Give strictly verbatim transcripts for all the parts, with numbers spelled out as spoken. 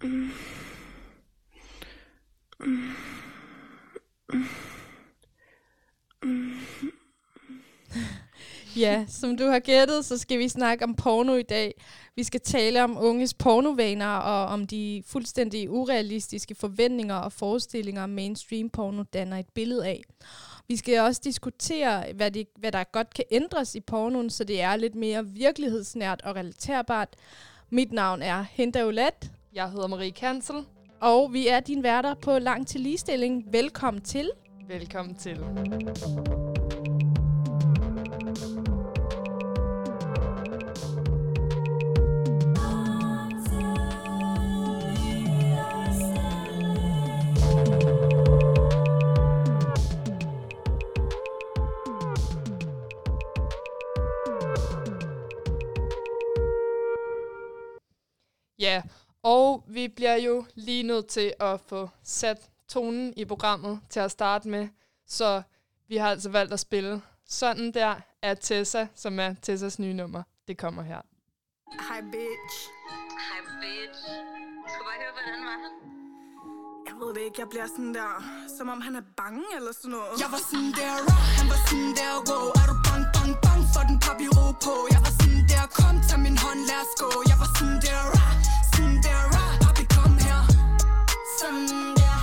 Mm. Mm. Mm. Mm. Ja, som du har gættet, så skal vi snakke om porno i dag. Vi skal tale om unges pornovaner og om de fuldstændig urealistiske forventninger og forestillinger, mainstream porno danner et billede af. Vi skal også diskutere, hvad, det, hvad der godt kan ændres i pornoen, så det er lidt mere virkelighedsnært og relaterbart. Mit navn er Hinda Olat. Jeg hedder Marie Kansel. Og vi er dine værter på Langt til Ligestilling. Velkommen til. Velkommen til. Ja, og vi bliver jo lige nødt til at få sat tonen i programmet til at starte med, så vi har altså valgt at spille Sådan der af Tessa, som er Tessas nye nummer. Det kommer her. Hej bitch. Hej bitch. Skal bare høre, hvordan var han? Jeg ved det ikke, jeg bliver sådan der, som om han er bange eller sådan noget. Jeg var sådan der raw, han var sådan der wow. Er du bang, bang, bang for den papiro på? Jeg var sådan der, kom, tag min hånd, lad os gå. Jeg var sådan der raw, sådan der raw. Papi, kom her. Sådan der,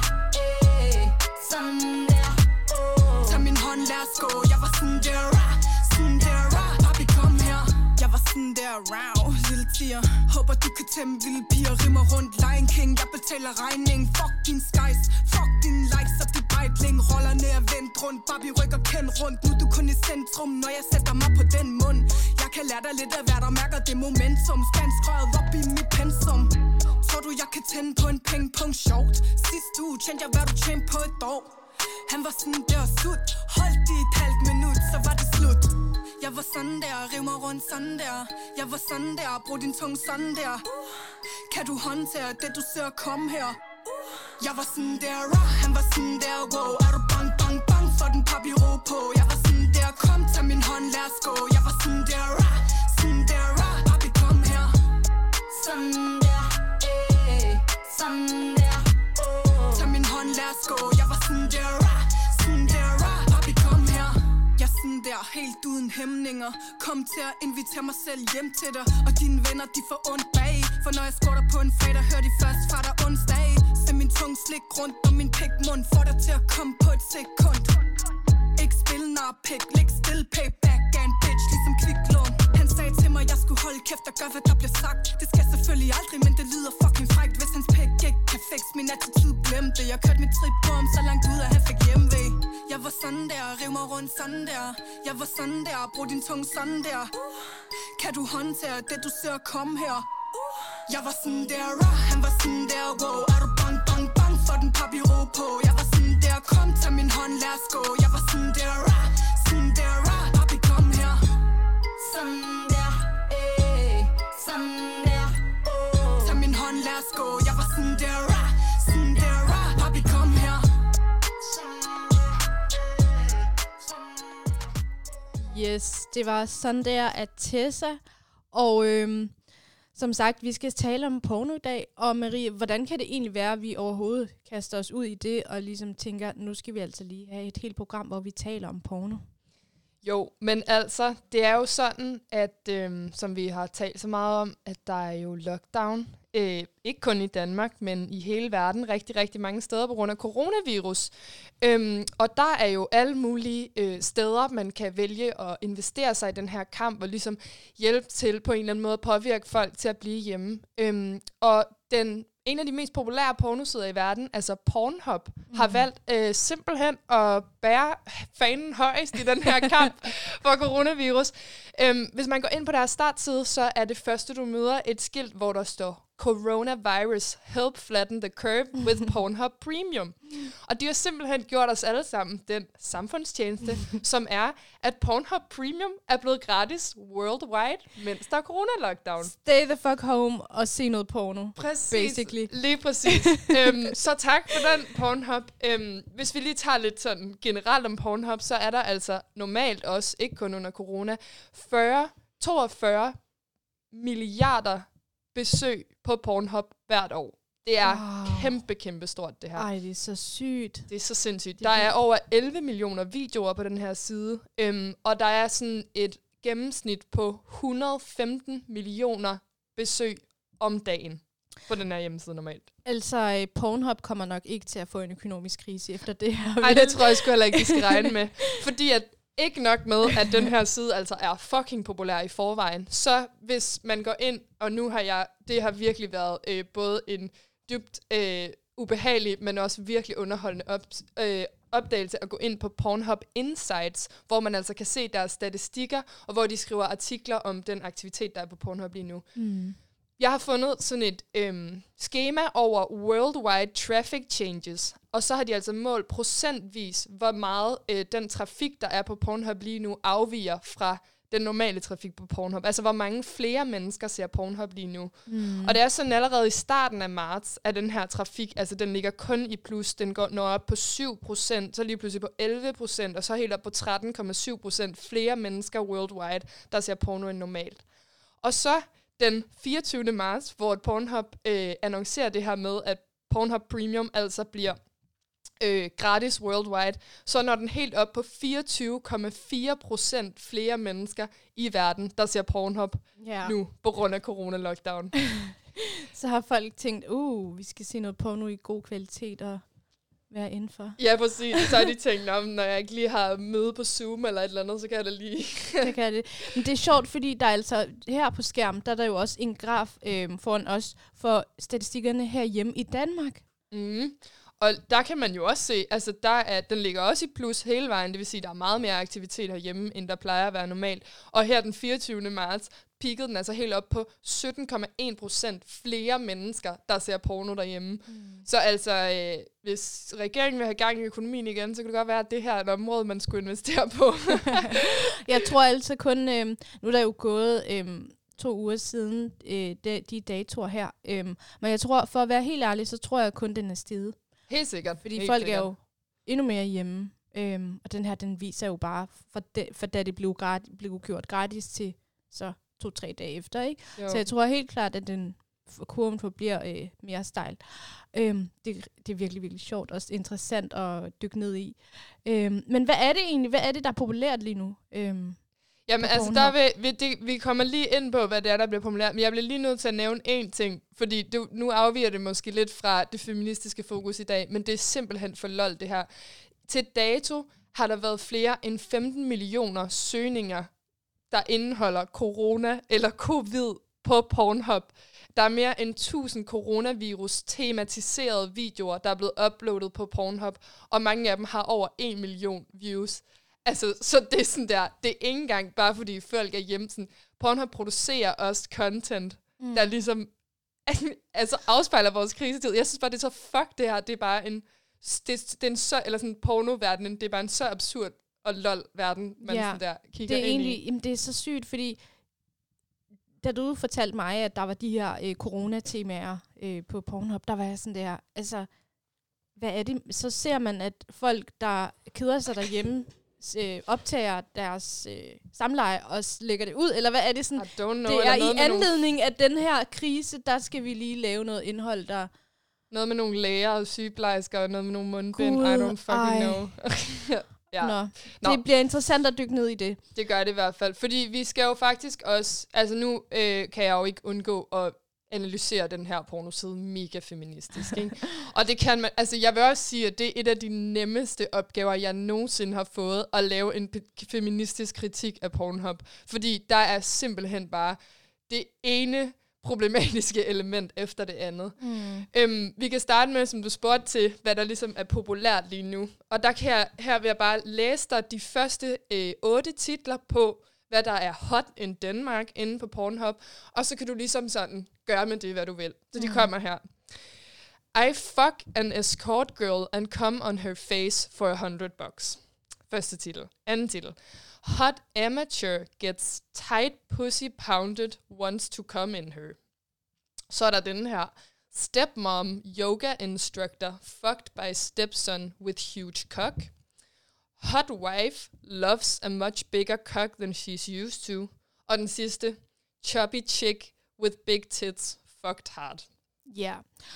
eh, sådan der, oh. Tag min hånd, lad os gå. Jeg var sådan der raw, sådan der raw. Papi, kom her. Jeg var sådan der raw, lille tiger. Håber du kan tæmme vilde piger. Rimmer rundt, Lion King. Jeg betaler regning. Fuck din skies, fuck din likes. Og det bejtling roller ned og vendt rundt. Barbie rykker kendt rundt. Nu er du kun i centrum, når jeg sætter mig på den mund. Jeg kan lære dig lidt af hvad der mærker det momentum. Spansk røget op i mit pensum. Tror du jeg kan tænde på en pingpong sjovt? Sidste uge tjente jeg hvad du tjente på et år. Han var sådan der sut. Holdt i et halvt minut, så var det slut. Jeg var sådan der, riv mig rundt sådan der. Jeg var sådan der, brug din tunge sådan der. Kan du håndtere det du ser komme her? Jeg var sådan der raw, han var sådan der wow. Er du bang, bang, bang for den papiro på? Jeg var sådan der, kom, tag min hånd, lad os gå. Jeg var sådan der raw, sådan der raw. Papi, kom her. Sådan der, eh, sådan der, oh. Tag min hånd, lad os gå. Jeg var sådan der raw, sådan der raw. Papi, kom her. Jeg er sådan der, helt uden hæmninger. Kom til at invitere mig selv hjem til dig. Og dine venner, de får ondt bag. For når jeg skorter på en fredag, hører de først fra dig onsdag. Se min tung slik rundt om min pikmund. Får dig til at komme på et sekund. Ikke spil nar pik, læg still, payback af en bitch, ligesom kviklån. Han sagde til mig, jeg skulle holde kæft og gøre, hvad der bliver sagt. Det skal selvfølgelig aldrig, men det lyder fucking frækt. Hvis hans pik ikke kan fix min attitude, glem det. Jeg kørte mit trip på ham så langt ud, at han fik hjemvej. Jeg var sådan der, riv mig rundt sådan der. Jeg var sådan der, brug din tunge sådan der. Kan du håndtere det du ser komme her? Jeg var sådan der raw, han var sådan der wow. Er du bang, bang, bang for den papiro på? Jeg var sådan der, kom, tag min hånd, lad os gå. Jeg var sådan der raw, sådan der raw. Papi, kom her. Sådan der, eh, sådan der, oh. Tag min hånd, lad os gå. Jeg var sådan der raw, sådan der raw. Papi, kom her. Yes, det var Sådan der af Tessa. Og øhm, som sagt, vi skal tale om porno i dag. Og Marie, hvordan kan det egentlig være, at vi overhovedet kaster os ud i det, og ligesom tænker, nu skal vi altså lige have et helt program, hvor vi taler om porno? Jo, men altså, det er jo sådan, at øhm, som vi har talt så meget om, at der er jo lockdown. Øh, ikke kun i Danmark, men i hele verden, rigtig, rigtig mange steder på grund af coronavirus. Øhm, og der er jo alle mulige øh, steder, man kan vælge at investere sig i den her kamp, og ligesom hjælpe til på en eller anden måde at påvirke folk til at blive hjemme. Øhm, og den en af de mest populære pornosider i verden, altså Pornhub, mm. har valgt øh, simpelthen at bære fanen højst i den her kamp for coronavirus. Øhm, hvis man går ind på deres startside, så er det første, du møder et skilt, hvor der står Coronavirus, help flatten the curve with Pornhub Premium. Og de har simpelthen gjort os alle sammen den samfundstjeneste, som er, at Pornhub Premium er blevet gratis worldwide, mens der er corona-lockdown. Stay the fuck home og se noget porno. Præcis. Basically. Lige præcis. øhm, så tak for den, Pornhub. Øhm, hvis vi lige tager lidt sådan generelt om Pornhub, så er der altså normalt også, ikke kun under corona, fyrre, toogfyrre milliarder besøg på Pornhub hvert år. Det er Wow. kæmpe, kæmpe stort, det her. Ej, det er så sygt. Det er så sindssygt. Det Der er er vildt. over elleve millioner videoer på den her side, øhm, og der er sådan et gennemsnit på et hundrede og femten millioner besøg om dagen på den her hjemmeside normalt. Altså, øh, Pornhub kommer nok ikke til at få en økonomisk krise efter det her. Nej, det tror jeg sgu heller ikke, de skal regne med. Fordi at ikke nok med, at den her side altså er fucking populær i forvejen, så hvis man går ind, og nu har jeg, det har virkelig været øh, både en dybt øh, ubehagelig, men også virkelig underholdende op, øh, opdagelse at gå ind på Pornhub Insights, hvor man altså kan se deres statistikker, og hvor de skriver artikler om den aktivitet, der er på Pornhub lige nu. Mm. Jeg har fundet sådan et øhm, schema over worldwide traffic changes, og så har de altså målt procentvis, hvor meget øh, den trafik, der er på Pornhub lige nu, afviger fra den normale trafik på Pornhub. Altså, hvor mange flere mennesker ser Pornhub lige nu. Mm. Og det er sådan allerede i starten af marts, at den her trafik, altså den ligger kun i plus, den går når op på syv procent, så lige pludselig på elleve procent, og så helt op på tretten komma syv procent flere mennesker worldwide, der ser porno end normalt. Og så den fireogtyvende marts, hvor Pornhub øh, annoncerer det her med, at Pornhub Premium altså bliver øh, gratis worldwide, så når den helt op på fireogtyve komma fire procent flere mennesker i verden, der ser Pornhub Ja. nu på grund af corona-lockdown. Så har folk tænkt, uh, vi skal se noget porno i god kvalitet og være indenfor. Ja, præcis. Så har de tænkt, om når jeg ikke lige har møde på Zoom eller et eller andet, så kan jeg da lige... Det kan det. Men det er sjovt, fordi der er altså her på skærmen, der er der jo også en graf øh, foran os for statistikkerne herhjemme i Danmark. Mm. Og der kan man jo også se, altså der er, den ligger også i plus hele vejen, det vil sige, at der er meget mere aktivitet herhjemme, end der plejer at være normalt. Og her den fireogtyvende marts peakede den altså helt op på sytten komma en procent flere mennesker, der ser porno derhjemme. Mm. Så altså, øh, hvis regeringen vil have gang i økonomien igen, så kan det godt være, at det her er et område, man skulle investere på. Jeg tror altså kun, øh, nu er der jo gået øh, to uger siden øh, de, de datoer her, øh, men jeg tror, for at være helt ærlig, så tror jeg kun, den er steget. Helt sikkert. Fordi helt folk sikkert. er jo endnu mere hjemme, øhm, og den her, den viser jo bare, for, de, for da det blev, gratis, blev gjort gratis til så to-tre dage efter, ikke? Jo. Så jeg tror helt klart, at den for kurven forbliver øh, mere stejl. Øhm, det, det er virkelig, virkelig sjovt og også interessant at dykke ned i. Øhm, men hvad er det egentlig? Hvad er det, der er populært lige nu? Øhm, Jamen på altså, Pornhub? der vil, vil det, vi kommer lige ind på, hvad det er, der bliver populært, men jeg bliver lige nødt til at nævne én ting, fordi det, nu afviger det måske lidt fra det feministiske fokus i dag, men det er simpelthen for lol, det her. Til dato har der været flere end femten millioner søgninger, der indeholder corona eller covid på Pornhub. Der er mere end tusind coronavirus-tematiserede videoer, der er blevet uploadet på Pornhub, og mange af dem har over en million views. Altså, så det er sådan der, det er ikke engang bare fordi folk er hjemme. Sådan, Pornhub producerer også content, mm. der ligesom altså afspejler vores krisetid. Jeg synes bare, det er så fuck det her. Det er bare en, det, det er en så, eller sådan porno-verdenen, det er bare en så absurd og lol-verden, man Ja, sådan der kigger det er ind egentlig, i. jamen, det er så sygt, fordi da du fortalte mig, at der var de her øh, coronatemaer øh, på Pornhub, der var jeg sådan der, altså, hvad er det? Så ser man, at folk, der keder sig derhjemme, øh, optager deres øh, samleje og s- lægger det ud, eller hvad er det sådan? I don't know, Det eller er noget i med nogle- anledning af den her krise, der skal vi lige lave noget indhold, der... Noget med nogle læger og sygeplejersker, og noget med nogle mundbind. Gud, I don't fucking ej. know. ja. Nå, Nå. det bliver interessant at dykke ned i det. Det gør det i hvert fald. Fordi vi skal jo faktisk også... Altså nu øh, kan jeg jo ikke undgå at analysere den her pornoside mega feministisk. Ikke? Og det kan man... Altså jeg vil også sige, at det er et af de nemmeste opgaver, jeg nogensinde har fået, at lave en p- feministisk kritik af Pornhub. Fordi der er simpelthen bare det ene problematiske element efter det andet. Mm. Øhm, vi kan starte med, som du spurgte til, hvad der ligesom er populært lige nu. Og der kan jeg, her vil jeg bare læse dig de første øh, otte titler på, hvad der er hot in Denmark inde på Pornhub. Og så kan du ligesom sådan gøre med det, hvad du vil. Så de Mm. kommer her. I fuck an escort girl and come on her face for a hundred bucks. Første titel. Anden titel. Hot amateur gets tight pussy pounded, wants to come in her. Så er der den her. Stepmom yoga instructor fucked by stepson with huge cock. Hot wife loves a much bigger cock than she's used to. Og den sidste. Chubby chick with big tits fucked hard. Ja,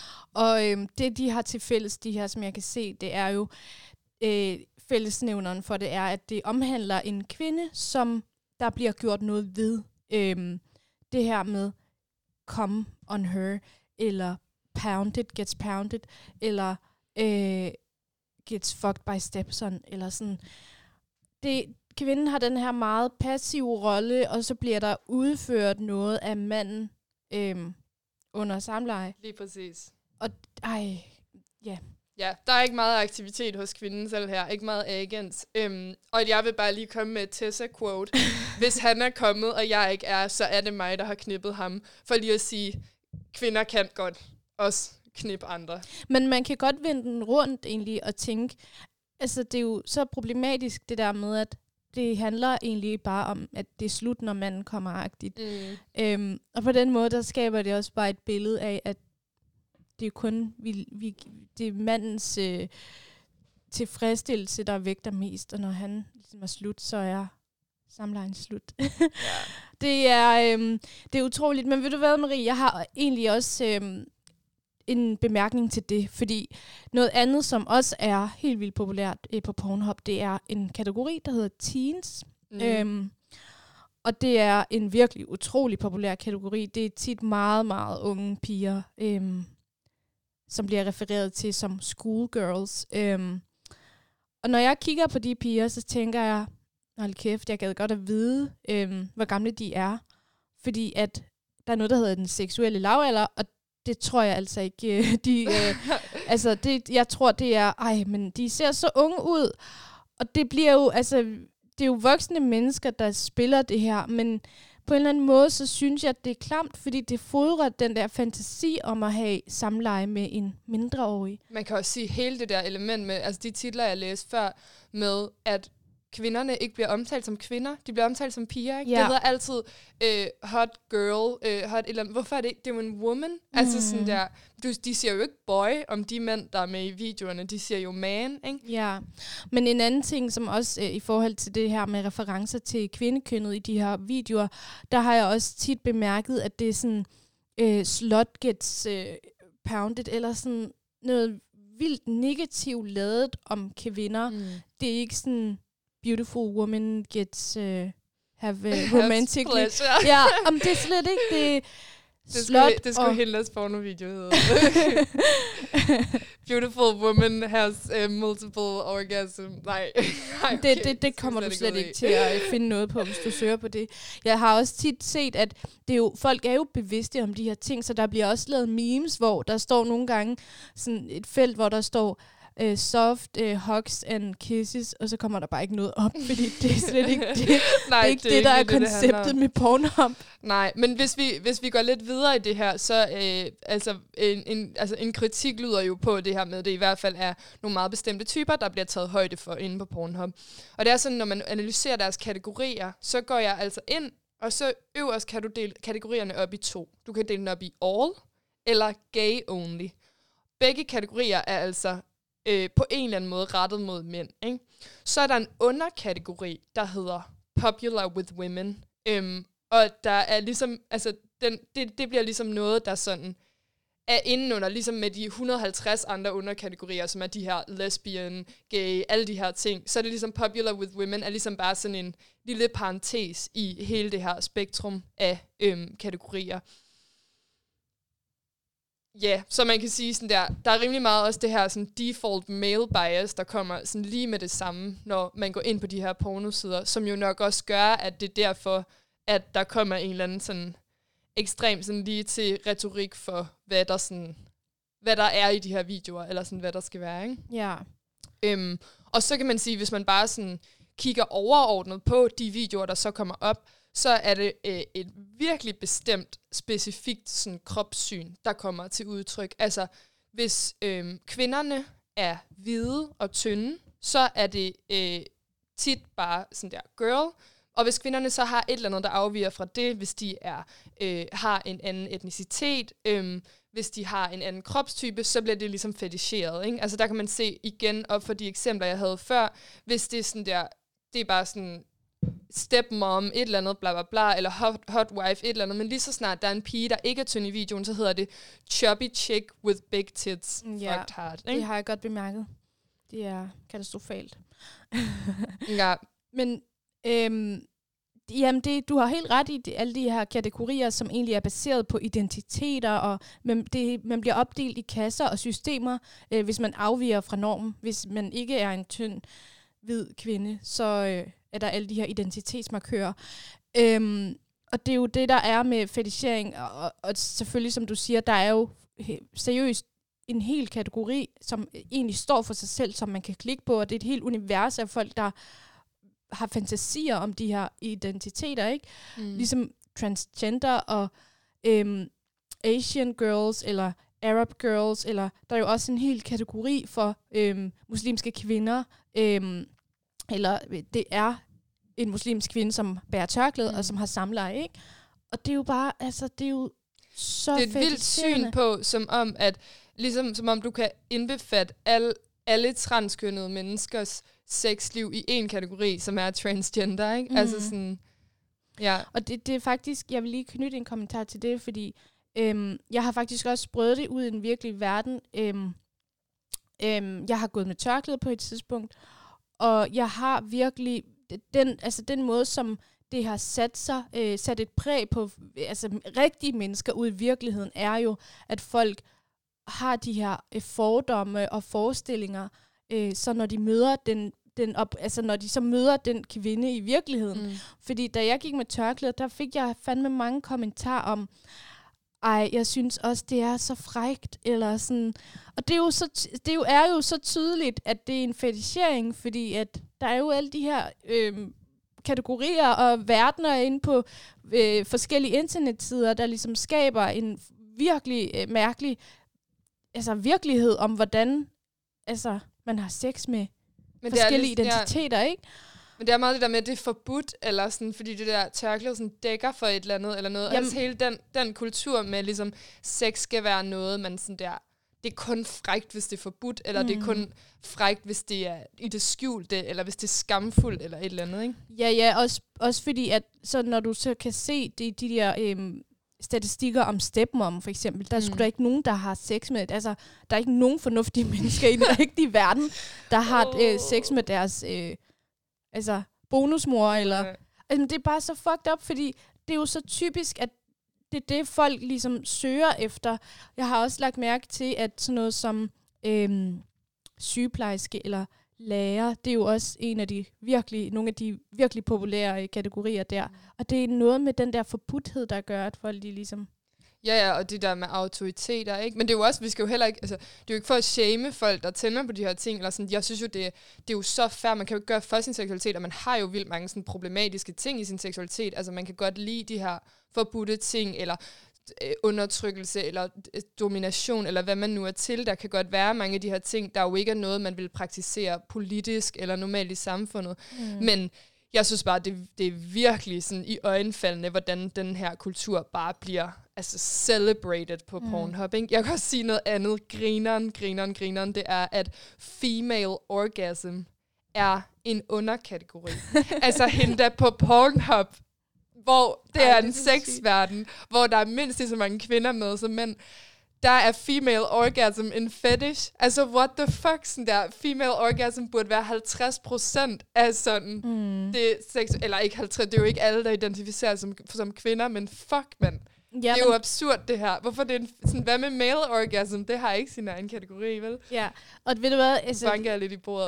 og øhm, det, de har til fælles, de her, som jeg kan se, det er jo, øh, fællesnævneren for det er, at det omhandler en kvinde, som der bliver gjort noget ved. Øhm, det her med come on her, eller pounded, gets pounded, eller øh, gets fucked by stepson, eller sådan. Det, kvinden har den her meget passive rolle, og så bliver der udført noget af manden øhm, under samleje. Lige præcis. Og ej, ja. Ja, der er ikke meget aktivitet hos kvinden selv her. Ikke meget agens. Øhm, og jeg vil bare lige komme med et Tessa-quote. Hvis han er kommet, og jeg ikke er, så er det mig, der har knippet ham. For lige at sige, kvinder kan godt også knippe andre. Men man kan godt vende den rundt egentlig og tænke, altså det er jo så problematisk det der med, at det handler egentlig bare om, at det er slut, når manden kommer agtigt. Mm. Øhm, og på den måde, der skaber det også bare et billede af, at det er kun vi, vi, det er mandens øh, tilfredsstillelse, der vægter mest, og når han ligesom er slut, så er samlejen slut. Ja. det, er, øhm, det er utroligt. Men ved du hvad, Marie, jeg har egentlig også øhm, en bemærkning til det, fordi noget andet, som også er helt vildt populært øh, på Pornhub, det er en kategori, der hedder teens. Mm. Øhm, og det er en virkelig utrolig populær kategori. Det er tit meget, meget unge piger, øhm, som bliver refereret til som schoolgirls. Øhm, og når jeg kigger på de piger, så tænker jeg, hold kæft, jeg gad godt at vide, øhm, hvor gamle de er. Fordi at der er noget, der hedder den seksuelle lavalder, og det tror jeg altså ikke. Øh, de, øh, altså, det, jeg tror, det er, ej, men de ser så unge ud. Og det bliver jo, altså, det er jo voksne mennesker, der spiller det her, men på en eller anden måde, så synes jeg, at det er klamt, fordi det fodrer den der fantasi om at have samleje med en mindreårig. Man kan også sige hele det der element med, altså de titler, jeg læste før, med at kvinderne ikke bliver omtalt som kvinder, de bliver omtalt som piger, ikke? Ja. Det hedder altid øh, hot girl, øh, hot eller hvorfor er det ikke? Det er jo en woman. Mm. Altså sådan der, du, de siger jo ikke boy om de mænd, der er med i videoerne, de siger jo man, ikke? Ja, men en anden ting, som også øh, i forhold til det her med referencer til kvindekønnet i de her videoer, der har jeg også tit bemærket, at det er sådan øh, slut gets øh, pounded, eller sådan noget vildt negativt ladet om kvinder. Mm. Det er ikke sådan beautiful woman gets uh, have uh, romantic pleasure. Ja, om det er slet ikke det. Det skulle, det skulle Hindlers porno-video hedde. Beautiful woman has uh, multiple orgasm. Nej. Nej okay. det, det, det kommer du slet ikke til at finde noget på, hvis du søger på det. Jeg har også tit set, at det er jo, folk er jo bevidste om de her ting, så der bliver også lavet memes, hvor der står nogle gange sådan et felt, hvor der står Uh, soft uh, hugs and kisses, og så kommer der bare ikke noget op, fordi det er slet ikke det, Nej, det, er ikke det, det der er konceptet det med Pornhub. Nej, men hvis vi, hvis vi går lidt videre i det her, så øh, altså, en, en, altså en kritik lyder jo på det her med, det i hvert fald er nogle meget bestemte typer, der bliver taget højde for inde på Pornhub. Og det er sådan, når man analyserer deres kategorier, så går jeg altså ind, og så øverst kan du dele kategorierne op i to. Du kan dele dem op i all, eller gay only. Begge kategorier er altså Øh, på en eller anden måde rettet mod mænd, ikke? Så er der en underkategori, der hedder popular with women. Øhm, og der er ligesom, altså, den, det, det bliver ligesom noget, der sådan er indenunder, ligesom med de et hundrede og halvtreds andre underkategorier, som er de her lesbian, gay, alle de her ting. Så er det ligesom popular with women, er ligesom bare sådan en lille parentes i hele det her spektrum af øhm, kategorier. Ja, yeah, så man kan sige sådan der, der er rimelig meget også det her sådan default male bias, der kommer sådan lige med det samme, når man går ind på de her pornosider, som jo nok også gør, at det er derfor, at der kommer en eller anden sådan ekstrem sådan lige til retorik for, hvad der sådan, hvad der er i de her videoer, eller sådan, hvad der skal være, ikke? Ja. Øhm, og så kan man sige, hvis man bare sådan kigger overordnet på de videoer, der så kommer op, så er det øh, et virkelig bestemt, specifikt sådan, kropssyn, der kommer til udtryk. Altså, hvis øh, kvinderne er hvide og tynde, så er det øh, tit bare sådan der girl. Og hvis kvinderne så har et eller andet, der afviger fra det, hvis de er øh, har en anden etnicitet, øh, hvis de har en anden kropstype, så bliver det ligesom feticheret, ikke? Altså, der kan man se igen op for de eksempler, jeg havde før, hvis det er sådan der, det er bare sådan stepmom, et eller andet, bla bla bla, eller hot, hot wife, et eller andet. Men lige så snart der er en pige, der ikke er tynd i videoen, så hedder det chubby chick with big tits. Ja, fucked hard, ikke? Det har jeg godt bemærket. Det er katastrofalt. Ja. Men øhm, jamen det, du har helt ret i det, alle de her kategorier, som egentlig er baseret på identiteter, og man, det, man bliver opdelt i kasser og systemer, øh, hvis man afviger fra normen. Hvis man ikke er en tynd, hvid kvinde, så øh, er der alle de her identitetsmarkører. Øhm, og det er jo det, der er med fetichering, og, og, og selvfølgelig, som du siger, der er jo he- seriøst en hel kategori, som egentlig står for sig selv, som man kan klikke på, og det er et helt univers af folk, der har fantasier om de her identiteter, ikke? Mm. Ligesom transgender og øhm, Asian girls, eller Arab girls, eller der er jo også en hel kategori for øhm, muslimske kvinder, øhm, eller det er en muslimsk kvinde, som bærer tørklæde, mm. og som har samleje, ikke? Og det er jo bare, altså, det er jo så det er et vildt syn på, som om, at ligesom som om du kan indbefatte al, alle transkønnede menneskers sexliv i en kategori, som er transgender, ikke? Mm. Altså sådan, ja. Og det, det er faktisk, jeg vil lige knytte en kommentar til det, fordi øhm, jeg har faktisk også prøvet det ud i den virkelige verden. Øhm, øhm, jeg har gået med tørklæde på et tidspunkt, og jeg har virkelig, den, altså den måde, som det har sat sig, øh, sat et præg på, altså rigtige mennesker ud i virkeligheden, er jo, at folk har de her øh, fordomme og forestillinger, øh, så når de møder den, den op, altså når de så møder den kvinde i virkeligheden. Mm. Fordi da jeg gik med tørklæde, der fik jeg fandme mange kommentarer om, ej, jeg synes også, det er så frækt, eller sådan. Og det er jo, så t- det er jo, er jo så tydeligt, at det er en fetichering, fordi at der er jo alle de her øh, kategorier og verdener inde på øh, forskellige internetsider, der ligesom skaber en virkelig øh, mærkelig altså virkelighed om, hvordan altså, man har sex med Men forskellige lidt, identiteter, ja. Ikke? Men det er meget det der med, at det er forbudt, eller sådan, fordi det der tørklæde sådan dækker for et eller andet, eller noget. Jamen, altså hele den, den kultur med, ligesom, sex skal være noget, man sådan der, det er kun frækt, hvis det er forbudt, eller mm. det er kun frækt, hvis det er i det skjulte, eller hvis det er skamfuldt, eller et eller andet, ikke? Ja, ja, også, også fordi, at så når du så kan se de, de der øhm, statistikker om stepmom, for eksempel, der er mm. sgu da ikke nogen, der har sex med, altså, der er ikke nogen fornuftige mennesker i den rigtige verden, der har oh. øh, sex med deres øh, altså, bonusmor, eller okay. altså, det er bare så fucked up, fordi det er jo så typisk, at det er det, folk ligesom søger efter. Jeg har også lagt mærke til, at sådan noget som øhm, sygeplejerske eller lærer, det er jo også en af de virkelig, nogle af de virkelig populære kategorier der. Og det er noget med den der forbudthed, der gør, at folk de ligesom... Ja, ja, og det der med autoriteter, ikke? Men det er jo også, vi skal jo heller ikke, altså, det er jo ikke for at shame folk, der tænder på de her ting, eller sådan, jeg synes jo, det, det er jo så fair, man kan jo ikke gøre for sin seksualitet, og man har jo vildt mange sådan problematiske ting i sin seksualitet, altså man kan godt lide de her forbudte ting, eller øh, undertrykkelse, eller øh, domination, eller hvad man nu er til, der kan godt være mange af de her ting, der jo ikke er noget, man vil praktisere politisk, eller normalt i samfundet, mm. men jeg synes bare, det, det er virkelig sådan i øjenfaldende, hvordan den her kultur bare bliver altså celebrated på mm. Pornhub. Ikke? Jeg kan også sige noget andet. Grineren, grineren, grineren. Det er, at female orgasm er en underkategori. Altså hende der på Pornhub, hvor det Ej, er en sexverden, hvor der er mindst lige så mange kvinder med som mænd. Der er female orgasm en fetish. Altså, what the fuck, sådan der. Female orgasm burde være halvtreds procent af sådan mm. det sex, eller ikke halvtreds, det er jo ikke alle, der identificerer som, som kvinder, men fuck, mand. Ja, det er men jo absurd, det her. Hvorfor det er en, sådan, hvad med male orgasm? Det har ikke sin egen kategori, vel? Ja, og ved du hvad? Altså, banker jeg lidt i bordet.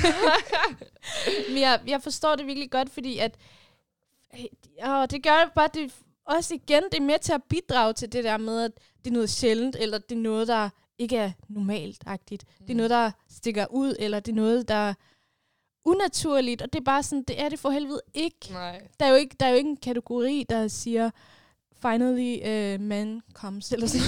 Men jeg, jeg forstår det virkelig godt, fordi at åh, det gør bare, det også igen, det er med til at bidrage til det der med, at det er noget sjældent, eller det er noget, der ikke er normalt-agtigt. Mm. Det er noget, der stikker ud, eller det er noget, der er unaturligt, og det er bare sådan, det er det for helvede ikke. Nej. Der er jo ikke, der er jo ikke en kategori, der siger, finally, uh, man comes, eller sådan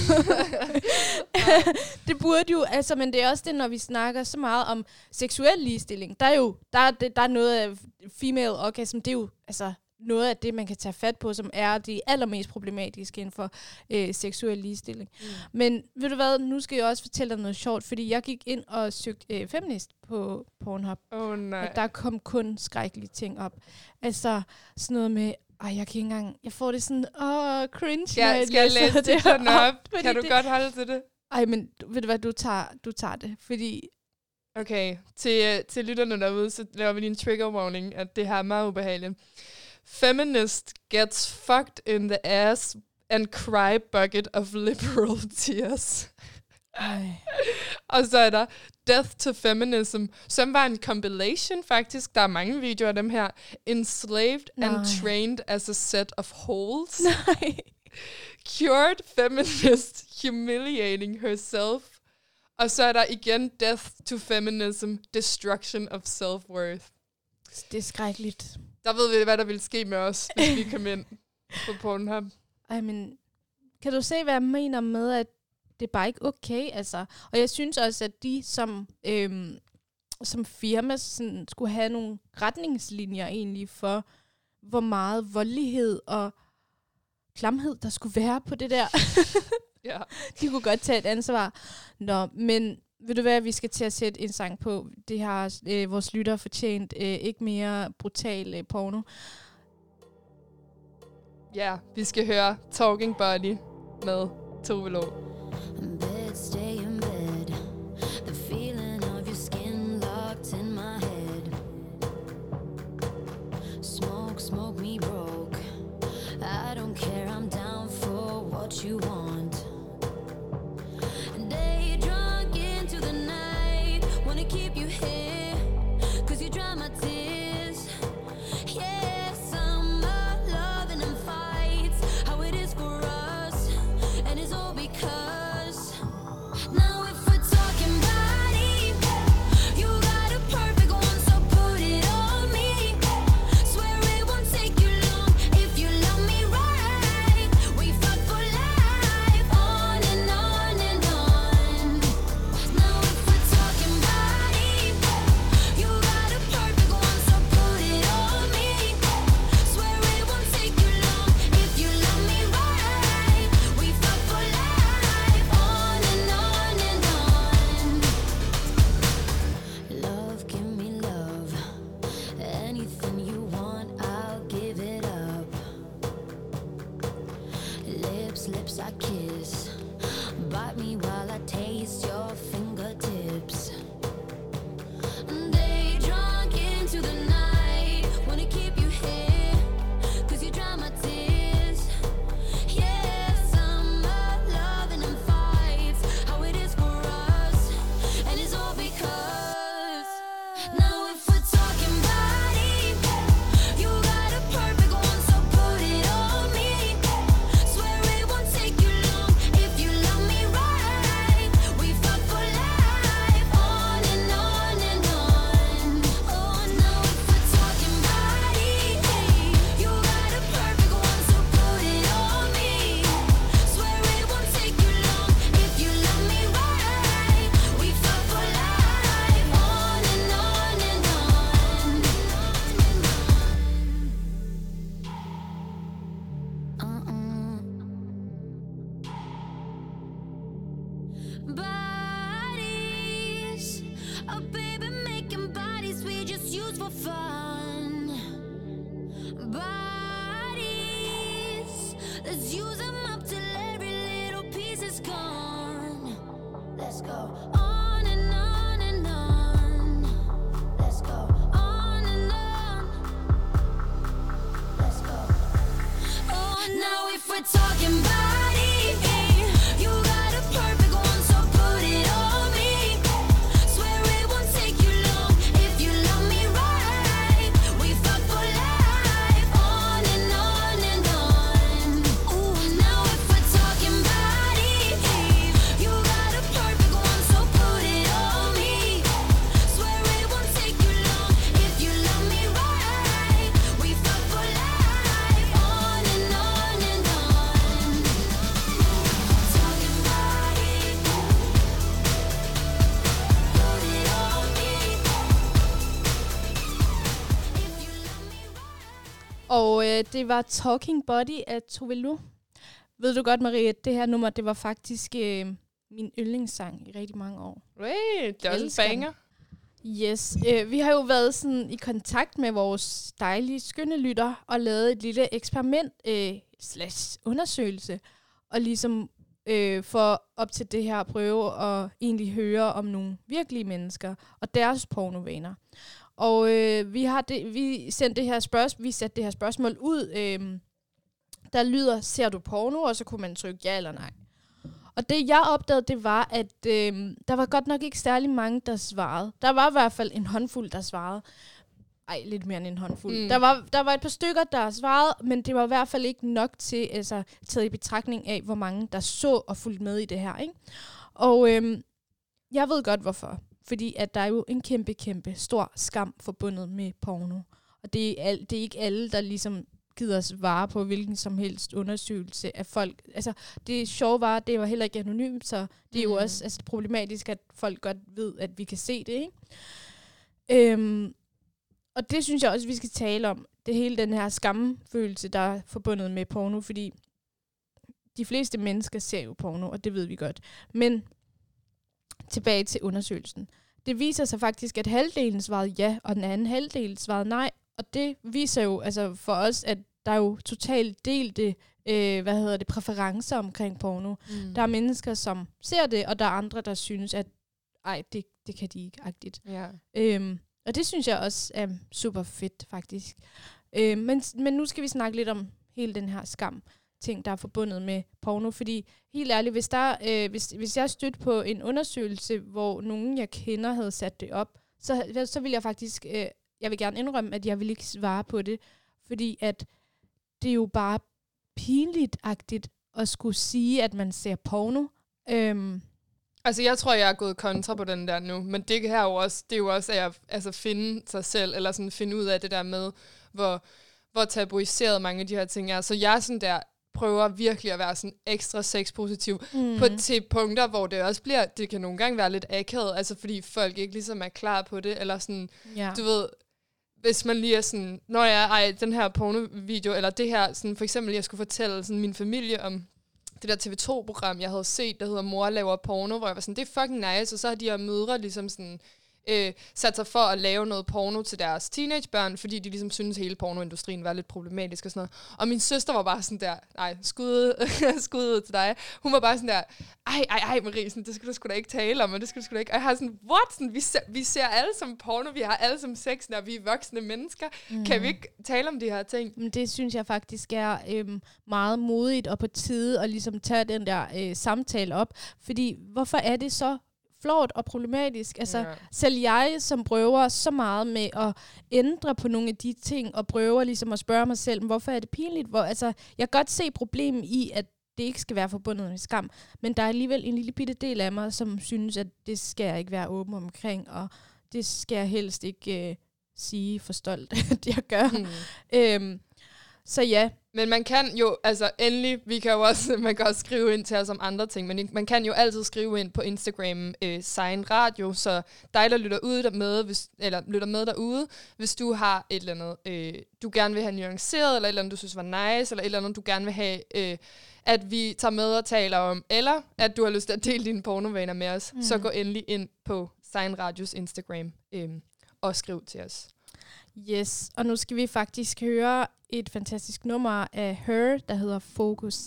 det burde jo, altså, men det er også det, når vi snakker så meget om seksuel ligestilling. Der er jo, der er, der er noget af female orgasm, det er jo, altså, noget af det, man kan tage fat på, som er de allermest problematiske inden for øh, seksuel ligestilling. Mm. Men ved du hvad, nu skal jeg også fortælle dig noget sjovt, fordi jeg gik ind og søgte øh, feminist på Pornhub. Åh oh, nej. Og der kom kun skrækkelige ting op. Altså sådan noget med, ej, jeg kan ikke engang, jeg får det sådan, åh, cringe, skal, når jeg skal jeg læse det op? op Kan du det, godt holde til det? Ej, men ved du hvad, du tager, du tager det, fordi... Okay, til, til lytterne derude, så laver vi lige en trigger warning, at det her er meget ubehageligt. Feminist gets fucked in the ass and cry bucket of liberal tears. Ej. Og så er der Death to Feminism, som var en compilation faktisk. Der er mange videoer af dem her. Enslaved Nej. and trained as a set of holes. Nej. Cured feminist humiliating herself. Og så er der igen Death to Feminism, Destruction of Self-Worth. Det er skrækkeligt. Der ved vi, hvad der ville ske med os, hvis vi kom ind på Pornhub. Ej, men kan du se, hvad jeg mener med, at det er bare ikke okay, altså. Og jeg synes også, at de som, øhm, som firma sådan, skulle have nogle retningslinjer egentlig for, hvor meget voldelighed og klamhed, der skulle være på det der. Ja. De kunne godt tage et ansvar. Nå, men ved du hvad, vi skal til at sætte en sang på. Det har øh, vores lytter fortjent. Øh, ikke mere brutal øh, porno. Ja, vi skal høre Talking Body med Tove Lo. Bed, stay in bed. The feeling of your skin locked in my head. Smoke, smoke me broke. I don't care, I'm down for what you want. Day drunk into the night. Wanna keep you here, cause you dry my tears. Yeah, summer, loving and fights. How it is for us, and it's all because now if we're talking body, you got a perfect one, so put it on me. Swear it won't take you long if you love me right. We fuck for life, on and on and on. Now if we're talking body, you got a perfect one, so put it on me. Swear it won't take you long if you love me right. We fuck for life, on and on and on. Love, give me love. Anything you want, I'll give it up. Lips, lips I kiss. Bite me while I taste your fingertips. Day drunk into the night. Wanna keep you here, cause you dry my tears. Yeah, summer, loving and fights. How it is for us, and it's all because now if we're talking body, you got a perfect one, so put it on me. Swear it won't take you long if you love me right. We fuck for life, on and on and on. Oh, now if we're talking body, you got a perfect one, so put it on me. Swear it won't take you long if you love me right. We fuck for life, on and on and on. Uh-uh. Bodies, oh baby, making bodies we just use for fun. Bodies, let's use them up till every little piece is gone. Let's go on and on and on. Let's go on and on. Let's go. Oh, now if we're talking body, you got a perfect one, so put it on me. Swear it won't take you long if you love me right. We fuck for life, on and on and on. Ooh, now if we're talking body, you got a perfect one, so put Og øh, det var Talking Body af Tove Lo. Ved du godt, Marie, at det her nummer, det var faktisk øh, min yndlingssang i rigtig mange år. Wait, det er også en banger. Yes. Øh, vi har jo været sådan i kontakt med vores dejlige skønne lytter og lavet et lille eksperiment øh, slash undersøgelse. Og ligesom øh, for op til det her prøve at egentlig høre om nogle virkelige mennesker og deres pornovaner. Og øh, vi har det, vi sendte det her spørgsmål, vi satte det her spørgsmål ud, øh, der lyder, ser du porno? Og så kunne man trykke ja eller nej. Og det jeg opdagede, det var, at øh, der var godt nok ikke særlig mange, der svarede. Der var i hvert fald en håndfuld, der svarede. Ej, lidt mere end en håndfuld. Mm. Der, var, der var et par stykker, der svarede, men det var i hvert fald ikke nok til, altså taget i betragtning af, hvor mange der så og fulgte med i det her, ikke? Og øh, jeg ved godt, hvorfor. Fordi at der er jo en kæmpe, kæmpe stor skam forbundet med porno. Og det er, al, det er ikke alle, der ligesom gider svare på hvilken som helst undersøgelse af folk. Altså, det sjove var, det var heller ikke anonymt, så det er jo mm. også altså, problematisk, at folk godt ved, at vi kan se det, ikke? Øhm, og det synes jeg også, vi skal tale om. Det hele den her skamfølelse, der er forbundet med porno, fordi de fleste mennesker ser jo porno, og det ved vi godt. Men tilbage til undersøgelsen. Det viser sig faktisk, at halvdelen svarede ja, og den anden halvdel svarede nej. Og det viser jo altså for os, at der er jo totalt delte øh, hvad hedder det, præferencer omkring porno. Mm. Der er mennesker, som ser det, og der er andre, der synes, at ej, det, det kan de ikke agtigt. Ja. Øhm, og det synes jeg også er super fedt, faktisk. Øhm, men, men nu skal vi snakke lidt om hele den her skam ting, der er forbundet med porno, fordi helt ærligt, hvis, der, øh, hvis, hvis jeg stødte på en undersøgelse, hvor nogen, jeg kender, havde sat det op, så, så vil jeg faktisk, øh, jeg vil gerne indrømme, at jeg vil ikke svare på det, fordi at det er jo bare pinligt-agtigt at skulle sige, at man ser porno. Øhm. Altså, jeg tror, jeg er gået kontra på den der nu, men det her jo også, det er jo også at altså, finde sig selv, eller sådan finde ud af det der med, hvor, hvor tabuiseret mange af de her ting er. Så jeg er sådan der, prøver virkelig at være sådan ekstra sexpositiv mm. på, til punkter, hvor det også bliver, det kan nogle gange være lidt akavet, altså fordi folk ikke ligesom er klar på det, eller sådan, ja. Du ved, hvis man lige er sådan, når jeg ej, den her pornovideo, eller det her, sådan for eksempel, jeg skulle fortælle sådan min familie om det der T V to-program, jeg havde set, der hedder Mor laver porno, hvor jeg var sådan, det er fucking nice, og så har de her mødre ligesom sådan, øh, sat sig for at lave noget porno til deres teenagebørn, fordi de ligesom synes hele pornoindustrien var lidt problematisk og sådan noget. Og min søster var bare sådan der, nej, skud, skud ud til dig. Hun var bare sådan der, ej, ej, ej, Marie, sådan, det skulle du sgu da ikke tale om, og det skulle du sgu da ikke. Og jeg har sådan, what? Sådan, vi, ser, vi ser alle som porno, vi har alle som sex, når vi er voksne mennesker. Mm. Kan vi ikke tale om de her ting? Men det synes jeg faktisk er øhm, meget modigt og på tide at ligesom tage den der øh, samtale op. Fordi hvorfor er det så flot og problematisk? Altså, ja. Selv jeg, som prøver så meget med at ændre på nogle af de ting, og prøver ligesom at spørge mig selv, hvorfor er det pinligt? Hvor, altså, jeg kan godt se problemet i, at det ikke skal være forbundet med skam, men der er alligevel en lille bitte del af mig, som synes, at det skal jeg ikke være åben omkring, og det skal jeg helst ikke øh, sige for stolt, at jeg gør. Mm. Øhm, så ja. Men man kan jo, altså endelig, vi kan jo også, man kan også skrive ind til os om andre ting, men man kan jo altid skrive ind på Instagram, øh, Sign Radio, så dig, der lytter, ud der med, hvis, eller lytter med derude, hvis du har et eller andet, øh, du gerne vil have nuanceret, eller et eller andet, du synes var nice, eller et eller andet, du gerne vil have, øh, at vi tager med og taler om, eller at du har lyst til at dele dine pornovaner med os, mm. så gå endelig ind på Sign Radios Instagram øh, og skriv til os. Yes, og nu skal vi faktisk høre et fantastisk nummer af Her, der hedder Focus.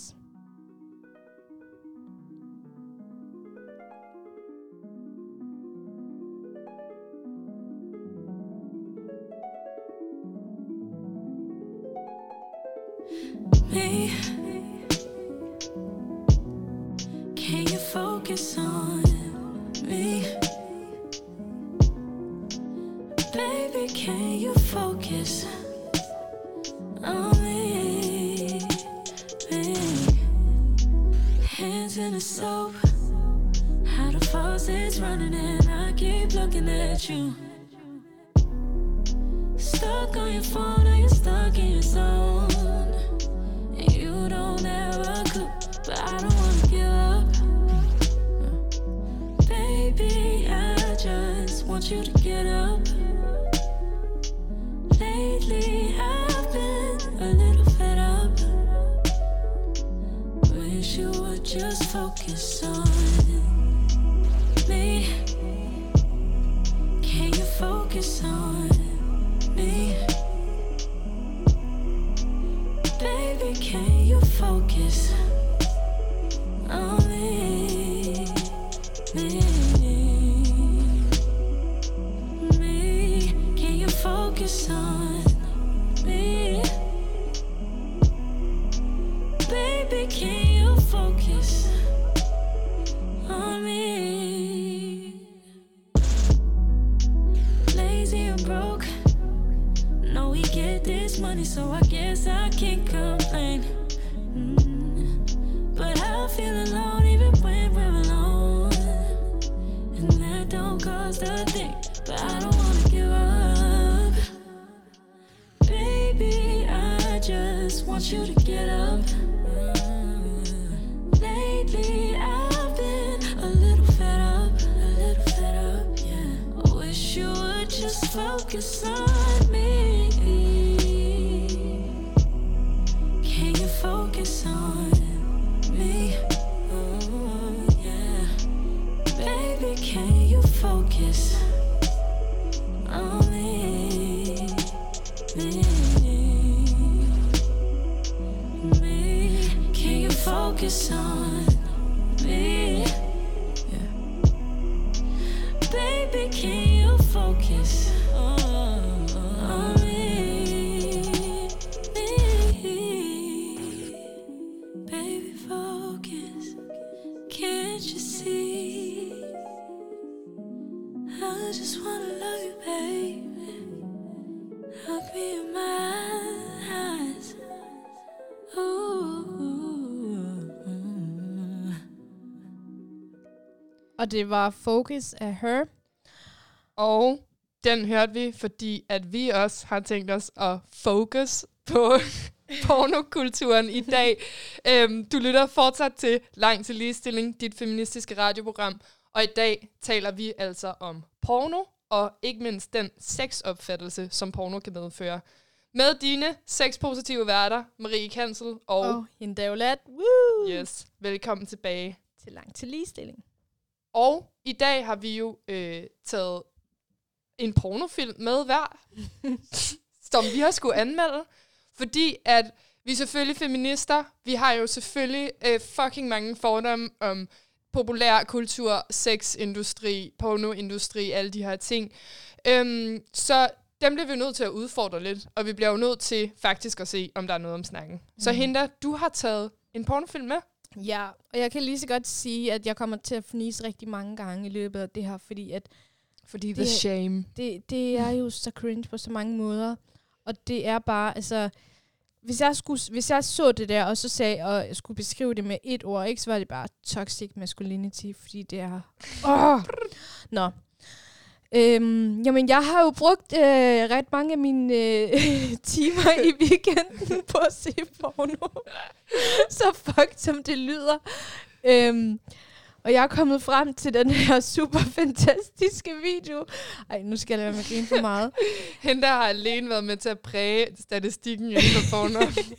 Me, can you focus on me? Baby, can you focus on me? me? Hands in the soap, how the faucet's running and I keep looking at you. Stuck on your phone or you're stuck in your zone. And you don't have a clue, but I don't wanna give up. Baby, I just want you to get up. Lately I've been a focus on me? Can you focus on me? Baby, can you focus on me? Me, me. Can you focus on me? Baby, can you focus on me? Lazy and broke. No, we get this money, so I guess I can't complain. Mm. But I feel alone even when we're alone, and that don't cost a thing. But I don't wanna give up. Baby, I just want you to get up. Lately I've been a little fed up, a little fed up, yeah. I wish you would just focus on me. Can you focus on me? Oh, yeah. Baby, can you focus on me? Me, me. Can you focus on me? Yeah. Baby, can you focus on, on me? Me. Baby, focus. Can't you see? I just wanna love you, baby. Look me in my eyes. Ooh. Og det var Focus af Her. Og den hørte vi, fordi at vi også har tænkt os at focus på pornokulturen i dag. Øhm, du lytter fortsat til Langt til Ligestilling, dit feministiske radioprogram. Og i dag taler vi altså om porno, og ikke mindst den sexopfattelse, som porno kan medføre. Med dine sexpositive værter, Marie Kansel og... Og hende Davlat. Woo! Yes, velkommen tilbage. Til Langt til Ligestilling. Og i dag har vi jo øh, taget en pornofilm med hver, som vi har skulle anmelde. Fordi at vi er selvfølgelig feminister. Vi har jo selvfølgelig øh, fucking mange fordomme om populærkultur, sexindustri, pornoindustri, alle de her ting. Øhm, så dem bliver vi nødt til at udfordre lidt, og vi bliver jo nødt til faktisk at se, om der er noget om snakken. Mm. Så Hinda, du har taget en pornofilm med. Ja, og jeg kan lige så godt sige, at jeg kommer til at fnise rigtig mange gange i løbet af det her, fordi at Fordi the shame. Det, det er jo så cringe på så mange måder. Og det er bare, altså... Hvis jeg, skulle, hvis jeg så det der, og så sagde, og jeg skulle beskrive det med et ord, ikke, så var det bare toxic masculinity, fordi det er... Åh! Nå. Øhm, jamen, jeg har jo brugt øh, ret mange af mine øh, timer i weekenden på at se porno. Så fuck, som det lyder. Øhm, og jeg er kommet frem til den her super fantastiske video. Ej, nu skal jeg lade være med at grine for meget. Hende, der har alene været med til at præge statistikken inden for porno.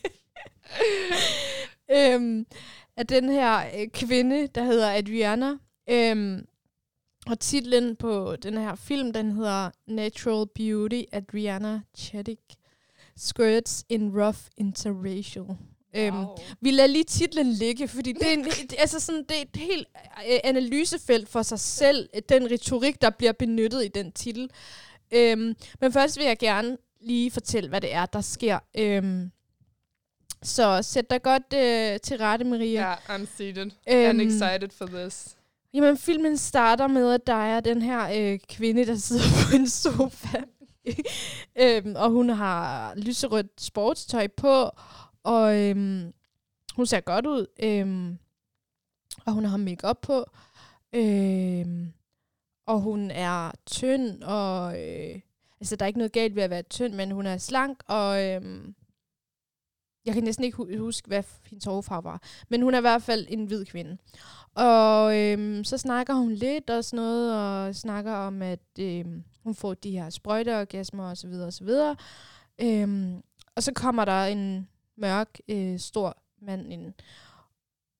øhm, af den her øh, kvinde, der hedder Adriana. Øhm, og titlen på den her film, den hedder Natural Beauty, Adriana Chadwick Skirts in Rough Interracial. Wow. Øhm, vi lader lige titlen ligge, fordi det er, en, det, altså sådan, det er et helt øh, analysefelt for sig selv, den retorik, der bliver benyttet i den titel. Øhm, men først vil jeg gerne lige fortælle, hvad det er, der sker. Øhm, så sæt dig godt øh, til rette, Maria. Ja, yeah, I'm seated øhm, and excited for this. Jamen, filmen starter med, at der er den her øh, kvinde, der sidder på en sofa. øhm, og hun har lyserødt sportstøj på, og øhm, hun ser godt ud, øhm, og hun har make-up på, øhm, og hun er tynd, og øh, altså der er ikke noget galt ved at være tynd, men hun er slank, og øhm, jeg kan næsten ikke hu- huske, hvad hendes hårfarve var, men hun er i hvert fald en hvid kvinde. Og øhm, så snakker hun lidt og sådan noget, og snakker om, at øhm, hun får de her sprøjteorgasmer og så videre og så videre. Øhm, og så kommer der en mørk, øh, stor mand ind.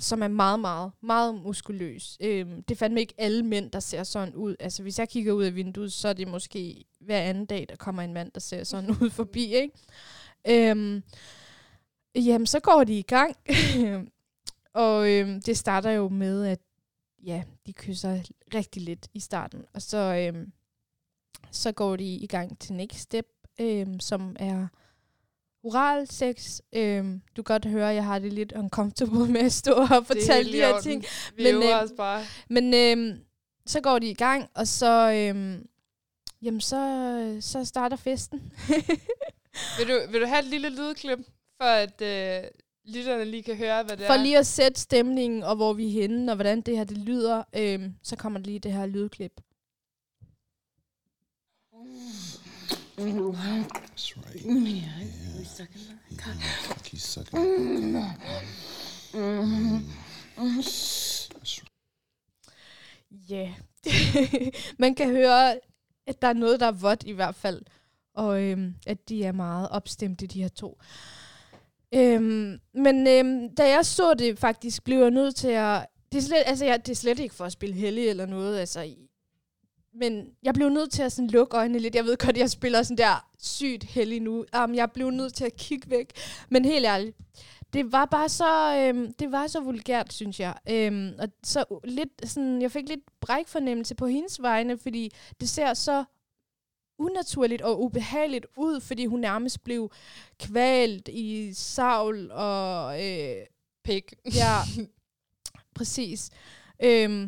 som er meget, meget, meget muskuløs. Øhm, det er fandme ikke alle mænd, der ser sådan ud. Altså, hvis jeg kigger ud af vinduet, så er det måske hver anden dag, der kommer en mand, der ser sådan ud forbi, ikke? Øhm, jamen, så går de i gang. Og øhm, det starter jo med, at ja, de kysser rigtig lidt i starten. Og så, øhm, så går de i gang til next step, øhm, som er oral sex. Øhm, du kan godt høre, at jeg har det lidt uncomfortable med at stå og fortælle de her ting. Vi Men, øver øhm, os bare. Men øhm, så går de i gang, og så, øhm, jamen så, så starter festen. Vil du, vil du have et lille lydklip, for at øh, lytterne lige kan høre, hvad det For er? lige at sætte stemningen, og hvor vi er henne, og hvordan det her det lyder, øhm, så kommer der lige det her lydklip. That's right. Yeah. yeah. We sucking my cock. Keep sucking my cock. Mm. That's right. Ja. Yeah. Man kan høre, at der er noget, der er vådt i hvert fald. Og øhm, at de er meget opstemte, de her to. Øhm, men øhm, da jeg så det faktisk, blev jeg nødt til at... Det er slet, altså, jeg, det er slet ikke for at spille hellig eller noget, altså... Men jeg blev nødt til at sådan lukke øjnene lidt. Jeg ved godt, at jeg spiller sådan der sygt heldig nu. Um, jeg blev nødt til at kigge væk. Men helt ærligt, det var bare så, øhm, det var så vulgært, synes jeg. Øhm, og så lidt sådan, jeg fik lidt brækfornemmelse på hendes vegne, fordi det ser så unaturligt og ubehageligt ud, fordi hun nærmest blev kvalt i savl og... Øh, Pik. Ja, præcis. Øhm,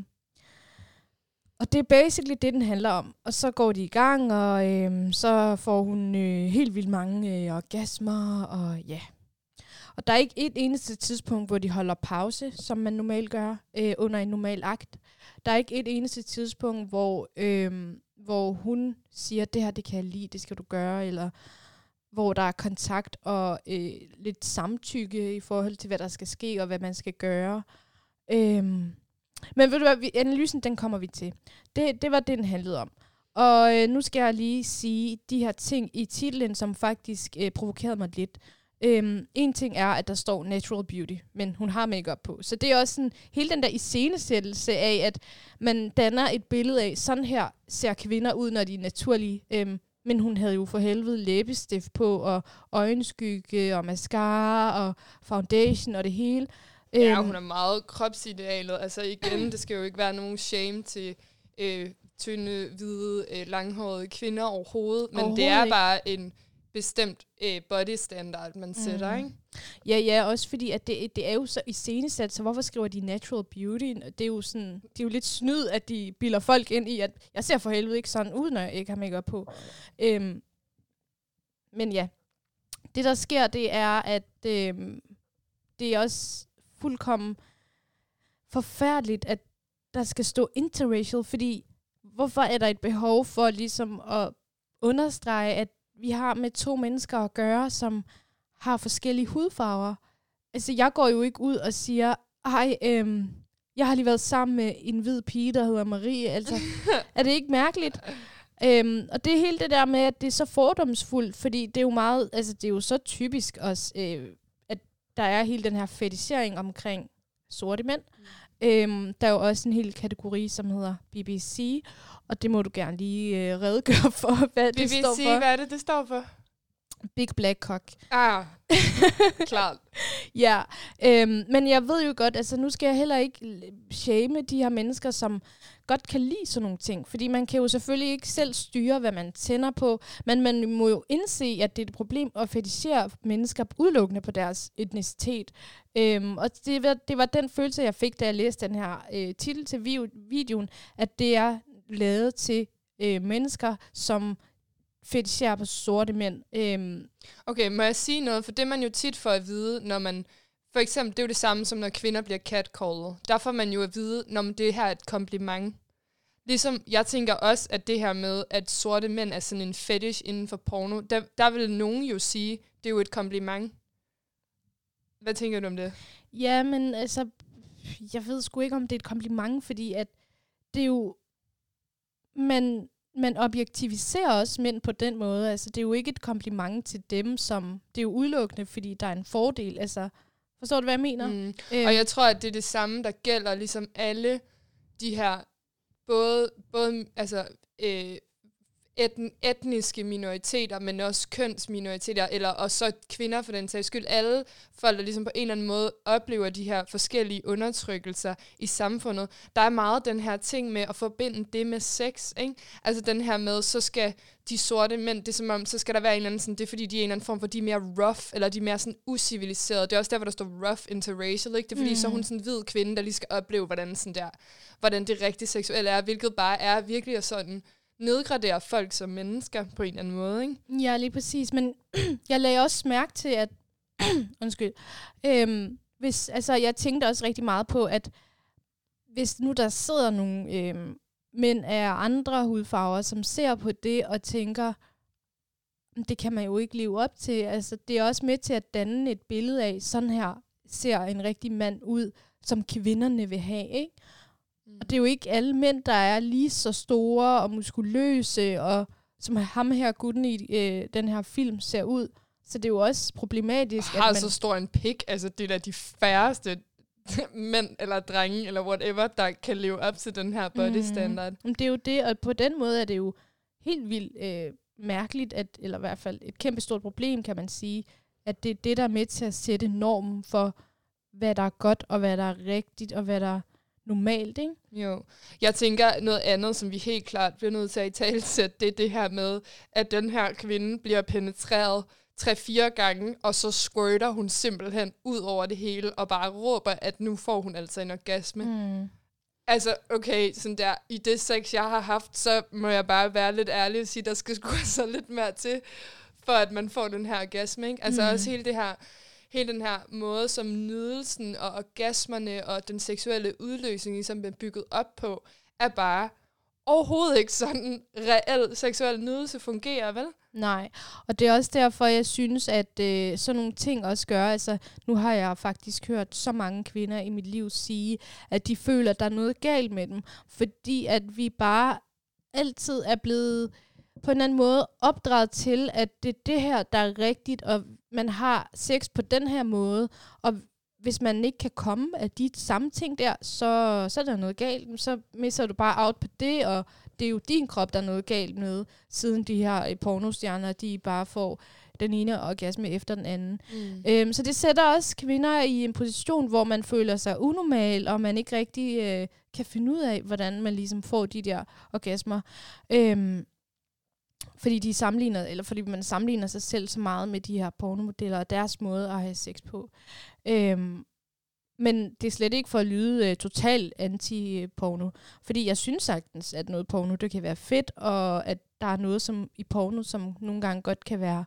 Og det er basically det, den handler om. Og så går de i gang, og øhm, så får hun øh, helt vildt mange øh, orgasmer, og ja. Og der er ikke et eneste tidspunkt, hvor de holder pause, som man normalt gør øh, under en normal akt. Der er ikke et eneste tidspunkt, hvor, øh, hvor hun siger, det her, det kan jeg lide, det skal du gøre, eller hvor der er kontakt og øh, lidt samtykke i forhold til, hvad der skal ske, og hvad man skal gøre. Øhm, Men ved du hvad, vi, analysen, den kommer vi til. Det, det var det, den handlede om. Og øh, nu skal jeg lige sige de her ting i titlen, som faktisk øh, provokerede mig lidt. Øhm, en ting er, at der står natural beauty, men hun har makeup på. Så det er også sådan, hele den der iscenesættelse af, at man danner et billede af, sådan her ser kvinder ud, når de er naturlige. Øhm, men hun havde jo for helvede læbestift på, og øjenskygge, og mascara, og foundation, og det hele. Ja, hun er meget kropsidealet. Altså igen, det skal jo ikke være nogen shame til øh, tynde, hvide, øh, langhårede kvinder overhovedet. Men overhovedet det er ikke. bare en bestemt øh, body standard, man sætter, Mm. ikke? Ja, ja, også fordi, at det, det er jo så iscenesat, så hvorfor skriver de natural beauty? Det er jo sådan, det er jo lidt snyd, at de bilder folk ind i, at jeg ser for helvede ikke sådan ud, når jeg ikke har makeup på. Øhm, men ja, det der sker, det er, at øhm, det er også fuldkommen forfærdeligt, at der skal stå interracial, fordi hvorfor er der et behov for ligesom at understrege, at vi har med to mennesker at gøre, som har forskellige hudfarver. Altså, jeg går jo ikke ud og siger, ej, øhm, jeg har lige været sammen med en hvid pige, der hedder Marie. Altså, er det ikke mærkeligt? Øhm, og det er hele det der med, at det er så fordomsfuldt, fordi det er jo meget, altså det er jo så typisk også, øh, at der er hele den her fetisering omkring sorte mænd. Mm. Øhm, der er jo også en hel kategori, som hedder B B C, og det må du gerne lige øh, redegøre for, hvad B B C, det står for. hvad er det, det står for? Big Black Cock. Ah, klart. Ja, øhm, men jeg ved jo godt, altså nu skal jeg heller ikke shame de her mennesker, som godt kan lide sådan nogle ting. Fordi man kan jo selvfølgelig ikke selv styre, hvad man tænder på, men man må jo indse, at det er et problem at fetishere mennesker udelukkende på deres etnicitet. Øhm, og det var, det var den følelse, jeg fik, da jeg læste den her øh, titel til vi- videoen, at det er lavet til øh, mennesker, som fetisherer på sorte mænd. Øhm. Okay, må jeg sige noget? For det man jo tit får at vide, når man... For eksempel, det er jo det samme som når kvinder bliver catcallet. Der får man jo at vide, når det her er et kompliment. Ligesom, jeg tænker også, at det her med, at sorte mænd er sådan en fetish inden for porno, der, der vil nogen jo sige, det er jo et kompliment. Hvad tænker du om det? Ja, men altså, jeg ved sgu ikke, om det er et kompliment, fordi at det er jo... Man, man objektiviserer også mænd på den måde. Altså, det er jo ikke et kompliment til dem, som... Det er jo udelukkende, fordi der er en fordel. Altså, Forstår du, hvad jeg mener? Mm. Øh, Og jeg tror, at det er det samme, der gælder ligesom alle de her, både, både altså, øh, etn, etniske minoriteter, men også kønsminoriteter, eller og så kvinder for den sags skyld. Alle folk, der ligesom på en eller anden måde oplever de her forskellige undertrykkelser i samfundet. Der er meget den her ting med at forbinde det med sex, ikke? Altså den her med, så skal de sorte mænd, det er som om, så skal der være en eller anden sådan, det er fordi, de er en eller anden form for, de er mere rough, eller de er mere sådan usiviliserede. Det er også derfor, der står rough interracial, ikke? Det er fordi, mm. så er hun sådan en hvid kvinde, der lige skal opleve, hvordan sådan der, hvordan det rigtig seksuelle er, hvilket bare er virkelig sådan, nedgradere folk som mennesker på en eller anden måde, ikke? Ja, lige præcis. Men jeg lagde også mærke til, at... undskyld. Øhm, hvis, altså, jeg tænkte også rigtig meget på, at hvis nu der sidder nogle øhm, mænd af andre hudfarver, som ser på det og tænker, det kan man jo ikke leve op til. Altså, det er også med til at danne et billede af, sådan her ser en rigtig mand ud, som kvinderne vil have, ikke? Og det er jo ikke alle mænd, der er lige så store og muskuløse, og som ham her gutten i øh, den her film ser ud. Så det er jo også problematisk. Og har at man så stor en pik, altså det er da de færreste mænd eller drenge eller whatever, der kan leve op til den her body standard. Mm. Det er jo det, og på den måde er det jo helt vildt øh, mærkeligt, at, eller i hvert fald et kæmpe stort problem, kan man sige, at det er det, der er med til at sætte normen for, hvad der er godt, og hvad der er rigtigt, og hvad der er normalt, ikke? Jo. Jeg tænker noget andet, som vi helt klart bliver nødt til at italesætte, det er det her med, at den her kvinde bliver penetreret tre-fire gange, og så squirter hun simpelthen ud over det hele, og bare råber, at nu får hun altså en orgasme. Mm. Altså, okay, sådan der, i det sex, jeg har haft, så må jeg bare være lidt ærlig og sige, der skal sgu så lidt mere til, for at man får den her orgasme, ikke? Altså mm. også hele det her, hele den her måde, som nydelsen og orgasmerne og den seksuelle udløsning ligesom bliver bygget op på, er bare overhovedet ikke sådan reel seksuel nydelse fungerer, vel? Nej, og det er også derfor, jeg synes, at øh, sådan nogle ting også gør, altså nu har jeg faktisk hørt så mange kvinder i mit liv sige, at de føler, at der er noget galt med dem, fordi at vi bare altid er blevet på en anden måde opdraget til, at det er det her, der er rigtigt, og man har sex på den her måde, og hvis man ikke kan komme af de samme ting der, så, så er der noget galt. Så misser du bare out på det, og det er jo din krop, der er noget galt med, siden de her pornostjerner, de bare får den ene orgasme efter den anden. Mm. Øhm, så det sætter også kvinder i en position, hvor man føler sig unormal, og man ikke rigtig øh, kan finde ud af, hvordan man ligesom får de der orgasmer. Øhm, fordi de sammenligner, eller fordi man sammenligner sig selv så meget med de her pornomodeller og deres måde at have sex på. Øhm, men det er slet ikke for at lyde uh, totalt anti-porno, fordi jeg synes sagtens, at noget porno, det kan være fedt, og at der er noget som i porno, som nogle gange godt kan være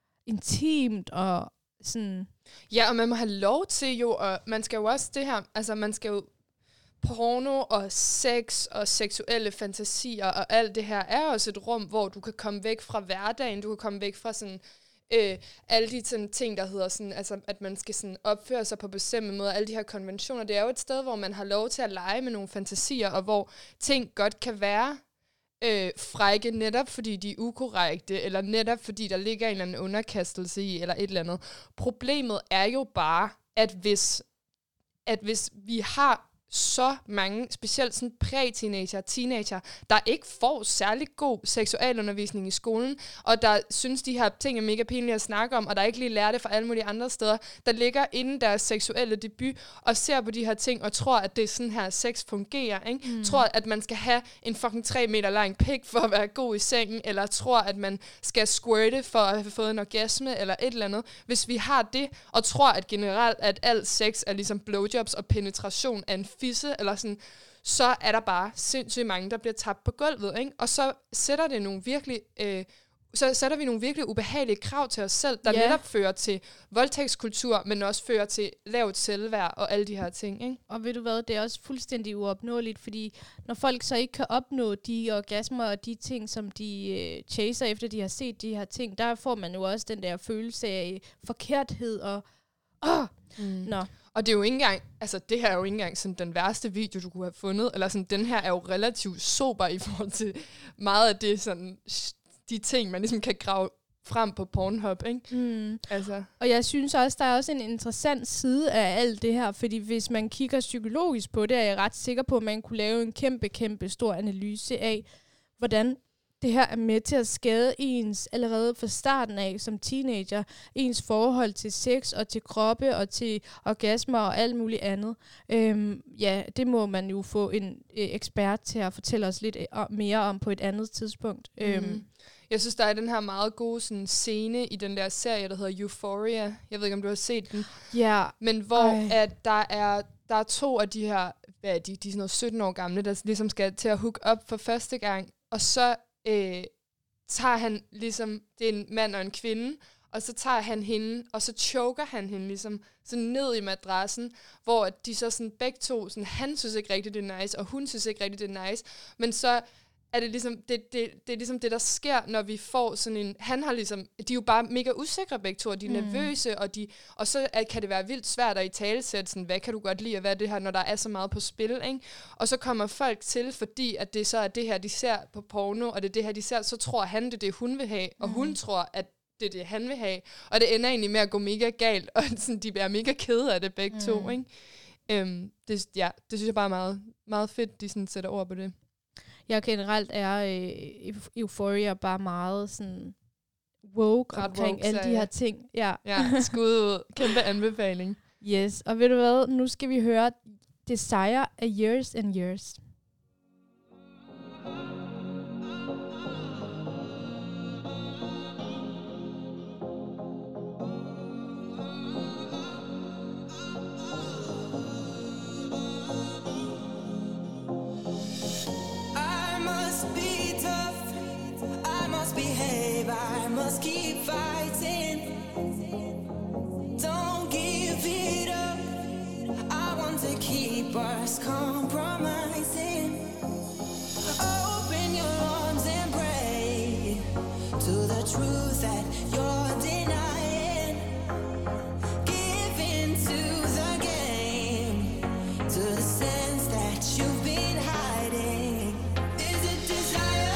intimt og sådan. Ja, og man må have lov til jo, og man skal jo også det her, altså man skal jo porno og sex og seksuelle fantasier og alt det her er også et rum, hvor du kan komme væk fra hverdagen, du kan komme væk fra sådan øh, alle de sådan, ting, der hedder sådan, altså at man skal sådan opføre sig på bestemte måder, alle de her konventioner. Det er jo et sted, hvor man har lov til at lege med nogle fantasier, og hvor ting godt kan være øh, frække, netop fordi de er ukorrekte, eller netop fordi der ligger en eller anden underkastelse i, eller et eller andet. Problemet er jo bare, at hvis, at hvis vi har så mange, specielt sådan præ-teenager, teenager, der ikke får særlig god seksualundervisning i skolen, og der synes, de her ting er mega pinlige at snakke om, og der ikke lige lærer det fra alle mulige andre steder, der ligger inden deres seksuelle debut, og ser på de her ting, og tror, at det er sådan her, sex fungerer, ikke? Mm. Tror, at man skal have en fucking tre meter lang pik for at være god i sengen, eller tror, at man skal squirte for at have fået en orgasme, eller et eller andet. Hvis vi har det, og tror, at generelt, at alt sex er ligesom blowjobs og penetration af en fisse, eller sådan, så er der bare sindssygt mange, der bliver tabt på gulvet, ikke? Og så sætter det nogle virkelig, øh, så sætter vi nogle virkelig ubehagelige krav til os selv, der yeah. netop fører til voldtægtskultur, men også fører til lavt selvværd og alle de her ting, ikke? Og ved du hvad, det er også fuldstændig uopnåeligt, fordi når folk så ikke kan opnå de orgasmer og de ting, som de øh, chaser efter, de har set de her ting, der får man jo også den der følelse af forkerthed og åh, mm. nå. Og det er jo ikke engang, altså det her er jo ikke engang sådan den værste video, du kunne have fundet, eller sådan, den her er jo relativt sober i forhold til meget af det, sådan, de ting, man ligesom kan grave frem på Pornhub, ikke? Mm. Altså. Og jeg synes også, der er også en interessant side af alt det her, fordi hvis man kigger psykologisk på det, er jeg ret sikker på, at man kunne lave en kæmpe, kæmpe stor analyse af, hvordan det her er med til at skade ens allerede fra starten af som teenager, ens forhold til sex og til kroppe og til orgasmer og alt muligt andet. Øhm, ja, det må man jo få en øh, ekspert til at fortælle os lidt øh, mere om på et andet tidspunkt. Mm. Øhm, Jeg synes, der er den her meget gode sådan, scene i den der serie, der hedder Euphoria. Jeg ved ikke, om du har set den. Ja. Men hvor at der er der er to af de her, hvad er de, de er sådan noget sytten år gamle, der ligesom skal til at hook op for første gang. Og så øh, tager han ligesom, det er en mand og en kvinde, og så tager han hende, og så choker han hende ligesom sådan ned i madrassen, hvor de så sådan begge to, sådan, han synes ikke rigtigt, det er nice, og hun synes ikke rigtigt, det er nice. Men så er det ligesom det, det, det er ligesom det, der sker, når vi får sådan en... Han har ligesom... De er jo bare mega usikre begge to, og de er mm. nervøse, og, de, og så er, kan det være vildt svært at italesætte sådan, hvad kan du godt lide, og hvad er det her, når der er så meget på spil, ikke? Og så kommer folk til, fordi at det så er det her, de ser på porno, og det er det her, de ser, så tror han, det er det, hun vil have, og mm. hun tror, at det er det, han vil have. Og det ender egentlig med at gå mega galt, og sådan, de bliver mega kede af det begge mm. to, ikke? Øhm, det, ja, det synes jeg bare er meget, meget fedt, de sådan sætter ord på det. Ja, generelt er øh, Euphoria bare meget sådan woke Ret omkring woke, alle de ja. her ting. Ja, ja skud ud. Kæmpe anbefaling. Yes, og ved du hvad, nu skal vi høre Desire af Years and Years. Keep fighting, don't give it up. I want to keep us compromising. Open your arms and pray to the truth that you're denying. Give in to the game, to the sense that you've been hiding. Is it desire?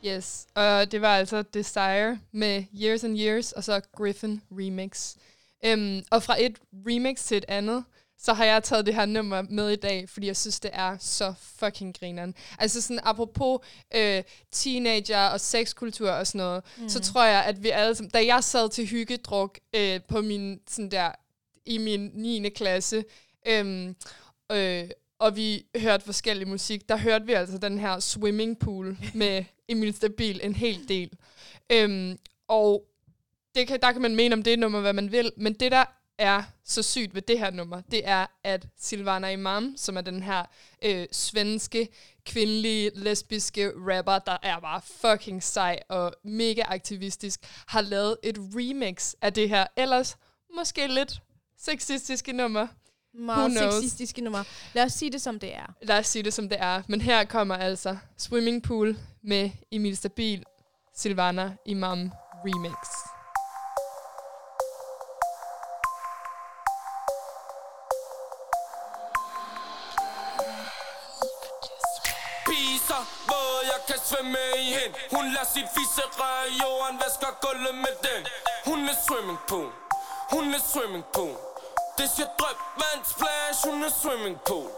Yes, og det var altså Desire med Years and Years, og så Griffin Remix. Um, og fra et remix til et andet, så har jeg taget det her nummer med i dag, fordi jeg synes, det er så fucking grineren. Altså sådan apropos øh, teenager og sexkultur og sådan noget, mm. så tror jeg, at vi alle sammen, da jeg sad til hyggedruk øh, på min, sådan der, i min niende klasse, øh, øh, og vi hørte forskellig musik, der hørte vi altså den her Swimming Pool med Emil Stabil en hel del. Øh, og det kan, der kan man mene om det nummer, hvad man vil, men det der er så sygt ved det her nummer, det er, at Silvana Imam, som er den her øh, svenske, kvindelige, lesbiske rapper, der er bare fucking sej og mega aktivistisk, har lavet et remix af det her ellers måske lidt sexistiske nummer. Meget sexistiske nummer. Lad os sige det, som det er. Lad os sige det, som det er. Men her kommer altså Swimming Pool med Emil Stabil, Silvana Imam remix. Hvor jeg kan svømme i hen. Hun lader sit fisse røre i jorden, vasker gulvet med den. Hun er swimming pool. Hun er swimming pool. Det siger drøb, vand, splash. Hun er swimming pool.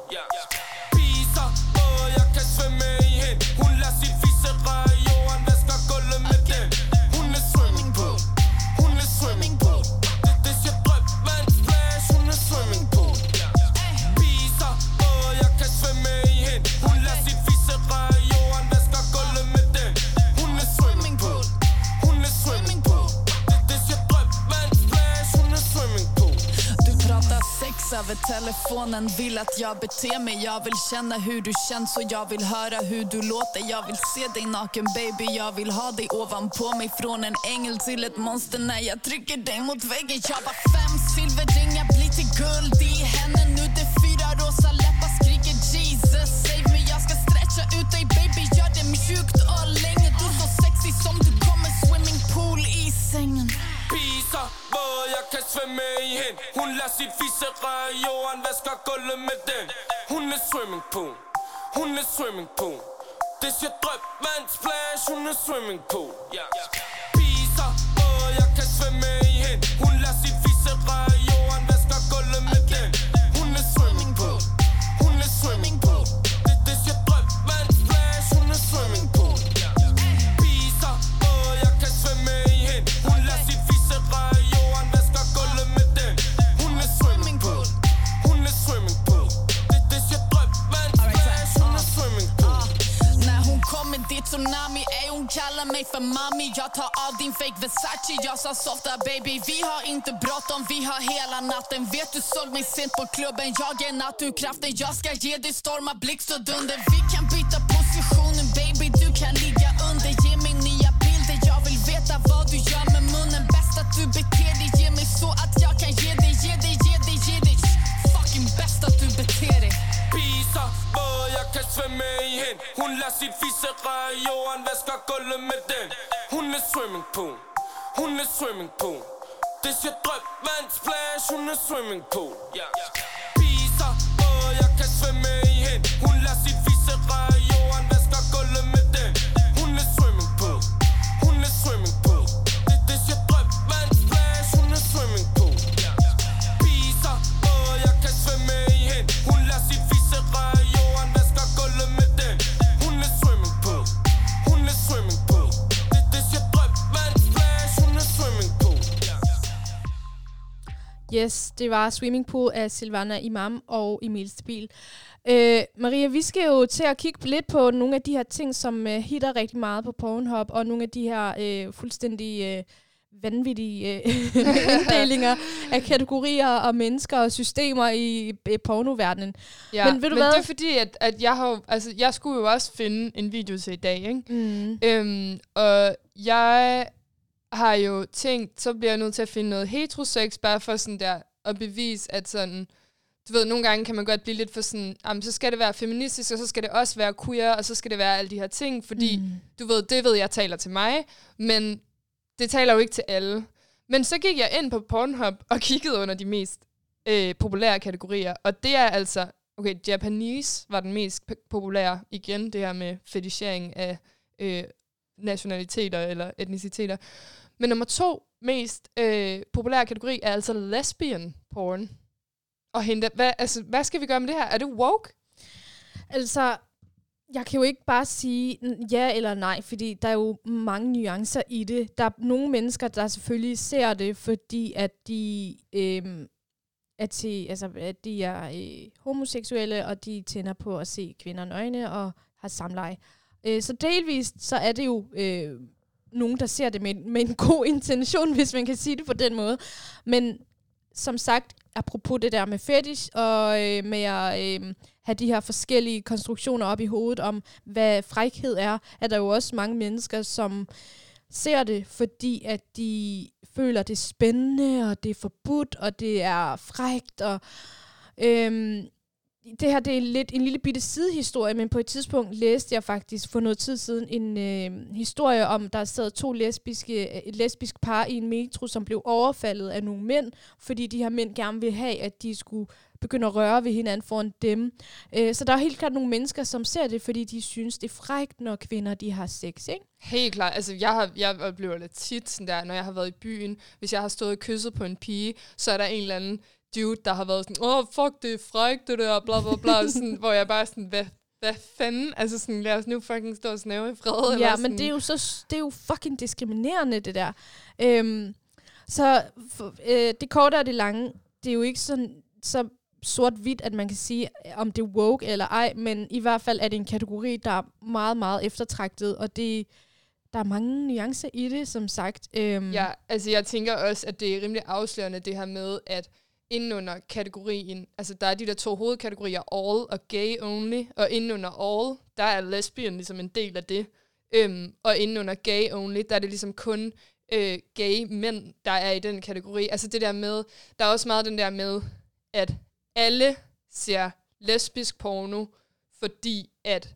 Piser, hvor jeg kan svømme i hen. Hun lader sit fisse røre i jorden, vasker gulvet med den. Hun er swimming pool. Hun er swimming pool. Det, det siger drøb, vand, splash. Hun er swimming pool. Piser, hvor jeg kan svømme i hen. Hun lader sit fisse røre i jorden, vasker gulvet med den. Hun er swimming pool. Hun er swimming pool. Det, det siger drøb, vand, splash. Hun er swimming pool. Du pratar sex över telefonen, vill att jag beter mig. Jag vill känna hur du känns och jag vill höra hur du låter. Jag vill se dig naken baby, jag vill ha dig ovanpå mig. Från en ängel till ett monster när jag trycker dig mot väggen. Jag var fem silverringar blir till guld i henne. Nu det fyra rosa läppar skriker Jesus save me. Jag ska stretcha ut dig baby, gör det mjukt och länge. Du är så sexy som du kommer swimming pool i sängen. Piser, hvor jeg kan svømme i hen. Hun lader sit fisse røre i jorden, vasker gulvet med den. Hun er swimming pool. Hun er swimming pool. Det siger drøb, vand, splash. Hun er swimming pool. Piser, hvor jeg kan svømme i hen. Hun lader sit fisse røre i jorden, vasker gulvet med den. Hun er swimming pool. Hun er swimming pool. Det, det siger drøb, vand, splash. Hun er swimming pool. Piser, hvor jeg kan svømme i hen. Hun lader sit fisse røre i jorden, vasker gulvet med den. Hun er swimming pool. Hun er swimming pool. Det, det siger drøb, vand, splash. Hun er swimming pool. När hon kommer dit tsunami, ey hon kallar mig för mami. Jag tar av din fake Versace, jag sa softa baby. Vi har inte bråttom, vi har hela natten. Vet du såg mig sent på klubben, jag är naturkraften. Jag ska ge dig storma, blixt och dunder. Vi kan byta positionen baby, du kan ligga under. Ge mig nya bilder, jag vill veta vad du gör med munnen. Bäst att du beter dig, ge mig så att jag kan ge dig, ge dig, ge dig, ge dig. Fucking bäst att du beter dig. Piser, hvor jeg kan svømme i hen. Hun lader sit fisse røre i jorden, vasker gulvet med den. Hun er swimming pool. Hun er swimming pool. Det siger drøb, vand, splash. Hun er swimming pool. Piser, hvor jeg kan svømme i hen. Hun lader sit fisse røre i jorden, vasker gulvet med den. Hun er swimming pool. Hun er swimming pool. Det, det siger drøb, vand, splash. Hun er swimming pool. Piser, hvor jeg kan svømme i hen. Hun lader sit fisse røre i jorden, vasker gulvet med den. Hun er swimming pool. Hun er swimming pool. Det, det siger drøb, vand, splash. Hun er swimming pool. Yes, det var Swimming Pool af Silvana Imam og Emil Stabil. Øh, Maria, vi skal jo til at kigge lidt på nogle af de her ting, som øh, hitter rigtig meget på Pornhub, og nogle af de her øh, fuldstændig øh, vanvittige øh, inddelinger af kategorier og mennesker og systemer i øh, pornoverdenen. Ja, men ved du men hvad? det er fordi, at, at jeg har altså, jeg skulle jo også finde en video til i dag, ikke? Mm. Øhm, og jeg har jo tænkt, så bliver jeg nødt til at finde noget heterosex, bare for sådan der at bevise, at sådan, du ved, nogle gange kan man godt blive lidt for sådan, jamen, så skal det være feministisk, og så skal det også være queer, og så skal det være alle de her ting, fordi, mm. du ved, det ved jeg taler til mig, men det taler jo ikke til alle. Men så gik jeg ind på Pornhub og kiggede under de mest øh, populære kategorier, og det er altså, okay, Japanese var den mest p- populære, igen, det her med fetichering af øh, nationaliteter eller etniciteter. Men nummer to mest øh, populære kategori er altså lesbian porn. Og hende, hvad, altså, hvad skal vi gøre med det her? Er det woke? Altså, jeg kan jo ikke bare sige ja eller nej, fordi der er jo mange nuancer i det. Der er nogle mennesker, der selvfølgelig ser det, fordi at de, øh, at se, altså, at de er øh, homoseksuelle, og de tænder på at se kvinder nøgne og har samleje. Øh, så delvist så er det jo øh, nogen, der ser det med, med en god intention, hvis man kan sige det på den måde. Men som sagt, apropos det der med fetish, og øh, med at øh, have de her forskellige konstruktioner op i hovedet om, hvad frækhed er, er der jo også mange mennesker, som ser det, fordi at de føler, det er spændende, og det er forbudt, og det er frækt, og øh, det her det er lidt en lille bitte sidehistorie, men på et tidspunkt læste jeg faktisk for noget tid siden en øh, historie om, der sad to lesbiske, et lesbisk par i en metro, som blev overfaldet af nogle mænd, fordi de her mænd gerne ville have, at de skulle begynde at røre ved hinanden foran dem. Øh, så der er helt klart nogle mennesker, som ser det, fordi de synes, det er frækt, når kvinder de har sex, ikke? Helt klart. Altså, jeg, har, jeg oplever lidt tit, sådan der, når jeg har været i byen, hvis jeg har stået og kysset på en pige, så er der en eller anden dude, der har været sådan, åh, oh, fuck, det er frækt, det der, bla bla bla, sådan, hvor jeg bare sådan, hvad, hvad fanden? Altså sådan, lad os nu fucking stå og snæve i fred. Ja, eller men det er jo så, det er jo fucking diskriminerende, det der. Øhm, så for, øh, det korte og det lange, det er jo ikke sådan, så sort-hvidt, at man kan sige, om det er woke eller ej, men i hvert fald er det en kategori, der er meget, meget eftertragtet, og det der er mange nuancer i det, som sagt. Øhm. Ja, altså jeg tænker også, at det er rimelig afslørende, det her med, at inden under kategorien, altså der er de der to hovedkategorier, all og gay only, og inden under all, der er lesbian ligesom en del af det. Øhm, og inden under gay only, der er det ligesom kun øh, gay mænd, der er i den kategori. Altså det der med, der er også meget den der med, at alle ser lesbisk porno, fordi at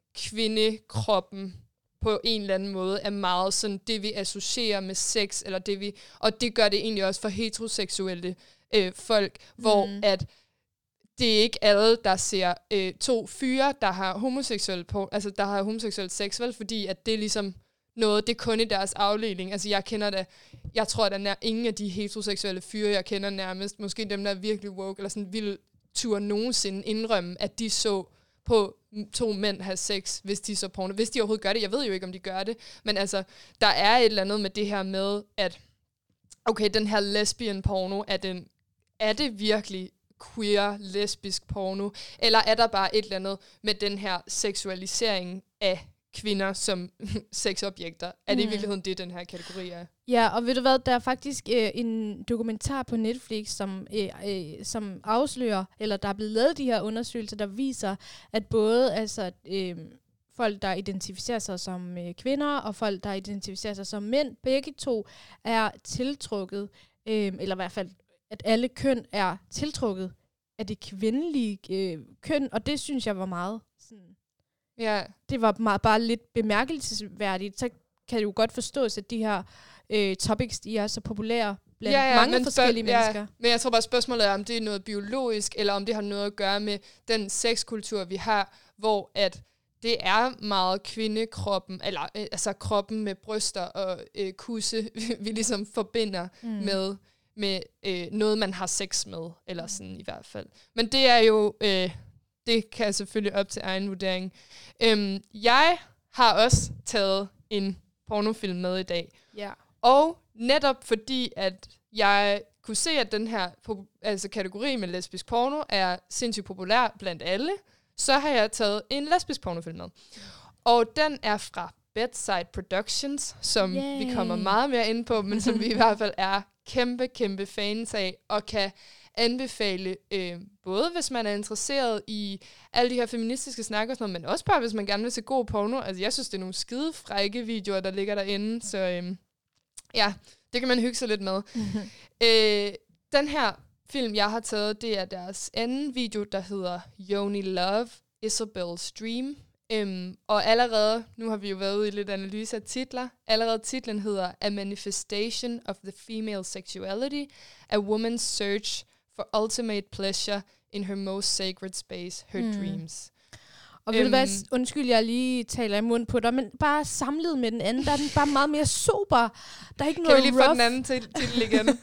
kvindekroppen på en eller anden måde er meget sådan det, vi associerer med sex, eller det vi, og det gør det egentlig også for heteroseksuelle øh, folk, hvor mm. at det er ikke alle, der ser øh, to fyre, der har homoseksuel på, altså der har homoseksuel sex, vel, fordi at det er ligesom noget, det er kun i deres afdeling. Altså jeg kender da, jeg tror, at der er ingen af de heteroseksuelle fyre, jeg kender nærmest, måske dem, der er virkelig woke, eller sådan vil turde nogensinde indrømme, at de så på to mænd have sex, hvis de så porno. Hvis de overhovedet gør det. Jeg ved jo ikke, om de gør det. Men altså, der er et eller andet med det her med, at okay, den her lesbian porno, er, den, er det virkelig queer, lesbisk porno? Eller er der bare et eller andet med den her seksualisering af kvinder som sexobjekter? Er det mm. i virkeligheden det, den her kategori er? Ja, og ved du hvad, der er faktisk øh, en dokumentar på Netflix, som, øh, øh, som afslører, eller der er blevet lavet de her undersøgelser, der viser, at både altså, øh, folk, der identificerer sig som øh, kvinder, og folk, der identificerer sig som mænd, begge to er tiltrukket, øh, eller i hvert fald, at alle køn er tiltrukket af det kvindelige øh, køn, og det synes jeg var meget sådan, ja. Det var meget, bare lidt bemærkelsesværdigt. Så kan det jo godt forstås, at de her øh, topics, de er så populære blandt ja, ja, mange forskellige ja, mennesker. Men jeg tror bare, spørgsmålet er, om det er noget biologisk, eller om det har noget at gøre med den sexkultur, vi har, hvor at det er meget kvindekroppen, eller øh, altså kroppen med bryster og øh, kusse, vi ligesom forbinder mm. med, med øh, noget, man har sex med, eller sådan i hvert fald. Men det er jo... Øh, det kan jeg selvfølgelig op til egen vurdering. Øhm, jeg har også taget en pornofilm med i dag. Ja. Og netop fordi, at jeg kunne se, at den her altså kategori med lesbisk porno er sindssygt populær blandt alle, så har jeg taget en lesbisk pornofilm med. Og den er fra Bedside Productions, som Yay. vi kommer meget mere ind på, men som vi i hvert fald er kæmpe, kæmpe fans af, og kan anbefale, øh, både hvis man er interesseret i alle de her feministiske snakker og sådan noget, men også bare hvis man gerne vil se god porno. Altså jeg synes, det er nogle skide frække videoer, der ligger derinde, så øh, ja, det kan man hygge sig lidt med. Mm-hmm. Øh, den her film, jeg har taget, det er deres anden video, der hedder Yoni Love, Isabel's Dream. Um, og allerede, nu har vi jo været ude i lidt analyse af titler, allerede titlen hedder A Manifestation of the Female Sexuality, A Woman's Search for Ultimate Pleasure in Her Most Sacred Space, Her mm. Dreams. Og ved du hvad, undskyld, jeg lige taler i mund på dig, men bare samlet med den anden, der er den bare meget mere sober. Der er ikke noget rough. Kan vi lige få den anden til, til igen?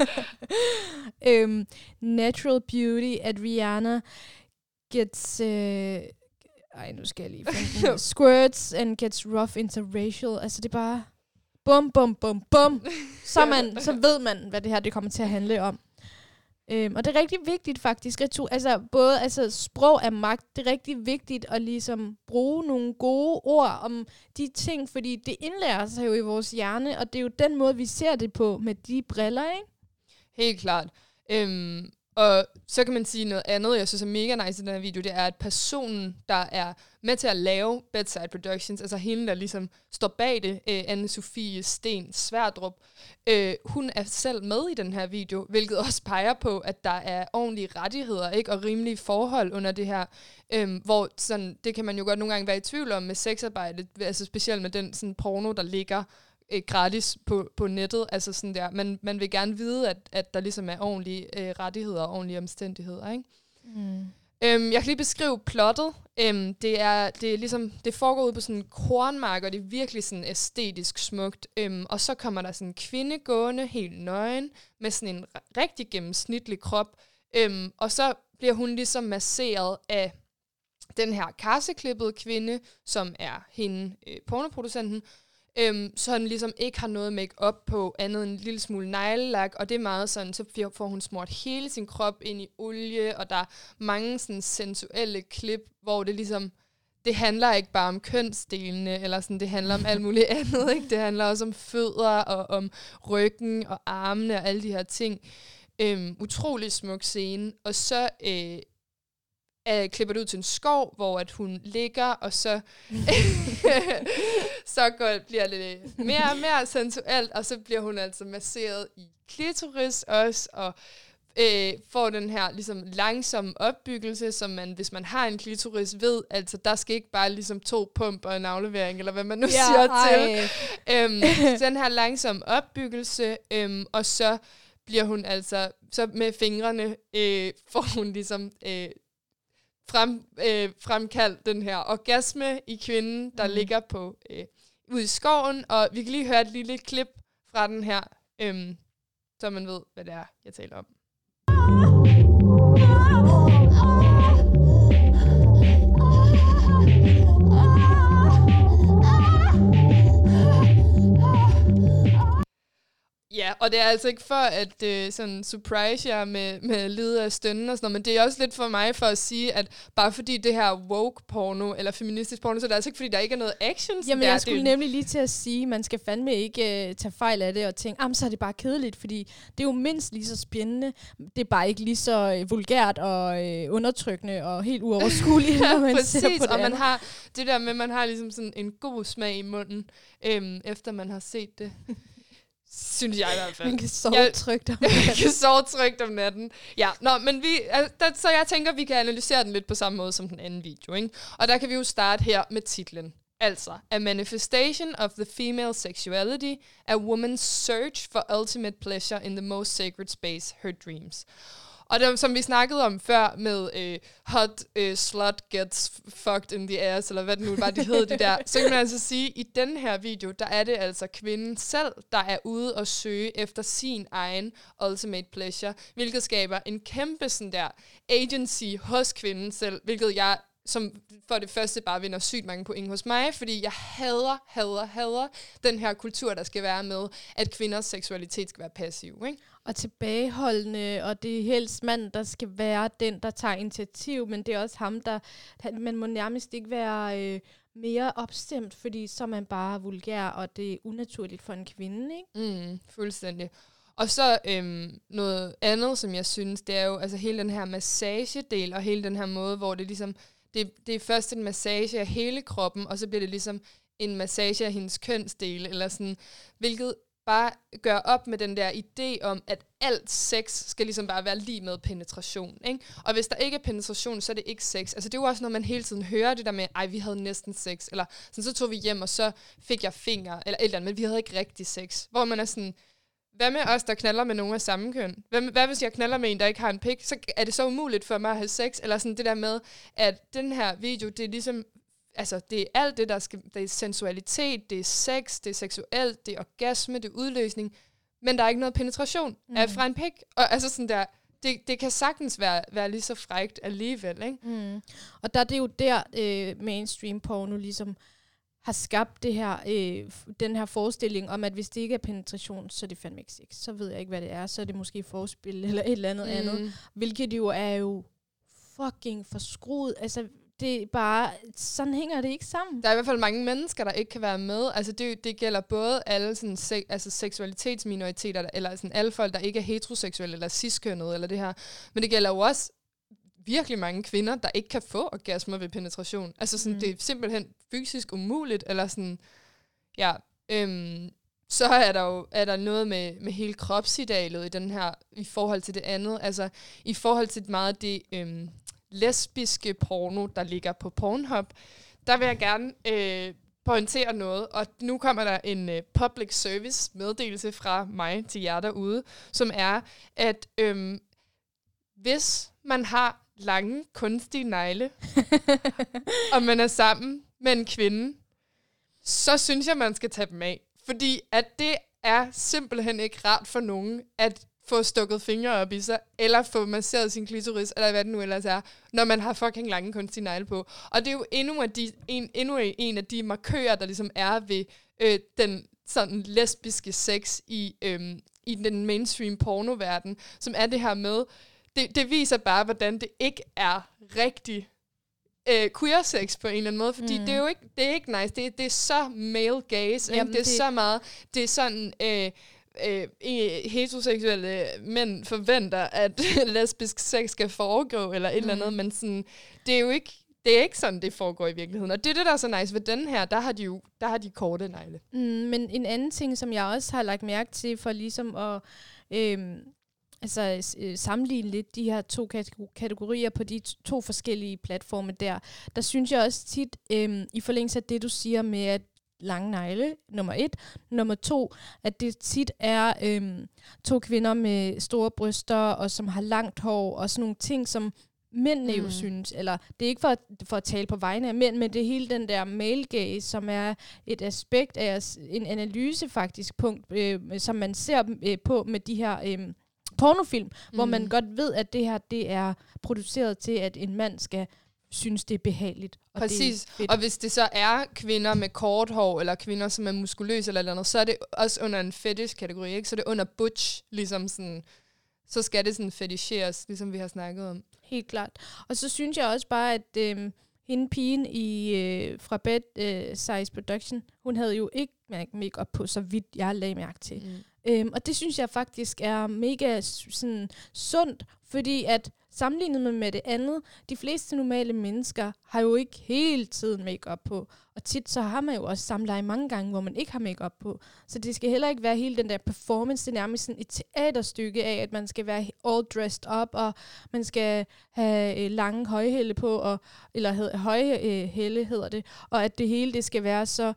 um, Natural Beauty at Rihanna gets... Uh, ej, nu skal jeg lige finde den. Squirts and gets rough interracial. Altså, det er bare... Bum, bum, bum, bum. Så, man, så ved man, hvad det her det kommer til at handle om. Um, og det er rigtig vigtigt faktisk. Retur, altså, både altså, sprog er magt. Det er rigtig vigtigt at ligesom bruge nogle gode ord om de ting, fordi det indlærer sig jo i vores hjerne, og det er jo den måde, vi ser det på med de briller, ikke? Helt klart. Um, og så kan man sige noget andet, jeg synes er mega nice i den her video, det er, at personen, der er med til at lave Bedside Productions, altså hende, der ligesom står bag det, øh, Anne-Sophie Sten Sværdrup, øh, hun er selv med i den her video, hvilket også peger på, at der er ordentlige rettigheder, ikke, og rimelige forhold under det her, øh, hvor sådan, det kan man jo godt nogle gange være i tvivl om med sexarbejde, altså specielt med den sådan porno, der ligger øh, gratis på, på nettet, altså sådan der, man, man vil gerne vide, at, at der ligesom er ordentlige øh, rettigheder og ordentlige omstændigheder, ikke? Mm. Øhm, jeg kan lige beskrive plottet. Øhm, det er det er ligesom det foregår ud på sådan en kornmark, og det er virkelig sådan æstetisk smukt. Øhm, og så kommer der sådan en kvinde gående helt nøgen med sådan en r- rigtig gennemsnitlig krop. Øhm, og så bliver hun ligesom masseret af den her karseklippede kvinde, som er hende øh, pornoproducenten. Øhm, så han ligesom ikke har noget make-up på, andet end en lille smule neglelak, og det er meget sådan, så får hun smurt hele sin krop ind i olie, og der er mange sådan sensuelle klip, hvor det ligesom, det handler ikke bare om kønsdelene, eller sådan, det handler om alt muligt andet, ikke? Det handler også om fødder, og om ryggen, og armene, og alle de her ting. Øhm, utrolig smuk scene, og så... Øh, Uh, klipper det ud til en skov, hvor at hun ligger, og så, så går, bliver det mere og mere sensuelt, og så bliver hun altså masseret i klitoris også, og øh, får den her ligesom langsom opbyggelse, som man, hvis man har en klitoris, ved, altså der skal ikke bare ligesom to pump og en aflevering, eller hvad man nu ja, siger ej. til. Øhm, den her langsom opbyggelse, øhm, og så bliver hun altså, så med fingrene øh, får hun ligesom... Øh, Frem, øh, fremkaldt den her orgasme i kvinden, der mm. ligger på øh, ude i skoven, og vi kan lige høre et lille klip fra den her, øhm, så man ved, hvad det er, jeg taler om. Ja, og det er altså ikke for at øh, sådan surprise jer med, med lyd af stønnen og sådan noget, men det er også lidt for mig for at sige, at bare fordi det her woke-porno, eller feministisk porno, så er det altså ikke fordi, der ikke er noget action. Jamen, der, jeg skulle det... nemlig lige til at sige, man skal fandme ikke uh, tage fejl af det og tænke, ah, så er det bare kedeligt, fordi det er jo mindst lige så spændende. Det er bare ikke lige så uh, vulgært og uh, undertrykkende og helt uoverskueligt, når man præcis, ser på det og man andet. har det der med, man har ligesom sådan en god smag i munden, øhm, efter man har set det. Synes jeg i hvert fald. Man kan sove trygt om natten. Man kan sove trygt om natten. Ja, nå, men vi, altså, der, så jeg tænker, vi kan analysere den lidt på samme måde som den anden video, ikke? Og der kan vi jo starte her med titlen. Altså, A Manifestation of the Female Sexuality, A Woman's Search for Ultimate Pleasure in the Most Sacred Space, Her Dreams. Og det, som vi snakkede om før med øh, hot øh, slut gets fucked in the ass, eller hvad det nu var, de hed de der, så kan man altså sige, at i den her video, der er det altså kvinden selv, der er ude og søge efter sin egen ultimate pleasure, hvilket skaber en kæmpe sådan der agency hos kvinden selv, hvilket jeg som for det første bare vinder sygt mange point hos mig, fordi jeg hader, hader, hader den her kultur, der skal være med, at kvinders seksualitet skal være passiv, ikke? Og tilbageholdende, og det er helst mand, der skal være den, der tager initiativ, men det er også ham, der... Man må nærmest ikke være øh, mere opstemt, fordi så er man bare vulgær, og det er unaturligt for en kvinde, ikke? Mm, fuldstændig. Og så øhm, noget andet, som jeg synes, det er jo altså hele den her massagedel, og hele den her måde, hvor det ligesom... Det, det er først en massage af hele kroppen, og så bliver det ligesom en massage af hendes kønsdele, eller sådan, hvilket bare gør op med den der idé om, at alt sex skal ligesom bare være lige med penetration, ikke? Og hvis der ikke er penetration, så er det ikke sex. Altså det er jo også, når man hele tiden hører det der med, ej, vi havde næsten sex, eller sådan, så tog vi hjem, og så fik jeg fingre, eller et eller andet, men vi havde ikke rigtig sex. Hvor man er sådan, hvad med os, der knaller med nogen af samme køn? Hvad, hvad hvis jeg knaller med en, der ikke har en pik? Så er det så umuligt for mig at have sex? Eller sådan det der med, at den her video, det er ligesom altså, det er alt det, der skal, det er sensualitet, det er sex, det er seksuelt, det er orgasme, det er udløsning, men der er ikke noget penetration mm. af fra en pik. Og altså sådan der, det, det kan sagtens være, være lige så frækt alligevel, ikke? Mm. Og der er det jo der, øh, mainstream porno ligesom har skabt det her, øh, den her forestilling om, at hvis det ikke er penetration, så er det fandme ikke sex. Så ved jeg ikke, hvad det er. Så er det måske forspil eller et eller andet mm. andet. Hvilket jo er jo fucking forskruet. Altså, det er bare, sådan hænger det ikke sammen. Der er i hvert fald mange mennesker, der ikke kan være med. Altså, det, det gælder både alle sådan, se, altså seksualitetsminoriteter, eller sådan alle folk, der ikke er heteroseksuelle, eller ciskønnede, eller det her. Men det gælder jo også virkelig mange kvinder, der ikke kan få orgasmer ved penetration. Altså sådan, mm. det er simpelthen fysisk umuligt, eller sådan, ja, øhm, så er der jo er der noget med, med hele kropsidealet i den her, i forhold til det andet, altså i forhold til meget af det øhm, lesbiske porno, der ligger på Pornhub, der vil jeg gerne øh, pointere noget, og nu kommer der en øh, public service meddelelse fra mig til jer derude, som er, at øhm, hvis man har lange, kunstige negle, og man er sammen med en kvinde, så synes jeg, man skal tage dem af. Fordi at det er simpelthen ikke rart for nogen, at få stukket fingre op i sig, eller få masseret sin klitoris, eller hvad det nu ellers er, når man har fucking lange, kunstige negle på. Og det er jo endnu, af de, en, endnu en af de markører, der ligesom er ved øh, den sådan lesbiske sex i, øh, i den mainstream pornoverden, som er det her med, Det, det viser bare, hvordan det ikke er rigtig øh, queer sex på en eller anden måde, fordi mm. det er jo ikke, det er ikke nice. Det, det er så male gaze. Jamen, det er det så meget, det er sådan, øh, øh, heteroseksuelle mænd forventer, at lesbisk sex skal foregå, eller et mm. eller andet, men sådan, det er jo ikke, det er ikke sådan, det foregår i virkeligheden. Og det er det, der er så nice ved den her, der har de jo, der har de korte negle. Mm, men en anden ting, som jeg også har lagt mærke til, for ligesom at Øh, altså øh, sammenligne lidt de her to kategorier på de to forskellige platforme der, der synes jeg også tit, øh, i forlængelse af det, du siger med, at lange negle, nummer et. Nummer to, at det tit er øh, to kvinder med store bryster, og som har langt hår, og sådan nogle ting, som mændene mm. jo synes, eller det er ikke for, for at tale på vegne af mænd, men det er hele den der male gaze, som er et aspekt af en analyse faktisk punkt, øh, som man ser øh, på med de her øh, pornofilm, mm. hvor man godt ved, at det her, det er produceret til, at en mand skal synes, det er behageligt. Og præcis, det er og hvis det så er kvinder med kort hår, eller kvinder, som er muskuløse eller noget, så er det også under en fetish-kategori, ikke? Så er det under butch, ligesom sådan, så skal det sådan fetisheres, ligesom vi har snakket om. Helt klart. Og så synes jeg også bare, at øh, hende pigen i, øh, fra Bed øh, Size Production, hun havde jo ikke make-up på, så vidt jeg lagde mærke til. Mm. Øhm, og det synes jeg faktisk er mega sådan sundt, fordi at sammenlignet med, med det andet, de fleste normale mennesker har jo ikke hele tiden make-up på. Og tit så har man jo også samleje mange gange, hvor man ikke har make-up på. Så det skal heller ikke være hele den der performance, det er nærmest sådan et teaterstykke af, at man skal være all dressed up, og man skal have øh, lange højhæle på, og, eller hed, højhæle hedder det, og at det hele det skal være så,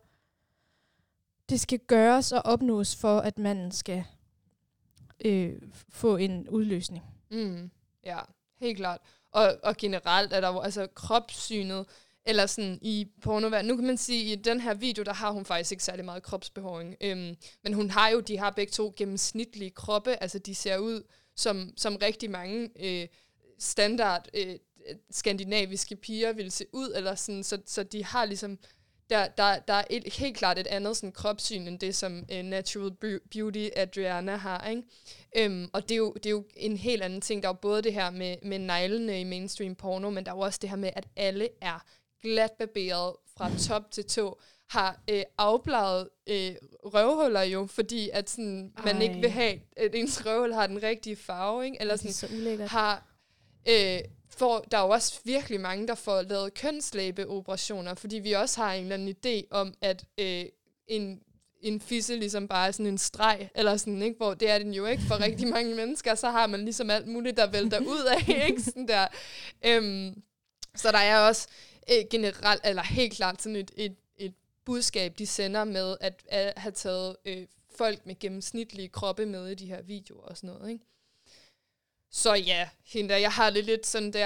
det skal gøres og opnås for, at man skal øh, få en udløsning. Mm, ja, helt klart. Og, og generelt er der jo altså kropssynet, eller sådan i pornoverdenen. Nu kan man sige, at i den her video, der har hun faktisk ikke særlig meget kropsbehåring. Øhm, men hun har jo, de har begge to gennemsnitlige kroppe, altså de ser ud som, som rigtig mange øh, standard øh, skandinaviske piger vil se ud, eller sådan, så, så de har ligesom, der, der, der er et, helt klart et andet sådan, kropssyn, end det, som uh, Natural Beauty Adriana har, ikke? Øhm, og det er, jo, det er jo en helt anden ting. Der er jo både det her med, med neglene i mainstream porno, men der er jo også det her med, at alle er glatbarberet fra top til tå, har øh, afbladet øh, røvhuller jo, fordi at sådan, man ikke vil have, at ens røvhul har den rigtige farve, ikke? Eller sådan, så ulækkert. har... Øh, for, der er jo også virkelig mange, der får lavet kønslæbeoperationer, fordi vi også har en eller anden idé om, at øh, en, en fisse ligesom bare er sådan en streg, eller sådan, ikke? Hvor det er den jo ikke for rigtig mange mennesker, så har man ligesom alt muligt, der vælter ud af, ikke? Sådan der. Øhm, så der er også øh, generelt, eller helt klart sådan et, et, et budskab, de sender med, at, at have taget øh, folk med gennemsnitlige kroppe med i de her videoer og sådan noget, ikke? Så ja, hende der, jeg har det lidt sådan der,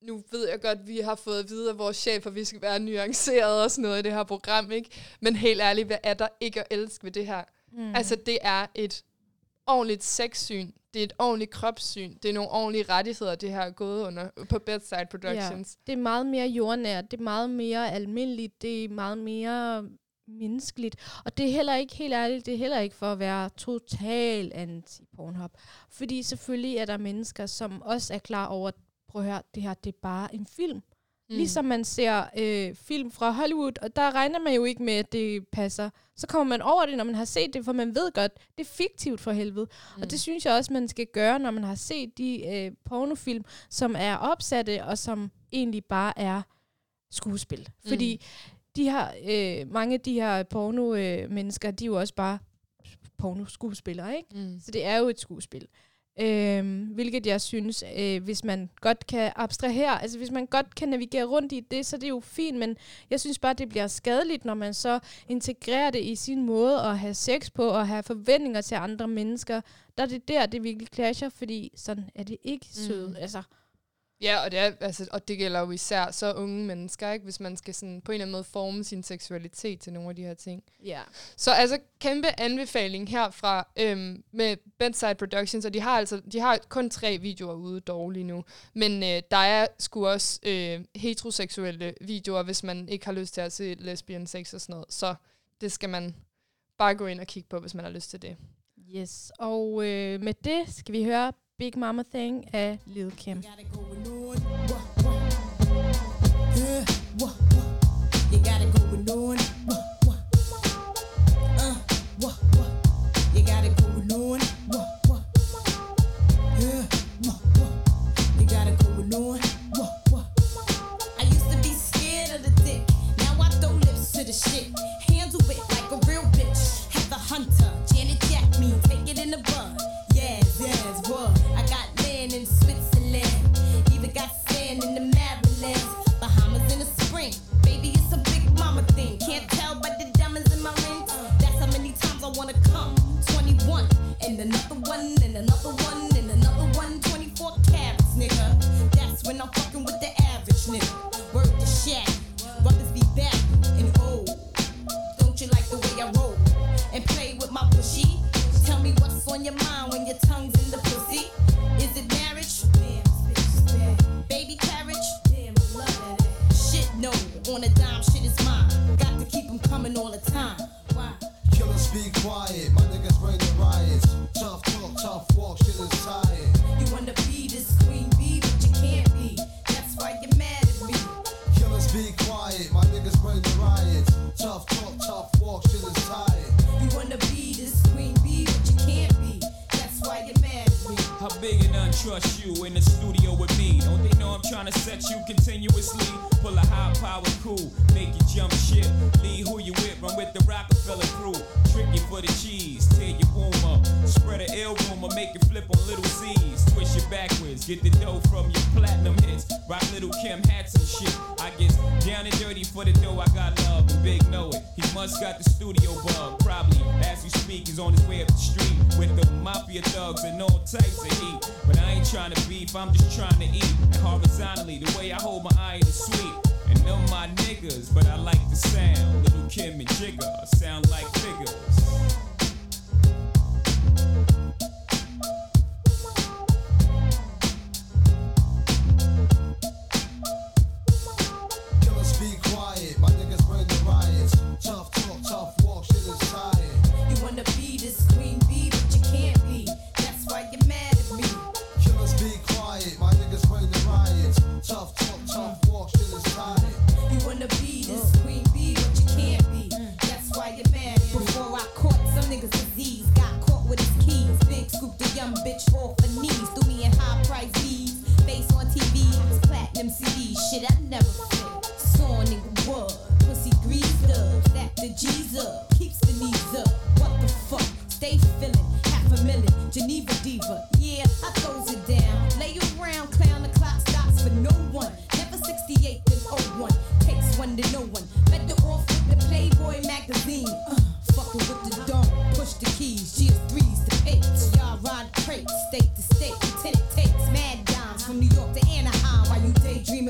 nu ved jeg godt, at vi har fået at vide af vores chef, at vi skal være nuanceret og sådan noget i det her program, ikke? Men helt ærligt, hvad er der ikke at elske ved det her? Mm. Altså, det er et ordentligt sexsyn. Det er et ordentligt kropssyn. Det er nogle ordentlige rettigheder, det her er gået under på Bedside Productions. Ja, det er meget mere jordnært. Det er meget mere almindeligt. Det er meget mere menneskeligt. Og det er heller ikke, helt ærligt, det er heller ikke for at være total anti-Pornhub. Fordi selvfølgelig er der mennesker, som også er klar over, prøv at høre, det her, det er bare en film. Mm. Ligesom man ser øh, film fra Hollywood, og der regner man jo ikke med, at det passer. Så kommer man over det, når man har set det, for man ved godt, det er fiktivt for helvede. Mm. Og det synes jeg også, man skal gøre, når man har set de øh, pornofilm, som er opsatte, og som egentlig bare er skuespil. Mm. Fordi de her, øh, mange af de her porno-mennesker, øh, de er jo også bare pornoskuespillere, ikke? Mm. Så det er jo et skuespil. Øhm, hvilket jeg synes, øh, hvis man godt kan abstrahere, altså hvis man godt kan navigere rundt i det, så det er jo fint, men jeg synes bare, det bliver skadeligt, når man så integrerer det i sin måde at have sex på, og have forventninger til andre mennesker. Der er det der, det virkelig clasher, fordi sådan er det ikke sødt. Mm. Altså. Ja, og det, er, altså, og det gælder jo især så unge mennesker, ikke? Hvis man skal sådan på en eller anden måde forme sin seksualitet til nogle af de her ting. Ja. Så altså kæmpe anbefaling herfra øhm, med Bedside Productions, og de har altså de har kun tre videoer ude dog lige nu. Men øh, der er sgu også øh, heteroseksuelle videoer, hvis man ikke har lyst til at se lesbian sex og sådan noget. Så det skal man bare gå ind og kigge på, hvis man har lyst til det. Yes, og øh, med det skal vi høre Big Mama Thing af Lil Kim. You got it going on. Uh, what, what? You got it going on. What, what? Yeah, what, what? You got it going on. What, what? I used to be scared of the dick. Now I throw lips to the shit. Handle it like a real bitch. Have the hunter, Janet Jack me, take it in the bud. Yes, yes, what? I got land in Switzerland. Even got sand in the Maryland. Bahamas in the spring. Baby, it's a big mama thing. Can't tell by the diamonds in my rings. That's how many times I wanna come. twenty-one, and another one, and another one, and another one. twenty-four carats, nigga. That's when I'm fucking with the average nigga. Word to Shaq. Brothers be back and old. Don't you like the way I roll? And play with my pushy. Tell me what's on your mind when your tongue's in the pussy. Is it marriage? Damn, this bitch is bad. Baby carriage? Damn, I love that. Shit, no. On a dime, shit is mine. Got to keep them coming all the time. Why? Killers be quiet. My niggas bring the riots. Tough talk, tough walk, shit is tired. You wanna be this queen bee, but you can't be. That's why you're mad at me. Killers be quiet. My niggas bring the riots. Tough talk, tough walk, shit is tired. You wanna be this queen bee, but you can't be. That's why you're mad at me. How big and untrust you in the studio with me? Don't they know I'm trying to sex you continuously? Pull a high power cool, make you jump ship. Lead who you with, run with the Rockefeller crew. Trick you for the cheese, tear your boom up. Spread a ill rumor, make you flip on little C's. Twist you backwards, get the dough from your platinum hits. Rock Little Kim hats and shit. I get down and dirty for the dough, I got love and Big know it. He must got the studio bug, probably as we speak he's on his way up the street with the mafia thugs and all types of heat. But I ain't trying to beef, I'm just trying to eat. And horizontally, the way I hold my iron is sweet. And them my niggas, but I like the sound. Little Kim and Jigga sound like figures. Killers be quiet. My niggas bring the riots. Tough talk, tough walk, shit is tired. You wanna be this queen bee, but you can't be. That's why you're mad at me. Killers be quiet. My niggas bring the riots. Tough talk, tough walk, shit is tired. You wanna be this queen bee, but you can't be. That's why you're mad at me. Before I caught some niggas disease, got caught with his keys. Big scoop the young bitch off her knees. Threw me in high price V's. Face on T V, platinum C Ds. Shit, I never fail. Saw a nigga what? Pussy greased up. Stack the G's up. Keeps the knees up. What the fuck? Stay feeling. Half a million. Geneva diva. Yeah, I throws it down. Lay around, clown, the clock stops for no one. Never sixty-eight then oh one. Takes one to no one. Better off with the Playboy magazine. Uh, fucking with the dome. Push the keys. G S threes to eights. Y'all ride crates. State to state. Lieutenant takes mad dimes from New York to Anaheim. While you daydream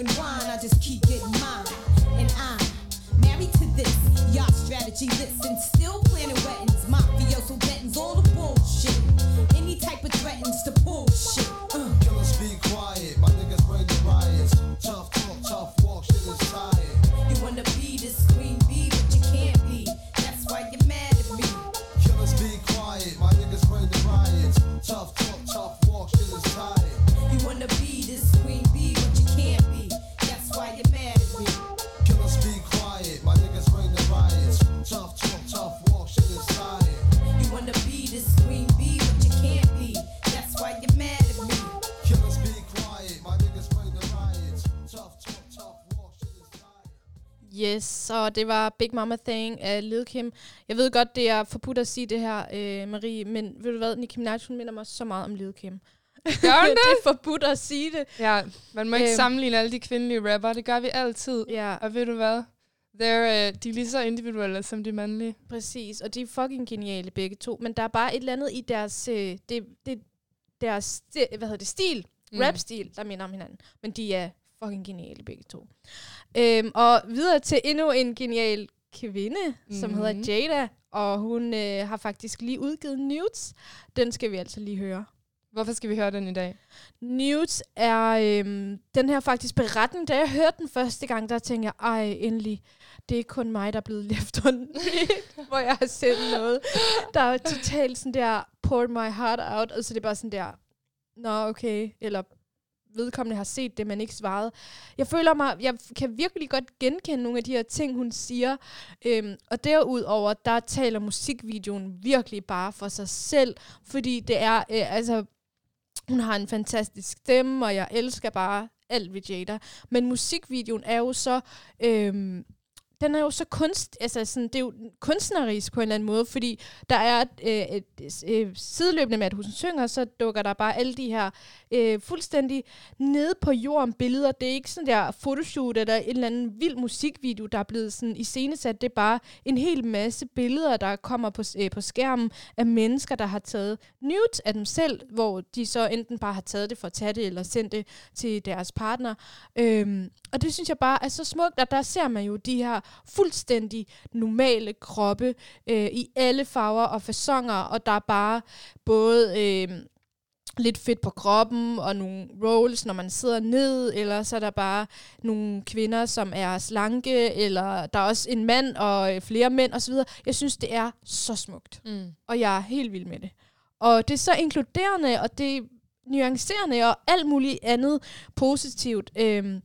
Yes, og det var Big Mama Thing af Lil Kim. Jeg ved godt, det er forbudt at sige det her, øh, Marie, men ved du hvad, Nicki Minaj, hun minder mig så meget om Lil Kim. Gør hun det? Det er forbudt at sige det. Ja, man må ikke Øhm. sammenligne alle de kvindelige rapper. Det gør vi altid. Ja, Og ved du hvad? They're, uh, de er lige så individuelle som de mandlige. præcis, og de er fucking geniale begge to, men der er bare et eller andet i deres, øh, det, det, deres sti- hvad hedder det, stil, Mm. mm. rap-stil, der minder om hinanden. Men de er fucking geniale begge to. Øhm, og videre til endnu en genial kvinde, mm. som Mhm. hedder Jada, og hun øh, har faktisk lige udgivet Nudes. Den skal vi altså lige høre. Hvorfor skal vi høre den i dag? Nudes er øhm, den her faktisk beretning. Da jeg hørte den første gang, der tænkte jeg, ej, endelig, det er ikke kun mig, der er blevet left on read, hvor jeg har sendt noget. Der er totalt sådan der, poured my heart out, og så det er bare sådan der, nå okay, eller vedkommende har set det, men ikke svaret. Jeg føler mig, jeg kan virkelig godt genkende nogle af de her ting, hun siger. Øhm, og derudover, der taler musikvideoen virkelig bare for sig selv, fordi det er, øh, altså, hun har en fantastisk stemme, og jeg elsker bare alt ved Jada. Men musikvideoen er jo så, øhm, den er jo så kunst, altså sådan, det er jo kunstnerisk på en eller anden måde, fordi der er øh, et, et, et sideløbende med, at hun synger, så dukker der bare alle de her øh, fuldstændig nede på jorden billeder. Det er ikke sådan der photoshoot eller en eller anden vild musikvideo, der er blevet sådan iscenesat. Det er bare en hel masse billeder, der kommer på, øh, på skærmen af mennesker, der har taget nudes af dem selv, hvor de så enten bare har taget det for at tage det, eller sendt det til deres partner. Øhm, og det synes jeg bare er så smukt, at der ser man jo de her fuldstændig normale kroppe øh, i alle farver og faconer, og der er bare både øh, lidt fedt på kroppen, og nogle rolls, når man sidder ned, eller så er der bare nogle kvinder, som er slanke, eller der er også en mand og øh, flere mænd osv. Jeg synes, det er så smukt, Mm. og jeg er helt vild med det. Og det er så inkluderende, og det er nuancerende, og alt muligt andet positivt. Øh,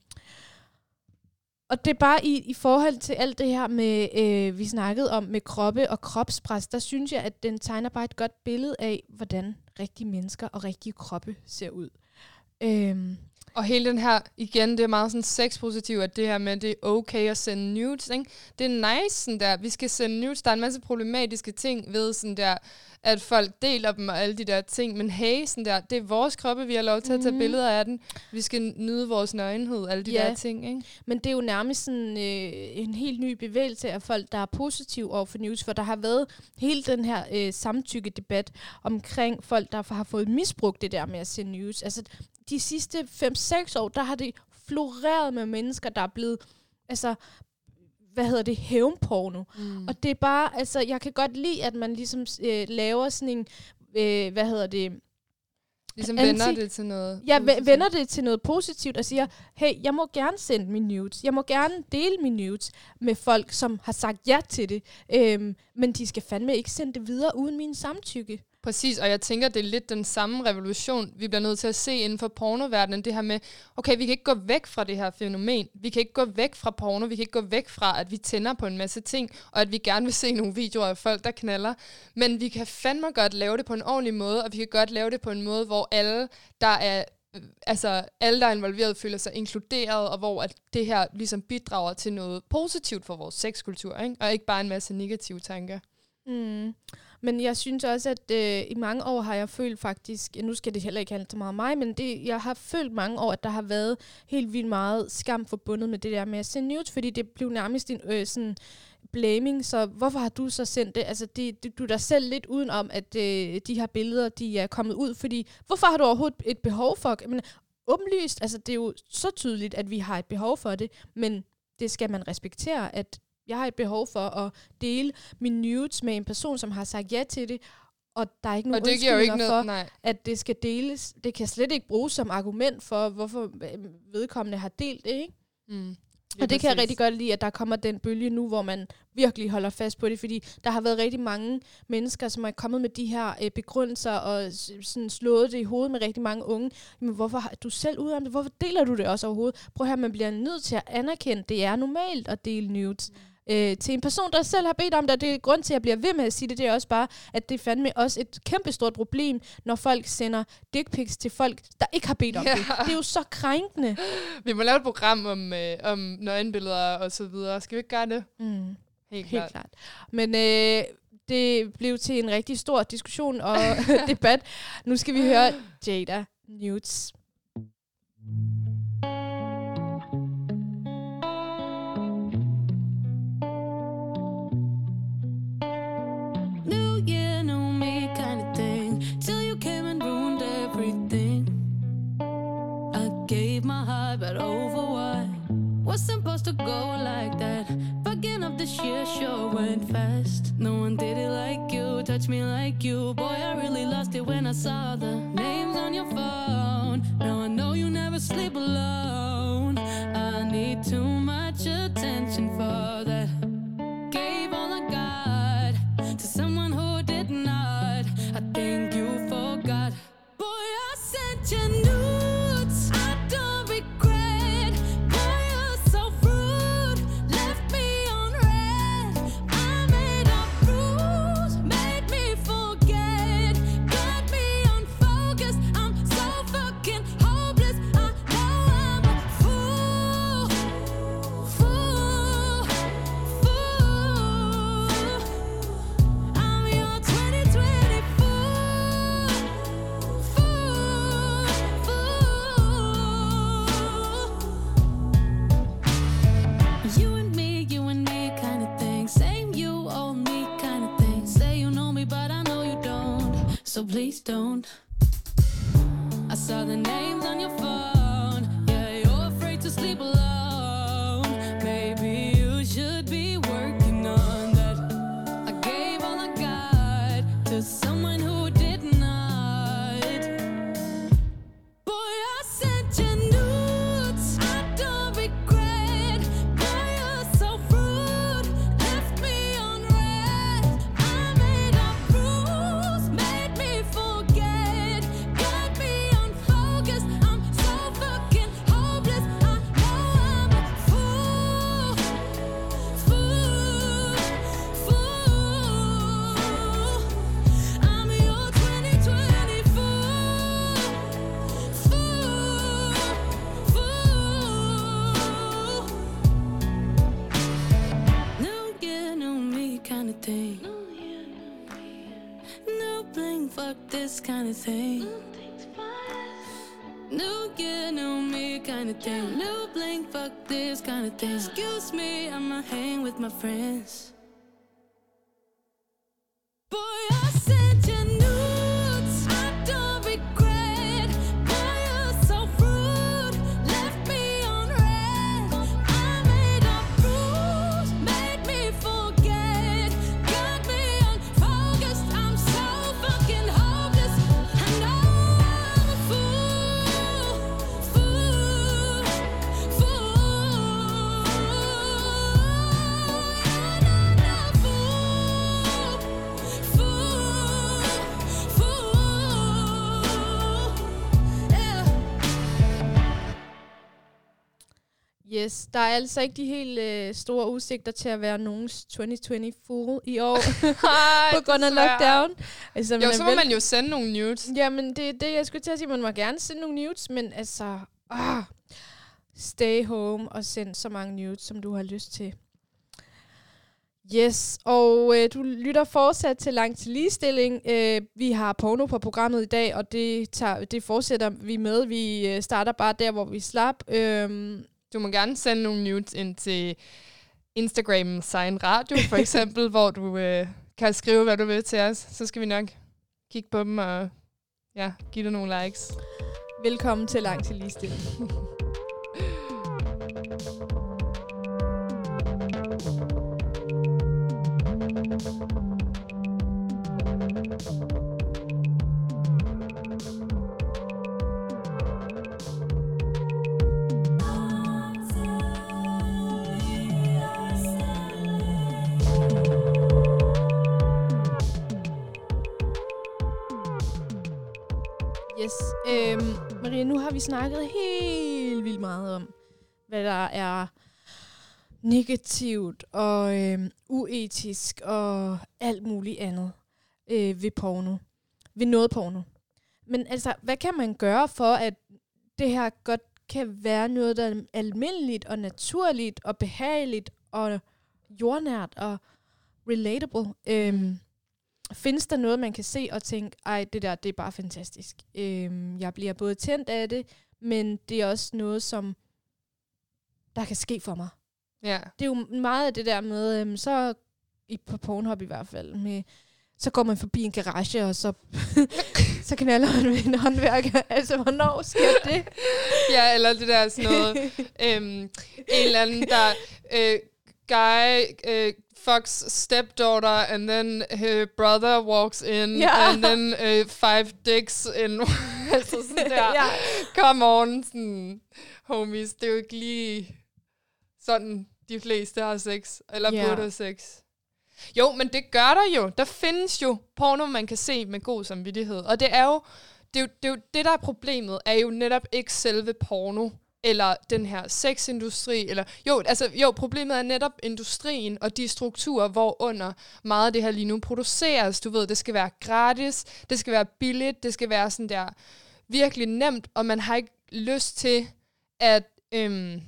Og det er bare i, i forhold til alt det her med, øh, vi snakkede om med kroppe og kropspres, der synes jeg, at den tegner bare et godt billede af, hvordan rigtige mennesker og rigtige kroppe ser ud. Øhm. Og hele den her, igen, det er meget sådan sexpositivt, at det her med, det er okay at sende nudes, ikke? Det er nice, sådan der, vi skal sende nudes, der er en masse problematiske ting ved sådan der, at folk deler dem og alle de der ting, men hey, sådan der, det er vores kroppe, vi har lov til at tage Mhm. billeder af den. Vi skal nyde vores nøgenhed, alle de Ja. der ting, ikke? Men det er jo nærmest sådan, øh, en helt ny bevægelse af folk, der er positive over for news, for der har været hele den her øh, samtykke-debat omkring folk, der har fået misbrugt det der med at se news. Altså, de sidste fem seks år, der har det floreret med mennesker, der er blevet, altså, hvad hedder det, hævnporno. Mm. Og det er bare, altså, jeg kan godt lide, at man ligesom øh, laver sådan en, øh, hvad hedder det, Ligesom anti- vender det til noget. Ja, positivt. v- vender det til noget positivt og siger, hey, jeg må gerne sende mine nudes. Jeg må gerne dele mine nudes med folk, som har sagt ja til det. Øhm, men de skal fandme ikke sende det videre uden min samtykke. Præcis, og jeg tænker, det er lidt den samme revolution, vi bliver nødt til at se inden for pornoverdenen. Det her med, okay, vi kan ikke gå væk fra det her fænomen. Vi kan ikke gå væk fra porno. Vi kan ikke gå væk fra, at vi tænder på en masse ting, og at vi gerne vil se nogle videoer af folk, der knaller. Men vi kan fandme godt lave det på en ordentlig måde, og vi kan godt lave det på en måde, hvor alle, der er øh, altså alle, der er involveret, føler sig inkluderet, og hvor at det her ligesom bidrager til noget positivt for vores sexkultur, ikke? Og ikke bare en masse negative tanker. Mm. Men jeg synes også, at øh, i mange år har jeg følt faktisk, nu skal det heller ikke handle så meget om mig, men det, jeg har følt mange år, at der har været helt vildt meget skam forbundet med det der med at sende nudes, fordi det blev nærmest en øh, sådan blaming, så hvorfor har du så sendt det? Altså, det, det, du er der selv lidt udenom, at øh, de her billeder, de er kommet ud, fordi hvorfor har du overhovedet et behov for? Men åbenlyst, altså det er jo så tydeligt, at vi har et behov for det, men det skal man respektere, at jeg har et behov for at dele mine nudes med en person, som har sagt ja til det, og der er ikke nogen Og det giver jo ikke undskyldninger noget, for, nej. at det skal deles. Det kan slet ikke bruges som argument for, hvorfor vedkommende har delt det, ikke? Mm. Og det kan jeg rigtig godt lide, at der kommer den bølge nu, hvor man virkelig holder fast på det, fordi der har været rigtig mange mennesker, som er kommet med de her øh, begrundelser og s- sådan slået det i hovedet med rigtig mange unge. Men hvorfor har du selv ud om det? Hvorfor deler du det også overhovedet? Prøv at høre, man bliver nødt til at anerkende, det er normalt at dele nudes. øh, til en person, der selv har bedt om det, og det er grund til, at jeg bliver ved med at sige det, det er også bare, at det er fandme også et kæmpestort problem, når folk sender dick pics til folk, der ikke har bedt om Ja. det. Det er jo så krænkende. Vi må lave et program om, øh, om nøgenbilleder og så videre. Skal vi ikke gøre det? Mm. Helt, Helt klart. klart. Men øh, det blev til en rigtig stor diskussion og debat. Nu skal vi høre Jada Nudes. New year, new me kind of thing. Till you came and ruined everything. I gave my heart, but over what? Was supposed to go like that. Beginning of this year sure went fast. No one did it like you, touched me like you. Boy, I really lost it when I saw the names on your phone. Now I know you never sleep alone. I need too much attention for that. Gave all I got to someone who did not. I think you forgot. Boy, I sent you nudes. I don't regret. Boy, you're so rude. Left me on red. I made up rules, made me forget. Got me unfocused. I'm so fucking hopeless. I know I'm a fool, fool, fool. I'm your twenty twenty fool, fool, fool. You and me, you and me kind of thing. Same you, old me kind of thing. Say you know me, but I know you don't. So please don't. I saw the names on your phone. Yeah, you're afraid to sleep alone. Maybe you should be working on that. I gave all I got to someone who did not. Boy, I sent you nudes. I don't regret. Boy, you're so rude. Left me on red. I made up rules, made me forget. Got me unfocused. I'm so fucking hopeless. I know I'm a fool, fool, fool. I'm your twenty twenty fool, fool, fool. New year, new me kind of thing. New bling, fuck this kind of thing. New year, new me kind of thing. New bling, fuck this kind of thing. Excuse me, I'ma hang with my friends. Boy, I sent you nudes. I don't regret. Boy, you're so rude. Left me on red. I made up rules, made me forget. Got me unfocused. I'm so fucking hopeless. I know I'm a fool, fool, fool. I'm a fool, fool, fool. Yeah. Yes, der er altså ikke de helt øh, store udsigter til at være nogens tyve tyve fool i år. Ej, På grund af desværre. lockdown. Altså, Jo, man er så må vel- man jo sende nogle nudes. Jamen, det er det, jeg skulle til at sige. Man må gerne sende nogle nudes, men altså... Ah, stay home og send så mange nudes, som du har lyst til. Yes, og øh, du lytter fortsat til Langt til Ligestilling. Øh, vi har porno på programmet i dag, og det, tager, det fortsætter vi med. Vi øh, starter bare der, hvor vi slap. Øhm, Du må gerne sende nogle nudes ind til Instagram Sign Radio, for eksempel, hvor du øh, kan skrive, hvad du vil til os. Så skal vi nok kigge på dem og ja, give dig nogle likes. velkommen til Langt til Ligestilling. Yes. Øhm, Maria, nu har vi snakket helt vildt meget om, hvad der er negativt og øh, uetisk og alt muligt andet øh, ved porno. Ved noget porno. Men altså, hvad kan man gøre for, at det her godt kan være noget, der er almindeligt og naturligt og behageligt og jordnært og relatable? Øhm, findes der noget, man kan se og tænke, ej, det der, det er bare fantastisk. Øhm, jeg bliver både tændt af det, men det er også noget, som der kan ske for mig. Ja. Det er jo meget af det der med, øhm, så i, på Pornhub i hvert fald, med, så går man forbi en garage, og så, så knalder man med en håndværker. Altså, hvornår sker det? Ja, eller det der sådan noget, øhm, en eller anden, der øh, guy øh, fucks stepdaughter, and then her brother walks in, Ja. and then øh, five dicks in. Altså sådan der, Ja. come on, sådan, homies, det er jo ikke lige sådan, de fleste har sex, eller Ja. burde have sex. Jo, men det gør der jo. Der findes jo porno, man kan se med god samvittighed. Og det er jo det, er jo, det, er jo, det der er problemet, er jo netop ikke selve porno, eller den her sexindustri, eller jo, altså jo, problemet er netop industrien og de strukturer, hvorunder meget af det her lige nu produceres. Du ved, det skal være gratis, det skal være billigt, det skal være sådan der virkelig nemt, og man har ikke lyst til, at øhm,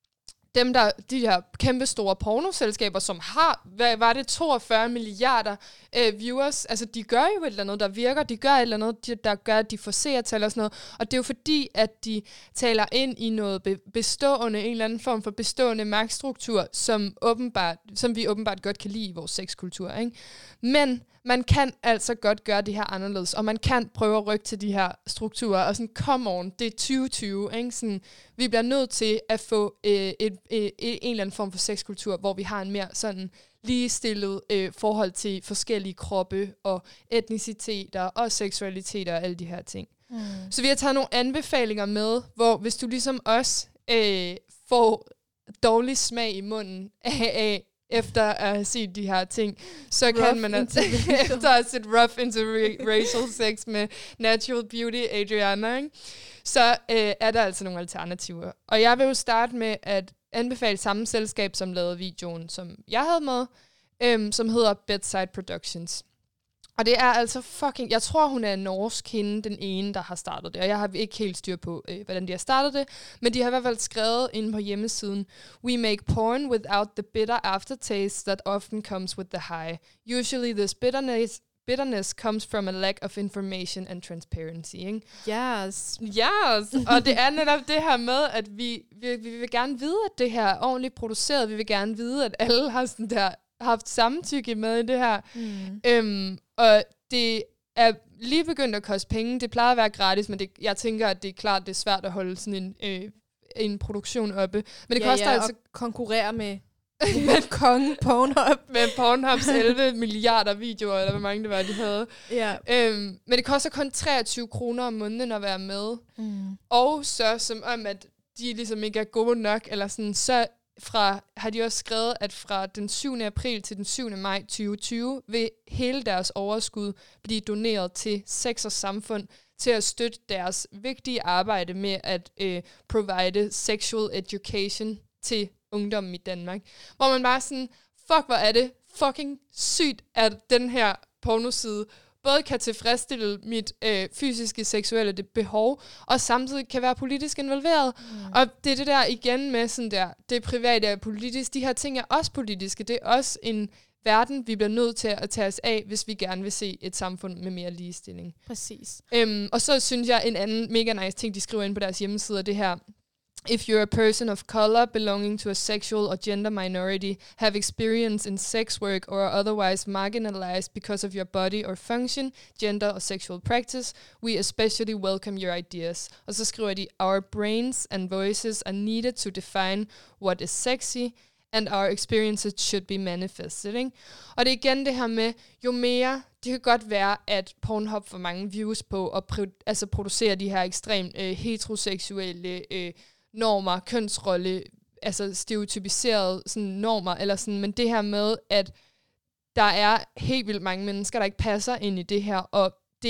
dem der, de her kæmpe store pornoselskaber, som har, hvad var det, toogfyrre milliarder øh, viewers, altså de gør jo et eller andet, der virker, de gør et eller andet, der gør, at de får seertal og sådan noget, og det er jo fordi, at de taler ind i noget be- bestående, en eller anden form for bestående magtstruktur, som, åbenbart, som vi åbenbart godt kan lide i vores sexkultur, ikke? Men man kan altså godt gøre det her anderledes, og man kan prøve at rykke til de her strukturer, og sådan, come on, det er tyve tyve, ikke? Sådan, vi bliver nødt til at få øh, et, et, et, en eller anden form for sexkultur, hvor vi har en mere sådan ligestillet øh, forhold til forskellige kroppe, og etniciteter, og seksualiteter, og alle de her ting. Mm. Så vi har taget nogle anbefalinger med, hvor hvis du ligesom os øh, får dårlig smag i munden af, af efter at have set de her ting, så rough kan man at efter at have set Rough Interracial Sex med Natural Beauty Adriana, ikke? Så øh, er der altså nogle alternativer. Og jeg vil jo starte med at anbefale samme selskab, som lavede videoen, som jeg havde med, øhm, som hedder Bedside Productions. Og det er altså fucking... Jeg tror, hun er norsk hende, den ene, der har startet det. Og jeg har ikke helt styr på, øh, hvordan de har startet det. Men de har i hvert fald skrevet inde på hjemmesiden: We make porn without the bitter aftertaste that often comes with the high. Usually this bitterness, bitterness comes from a lack of information and transparency. Ikke? Yes. Yes. Og det er netop det her med, at vi, vi, vi vil gerne vide, at det her er ordentligt produceret. Vi vil gerne vide, at alle har sådan der... haft samtykke med i det her. Mm. Øhm, og det er lige begyndt at koste penge. Det plejer at være gratis, men det, jeg tænker, at det er klart, det er svært at holde sådan en, øh, en produktion oppe. Men det ja, koster ja, altså... at konkurrere med, med kongen Pornhub. Med Pornhubs elleve milliarder videoer, eller hvor mange det var, de havde. Ja. Øhm, men det koster kun treogtyve kroner om måneden at være med. Mm. Og så som om, at de ligesom ikke er gode nok, eller sådan, så fra, har de også skrevet, at fra den syvende april til den syvende maj tyve tyve vil hele deres overskud blive doneret til Sex og Samfund til at støtte deres vigtige arbejde med at øh, provide sexual education til ungdommen i Danmark. Hvor man bare sådan, fuck hvor er det fucking sygt, at den her pornoside både kan tilfredsstille mit øh, fysiske, seksuelle det behov, og samtidig kan være politisk involveret. Mm. Og det er det der igen med sådan der, det private er politisk, de her ting er også politiske, det er også en verden, vi bliver nødt til at tage os af, hvis vi gerne vil se et samfund med mere ligestilling. Præcis. Øhm, og så synes jeg, en anden mega nice ting, de skriver ind på deres hjemmeside, det her: If you're a person of color belonging to a sexual or gender minority, have experience in sex work or are otherwise marginalized because of your body or function, gender or sexual practice, we especially welcome your ideas. Og så skriver de: Our brains and voices are needed to define what is sexy, and our experiences should be manifested. Ikke? Og det er igen det her med, jo mere, det kan godt være, at Pornhub får mange views på at pr- altså producere de her ekstremt øh, heteroseksuelle øh, normer, kønsrolle, altså stereotypiserede sådan normer, eller sådan, men det her med, at der er helt vildt mange mennesker, der ikke passer ind i det her, og det er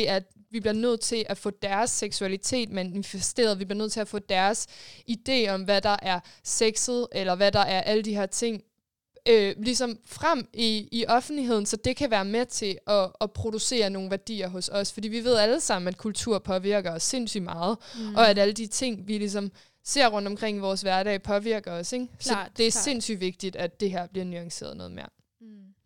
vi bliver nødt til at få deres seksualitet manifesteret. Vi bliver nødt til at få deres idé om, hvad der er sexet, eller hvad der er alle de her ting, øh, ligesom frem i, i offentligheden, så det kan være med til at, at producere nogle værdier hos os. Fordi vi ved alle sammen, at kultur påvirker os sindssygt meget, mm. og at alle de ting, vi ligesom ser rundt omkring i vores hverdag, påvirker os. Ikke? Klart, så det er klart. sindssygt vigtigt, at det her bliver nuanceret noget mere. Mm.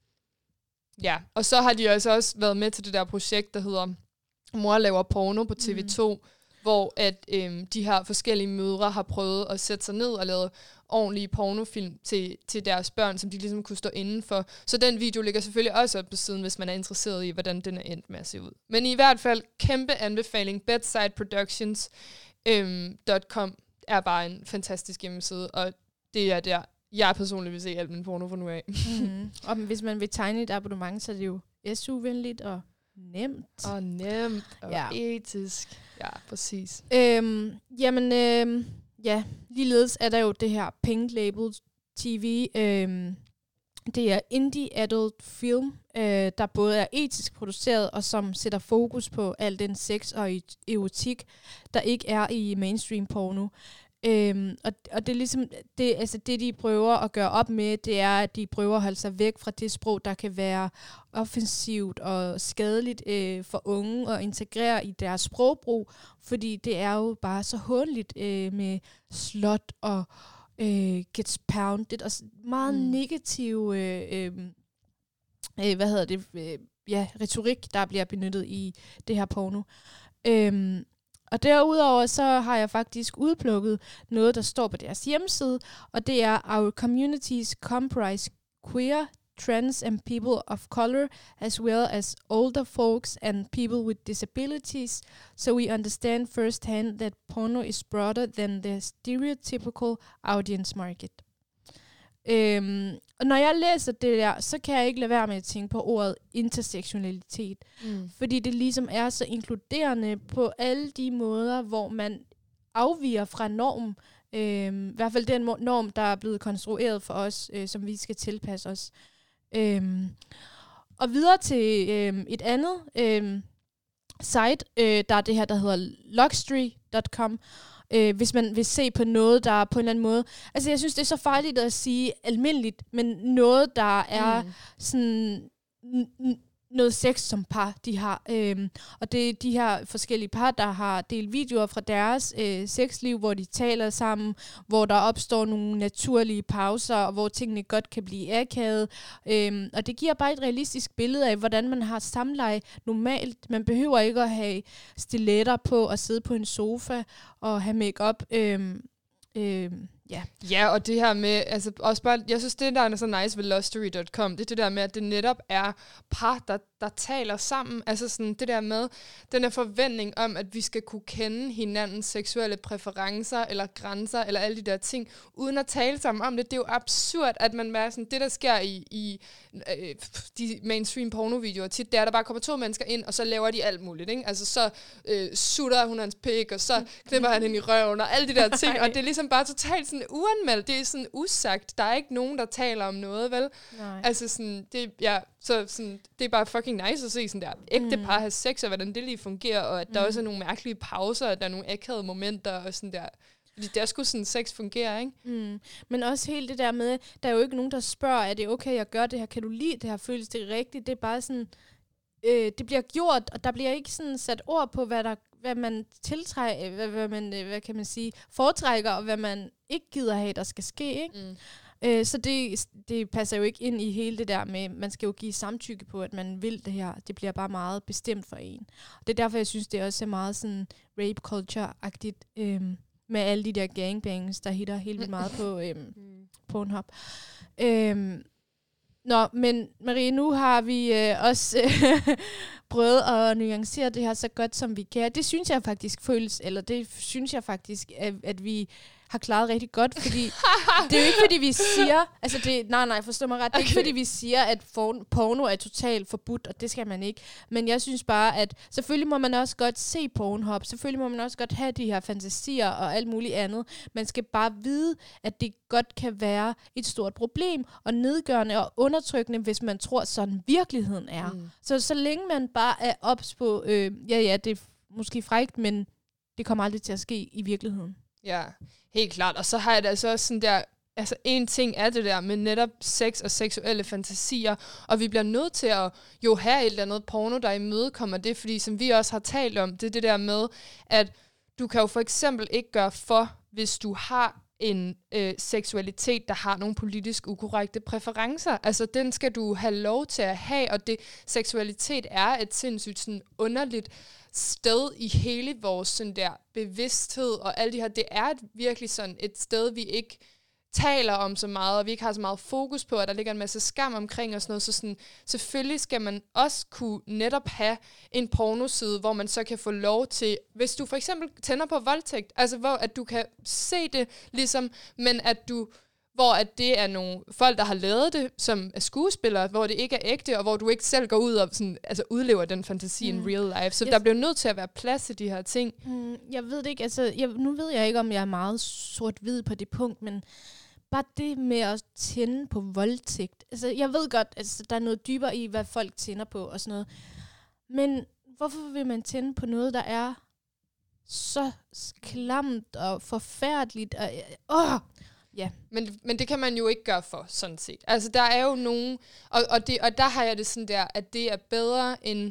Ja, og så har de altså også været med til det der projekt, der hedder Mor laver porno på T V to, mm. hvor at øhm, de her forskellige mødre har prøvet at sætte sig ned og lave ordentlige pornofilm til, til deres børn, som de ligesom kunne stå inden for. Så den video ligger selvfølgelig også op på siden, hvis man er interesseret i, hvordan den er endt med at se ud. Men i hvert fald, kæmpe anbefaling. bedside productions punktum com øhm, er bare en fantastisk hjemmeside, og det er der, jeg personligt vil se alt min porno fra nu af. Mm-hmm. Og hvis man vil tegne et abonnement, så er det jo S U-venligt og nemt. Og nemt og ja. etisk. Ja, præcis. Øhm, jamen, øhm, ja, ligeledes er der jo det her Pink Label T V. Øhm, det er indie adult film, øh, der både er etisk produceret, og som sætter fokus på al den sex og erotik, der ikke er i mainstream porno. Øhm, og, og det er ligesom, det, altså det de prøver at gøre op med, det er, at de prøver at holde sig væk fra det sprog, der kan være offensivt og skadeligt øh, for unge at integrere i deres sprogbrug, fordi det er jo bare så håndligt øh, med slot og øh, gets pounded, og meget mm. negativ øh, øh, øh, hvad hedder det, øh, ja, retorik, der bliver benyttet i det her porno. Øhm, Og derudover så har jeg faktisk udplukket noget, der står på deres hjemmeside, og det er Our communities comprise queer, trans and people of color, as well as older folks and people with disabilities, so we understand firsthand that porno is broader than the stereotypical audience market. Øhm, og når jeg læser det der, så kan jeg ikke lade være med at tænke på ordet intersektionalitet. Mm. Fordi det ligesom er så inkluderende på alle de måder, hvor man afviger fra norm. Øhm, I hvert fald den norm, der er blevet konstrueret for os, øh, som vi skal tilpasse os. Øhm, og videre til øh, et andet øh, site, øh, der er det her, der hedder luxury punktum com. Øh, hvis man vil se på noget, der på en eller anden måde... Altså, jeg synes, det er så farligt at sige almindeligt, men noget, der er mm. sådan... N- n- noget sex som par, de har. Øhm, og det er de her forskellige par, der har delt videoer fra deres øh, sexliv, hvor de taler sammen, hvor der opstår nogle naturlige pauser, og hvor tingene godt kan blive akavet. Øhm, og det giver bare et realistisk billede af, hvordan man har samleje normalt. Man behøver ikke at have stiletter på og sidde på en sofa og have make-up. Øhm, øhm, Ja. ja, og det her med, altså også bare, jeg synes det der er så nice ved luxury punktum com, det er det der med, at det netop er par, der, der taler sammen, altså sådan det der med, den her forventning om, at vi skal kunne kende hinandens seksuelle præferencer, eller grænser, eller alle de der ting, uden at tale sammen om det. Det er jo absurd, at man bare sådan, det der sker i, i øh, de mainstream pornovideoer tit, det er, der bare kommer to mennesker ind, og så laver de alt muligt, ikke? Altså så øh, sutter hun hans pik, og så knipper han hende i røven, og alle de der ting, og det er ligesom bare totalt sådan uanmeldt, det er sådan usagt. Der er ikke nogen, der taler om noget, vel? Nej. Altså sådan, det, ja, så sådan, det er bare fucking nice at se sådan der ægte mm. par have sex, og hvordan det lige fungerer, og at mm. der også er nogle mærkelige pauser, og der er nogle akavede momenter, og sådan der. Fordi der skulle sådan sex fungere, ikke? Mm. Men også helt det der med, der er jo ikke nogen, der spørger, er det okay, jeg gør det her? Kan du lide det her? Føles det rigtigt? Det er bare sådan, øh, det bliver gjort, og der bliver ikke sådan sat ord på, hvad der hvad man tiltrækker, hvad, hvad man, hvad kan man sige, foretrækker, og hvad man ikke gider have, der skal ske, ikke? Mm. Øh, så det, det passer jo ikke ind i hele det der med, man skal jo give samtykke på, at man vil det her. Det bliver bare meget bestemt for en. Og det er derfor, jeg synes, det også er meget sådan rape culture-agtigt, øhm, med alle de der gangbangs, der hitter helt vildt meget på øhm, Pornhub. Øhm, Nå, men Marie, nu har vi øh, også øh, prøvet at nuancere det her så godt, som vi kan. Det synes jeg faktisk føles, eller det synes jeg faktisk, at, at vi har klaret rigtig godt, fordi det er jo ikke, fordi vi siger, altså det, nej, nej, forstå mig ret, det er okay. Ikke, fordi vi siger, at for, porno er totalt forbudt, og det skal man ikke. Men jeg synes bare, at selvfølgelig må man også godt se Pornhub, selvfølgelig må man også godt have de her fantasier og alt muligt andet. Man skal bare vide, at det godt kan være et stort problem, og nedgørende og undertrykkende, hvis man tror, sådan virkeligheden er. Mm. Så så længe man bare bare er ops på, øh, ja ja, det er måske frækt, men det kommer aldrig til at ske i virkeligheden. Ja, helt klart. Og så har jeg det altså også sådan der, altså en ting er det der med netop sex og seksuelle fantasier, og vi bliver nødt til at jo have et eller andet porno, der imødekommer det, fordi som vi også har talt om, det er det der med, at du kan jo for eksempel ikke gøre for, hvis du har en øh, seksualitet, der har nogle politisk ukorrekte præferencer. Altså, den skal du have lov til at have, og det seksualitet er et sindssygt sådan underligt sted i hele vores sådan der bevidsthed, og alt det her, det er et, virkelig sådan et sted, vi ikke taler om så meget, og vi ikke har så meget fokus på, at der ligger en masse skam omkring og sådan noget, så sådan, selvfølgelig skal man også kunne netop have en pornoside, hvor man så kan få lov til, hvis du for eksempel tænder på voldtægt, altså hvor at du kan se det ligesom, men at du, hvor at det er nogle folk, der har lavet det, som er skuespillere, hvor det ikke er ægte, og hvor du ikke selv går ud og sådan, altså udlever den fantasi mm. in real life. Så yes. der bliver nødt til at være plads til de her ting. Mm, jeg ved det ikke, altså jeg, nu ved jeg ikke, om jeg er meget sort-hvid på det punkt, men bare det med at tænde på voldtægt. Altså, jeg ved godt, at altså, der er noget dybere i, hvad folk tænder på og sådan noget. Men hvorfor vil man tænde på noget, der er så klamt og forfærdeligt? Og, åh! Ja. Men, men det kan man jo ikke gøre for, sådan set. Altså, der er jo nogen... Og, og, det, og der har jeg det sådan der, at det er bedre end...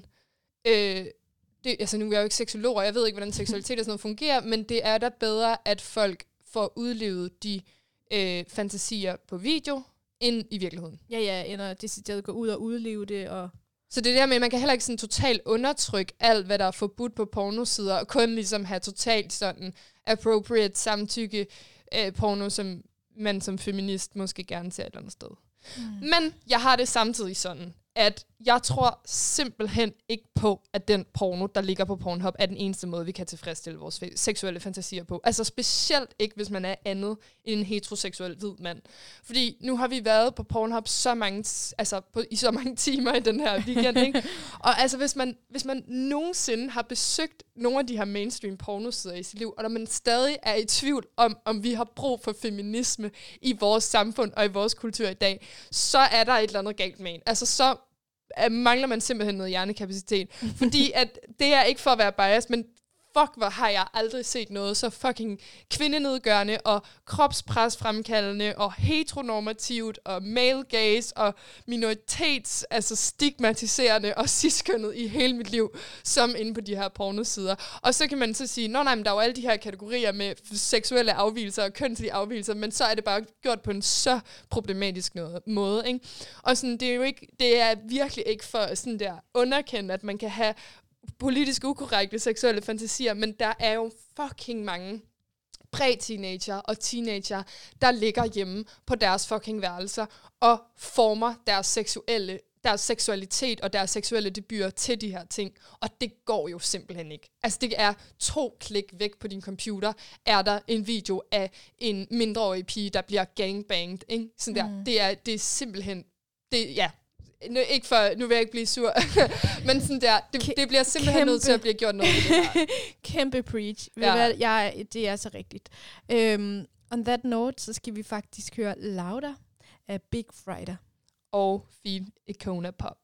Øh, det, altså, nu er jeg jo ikke seksolog, og jeg ved ikke, hvordan seksualitet og sådan noget fungerer, men det er da bedre, at folk får udlevet de øh, fantasier på video, end i virkeligheden. Ja, ja, end at decideret gå ud og udleve det, og... Så det er der med, at man kan heller ikke sådan totalt undertrykke alt, hvad der er forbudt på pornosider, og kun ligesom have totalt sådan appropriate samtykke øh, porno, som man som feminist måske gerne ser et eller andet sted. Mm. Men jeg har det samtidig sådan, at jeg tror simpelthen ikke på, at den porno, der ligger på Pornhub, er den eneste måde, vi kan tilfredsstille vores fe- seksuelle fantasier på. Altså specielt ikke, hvis man er andet end en heteroseksuel hvid mand. Fordi nu har vi været på Pornhub så mange, t- altså på, i så mange timer i den her weekend, ikke? Og altså, hvis man, hvis man nogensinde har besøgt nogle af de her mainstream pornosider i sit liv, og når man stadig er i tvivl om, om vi har brug for feminisme i vores samfund og i vores kultur i dag, så er der et eller andet galt med en. Altså så mangler man simpelthen noget hjernekapacitet. Fordi at det er ikke for at være biased, men fuck, hvor har jeg aldrig set noget så fucking kvindenedgørende og kropspresfremkaldende og heteronormativt og male gaze og minoritets, altså stigmatiserende og ciskønnet i hele mit liv, som inde på de her pornosider. Og så kan man så sige, nå nej, men der er jo alle de her kategorier med seksuelle afvigelser og kønslige afvigelser, men så er det bare gjort på en så problematisk noget, måde, ikke? Og sådan, det er jo ikke, det er virkelig ikke for sådan der underkende, at man kan have politisk ukorrekte seksuelle fantasier, men der er jo fucking mange præ-teenager og teenager, der ligger hjemme på deres fucking værelser og former deres seksuelle, deres seksualitet og deres seksuelle debuter til de her ting. Og det går jo simpelthen ikke. Altså det er to klik væk på din computer, er der en video af en mindreårig pige, der bliver gangbanged, ikke? Sådan der. Mm. Det er, det er simpelthen, det, ja, Nu, ikke for, nu vil jeg ikke blive sur, men sådan der, det, det bliver simpelthen kæmpe, nødt til at blive gjort noget med det her. Kæmpe preach. Ja. Hvad, jeg, det er så rigtigt. Um, on that note, så skal vi faktisk høre Louder af Big Friday. Og feed Icona Pop.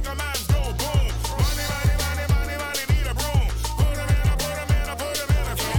Put 'em in a, put 'em in a, put 'em in a, put 'em in a, put 'em in a,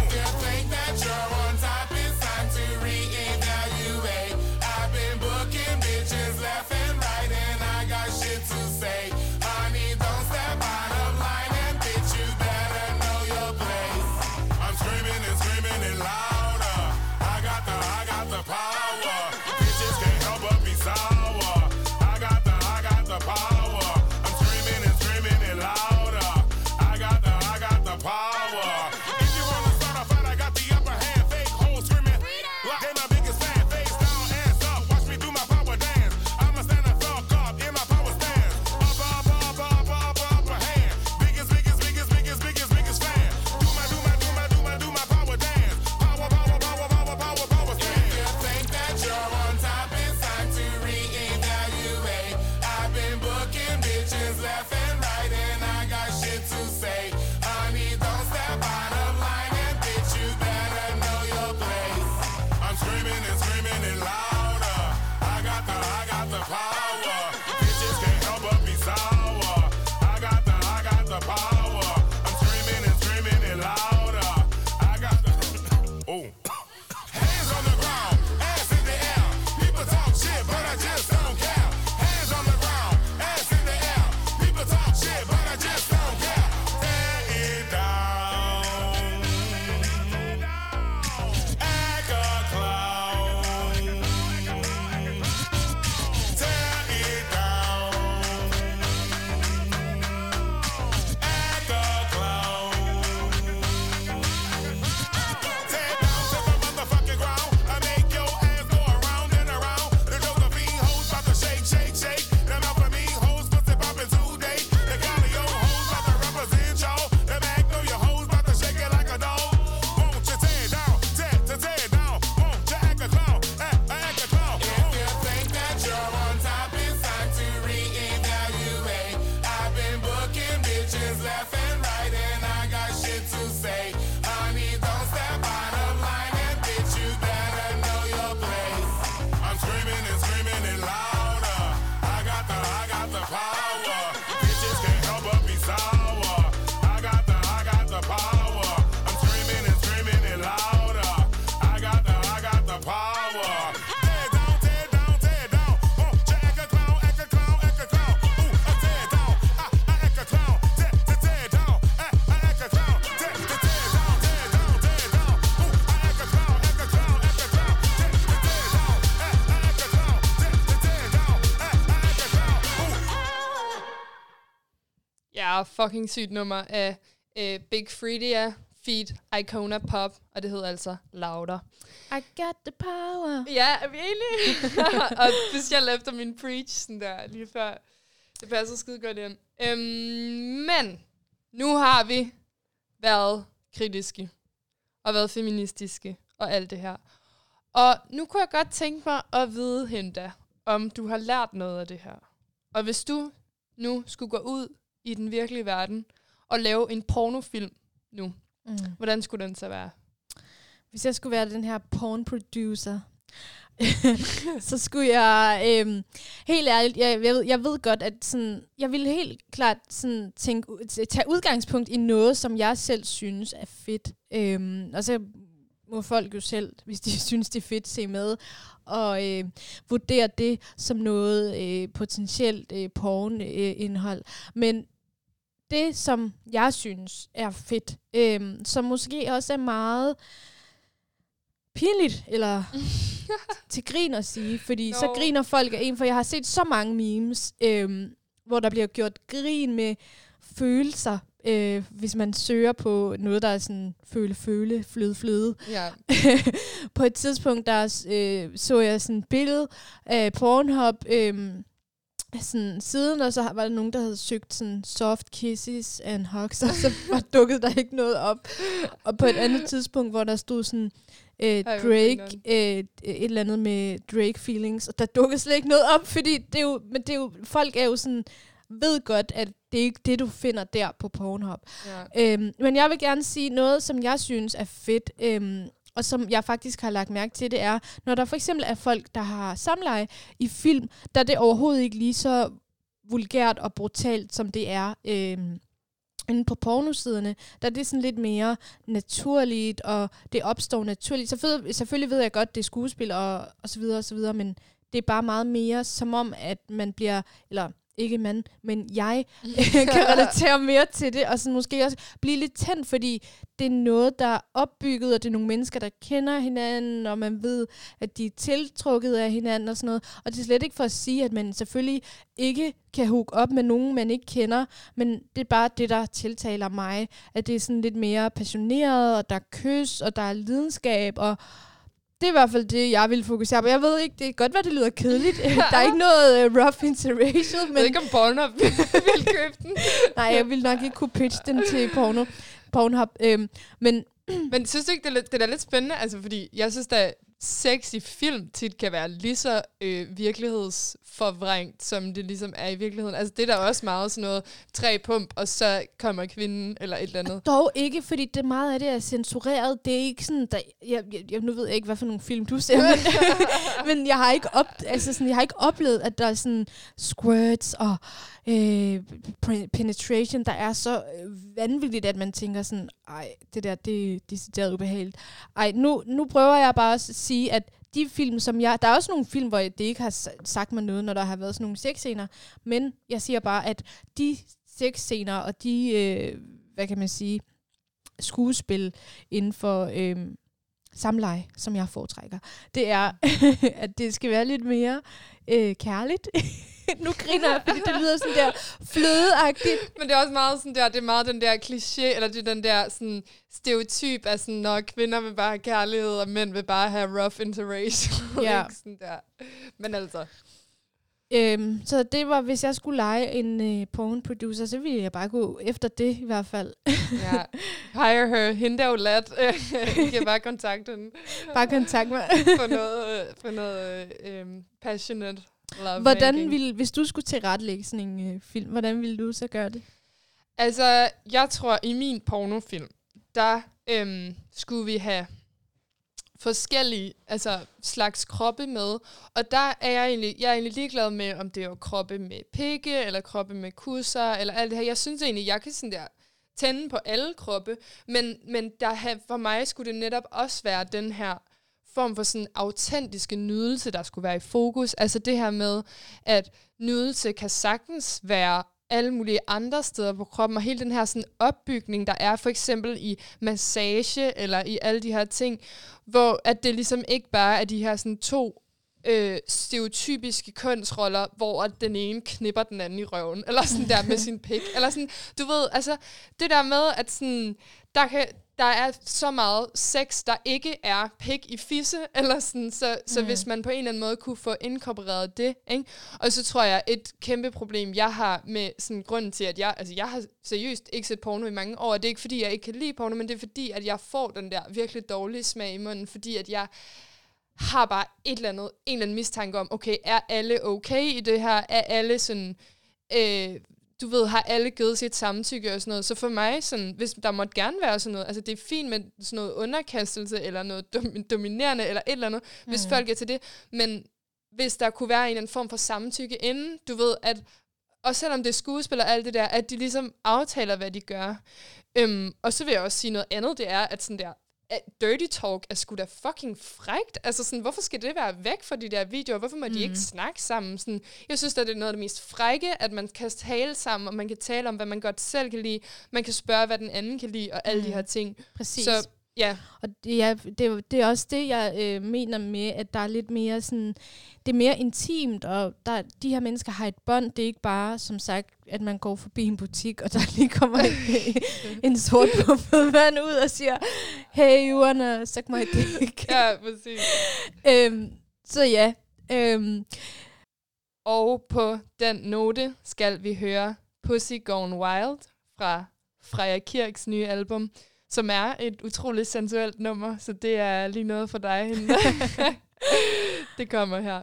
bare fucking sygt nummer af øh, Big Freedia feat. Icona Pop, og det hedder altså Louder. I got the power. Ja, er vi enige? Og specielt efter min preach, sådan der, lige før. Det passer skide godt ind. Øhm, men, nu har vi været kritiske, og været feministiske, og alt det her. Og nu kunne jeg godt tænke mig at vide, Hinda, om du har lært noget af det her. Og hvis du nu skulle gå ud i den virkelige verden, og lave en pornofilm nu, mm. hvordan skulle den så være? Hvis jeg skulle være den her porn producer, så skulle jeg, øhm, helt ærligt, jeg, jeg, ved, jeg ved godt, at sådan, jeg ville helt klart sådan, tænke, tage udgangspunkt i noget, som jeg selv synes er fedt. Øhm, og så må folk jo selv, hvis de synes, det er fedt, se med og øh, vurdere det som noget øh, potentielt øh, porn-indhold. Øh, Men det, som jeg synes er fedt, øh, som måske også er meget pinligt, eller til grin at sige, fordi no. så griner folk af en, for jeg har set så mange memes, øh, hvor der bliver gjort grin med følelser, øh, hvis man søger på noget, der er sådan føle, føle, fløde, fløde. Ja. På et tidspunkt, der øh, så jeg sådan et billede af Pornhub, øh, sådan siden, og så var der nogen, der havde søgt sådan soft kisses and hugs, og så var dukket der ikke noget op. Og på et andet tidspunkt, hvor der stod sådan øh, Drake, øh, et eller andet med Drake feelings, og der dukkede slet ikke noget op, fordi det er jo, men det er jo, folk er jo sådan, ved godt, at det er ikke det, du finder der på Pornhub. Ja. Øhm, men jeg vil gerne sige noget, som jeg synes er fedt, øhm, og som jeg faktisk har lagt mærke til, det er, når der for eksempel er folk, der har samleje i film, der er det overhovedet ikke lige så vulgært og brutalt, som det er øhm, inde på pornosiderne, der er det sådan lidt mere naturligt, og det opstår naturligt. Så selvfølgelig ved jeg godt, det er skuespil og, og så videre og så videre, men det er bare meget mere som om, at man bliver, eller ikke man, men jeg kan relatere mere til det, og så måske også blive lidt tændt, fordi det er noget, der er opbygget, og det er nogle mennesker, der kender hinanden, og man ved, at de er tiltrukket af hinanden og sådan noget. Og det er slet ikke for at sige, at man selvfølgelig ikke kan hooke op med nogen, man ikke kender, men det er bare det, der tiltaler mig, at det er sådan lidt mere passioneret, og der er kys, og der er lidenskab, og det er i hvert fald det, jeg vil fokusere på. Jeg ved ikke, det er godt, hvad det lyder kedeligt. Der er ikke noget uh, rough interracial. Men jeg ved ikke, om Pornhub vil købe den. Nej, jeg vil nok ikke kunne pitche den til porno, Pornhub. Øhm, men men synes du ikke, det er, lidt, det er lidt spændende? Altså, fordi jeg synes, at sex i film tit kan være lige så øh, virkelighedsforvrængt, som det ligesom er i virkeligheden. Altså, det er der også meget sådan noget, tre pump, og så kommer kvinden, eller et eller andet. Dog ikke, fordi det meget af det er censureret. Det er ikke sådan, der, jeg, jeg, jeg, nu ved jeg ikke, hvad for nogle film du ser, men, men jeg, har ikke op, altså sådan, jeg har ikke oplevet, at der er sådan squirts og øh, penetration, der er så vanvittigt, at man tænker sådan, ej, det der, det er decideret ubehageligt. Ej, nu, nu prøver jeg bare at sige, at de film, som jeg... Der er også nogle film, hvor det ikke har sagt mig noget, når der har været sådan nogle sexscener, men jeg siger bare, at de sexscener og de, øh, hvad kan man sige, skuespil inden for øh, samleje, som jeg foretrækker, det er, at det skal være lidt mere øh, kærligt. Nu griner jeg, fordi det lyder sådan der flødeagtigt. Men det er også meget sådan der, det er meget den der kliché, eller det er den der sådan stereotyp af sådan, når kvinder vil bare have kærlighed, og mænd vil bare have rough interracial. Ja. Sådan der. Men altså. Øhm, så det var, hvis jeg skulle lege en øh, porn producer, så ville jeg bare gå efter det i hvert fald. Ja. Hire her. Hende er jo lat. I kan bare kontakte hende. Bare kontakt mig. for noget, for noget øh, passionate. Hvordan ville, hvis du skulle tilrettelægge sådan en øh, film, hvordan ville du så gøre det? Altså, jeg tror, i min pornofilm, der øhm, skulle vi have forskellige altså, slags kroppe med. Og der er jeg egentlig, jeg er egentlig ligeglad med, om det er kroppe med pikke, eller kroppe med kusser, eller alt det her. Jeg synes egentlig, jeg kan sådan der tænde på alle kroppe, men, men der have, for mig skulle det netop også være den her form for sådan autentiske nydelse, der skulle være i fokus. Altså det her med, at nydelse kan sagtens være alle mulige andre steder på kroppen, og hele den her sådan opbygning, der er for eksempel i massage, eller i alle de her ting, hvor at det ligesom ikke bare er de her sådan to øh, stereotypiske kønsroller, hvor den ene knipper den anden i røven, eller sådan der med sin pik. Eller sådan, du ved, altså, det der med, at sådan, der kan... Der er så meget sex, der ikke er pik i fisse, eller sådan, så, så mm. hvis man på en eller anden måde kunne få inkorporeret det, ikke? Og så tror jeg, et kæmpe problem, jeg har med sådan grunden til, at jeg, altså jeg har seriøst ikke set porno i mange år, og det er ikke fordi, jeg ikke kan lide porno, men det er fordi, at jeg får den der virkelig dårlige smag i munden, fordi at jeg har bare et eller andet, en eller anden mistanke om, okay, er alle okay i det her? Er alle sådan... Øh, du ved, har alle givet sit samtykke og sådan noget. Så for mig, sådan, hvis der måtte gerne være sådan noget, altså det er fint med sådan noget underkastelse, eller noget dom- dominerende, eller et eller andet, mm. hvis folk er til det. Men hvis der kunne være en eller anden form for samtykke inden, du ved, at, og selvom det er skuespil og alt det der, at de ligesom aftaler, hvad de gør. Øhm, og så vil jeg også sige noget andet, det er, at sådan der, dirty talk er sgu da fucking frækt. Altså sådan, hvorfor skal det være væk fra de der videoer? Hvorfor må mm. de ikke snakke sammen? Sådan, jeg synes, at det er noget af det mest frække, at man kan tale sammen, og man kan tale om, hvad man godt selv kan lide. Man kan spørge, hvad den anden kan lide, og alle mm. de her ting. Præcis. Så ja. Og det, ja, det, det er også det, jeg øh, mener med, at der er lidt mere sådan, det er mere intimt, og der, de her mennesker har et bånd. Det er ikke bare, som sagt, at man går forbi en butik, og der lige kommer en, en sort pumpet mand ud og siger, hey, you wanna suck my dick? Ja, præcis. øhm, så ja. Øhm. Og på den note skal vi høre Pussy Gone Wild fra Freja Kirks nye album, som er et utroligt sensuelt nummer, så det er lige noget for dig hende. Det kommer her.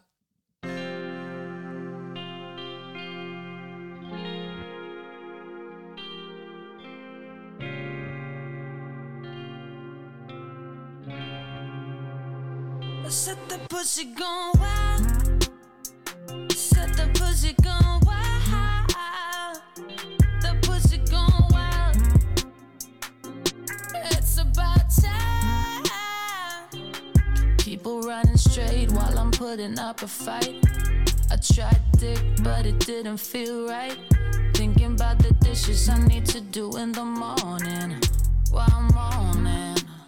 Set the pussy gone wild. Set the pussy gone wild. The pussy gone wild. It's about time. People running straight while I'm putting up a fight. I tried dick, but it didn't feel right. Thinking about the dishes I need to do in the morning while I'm mourning.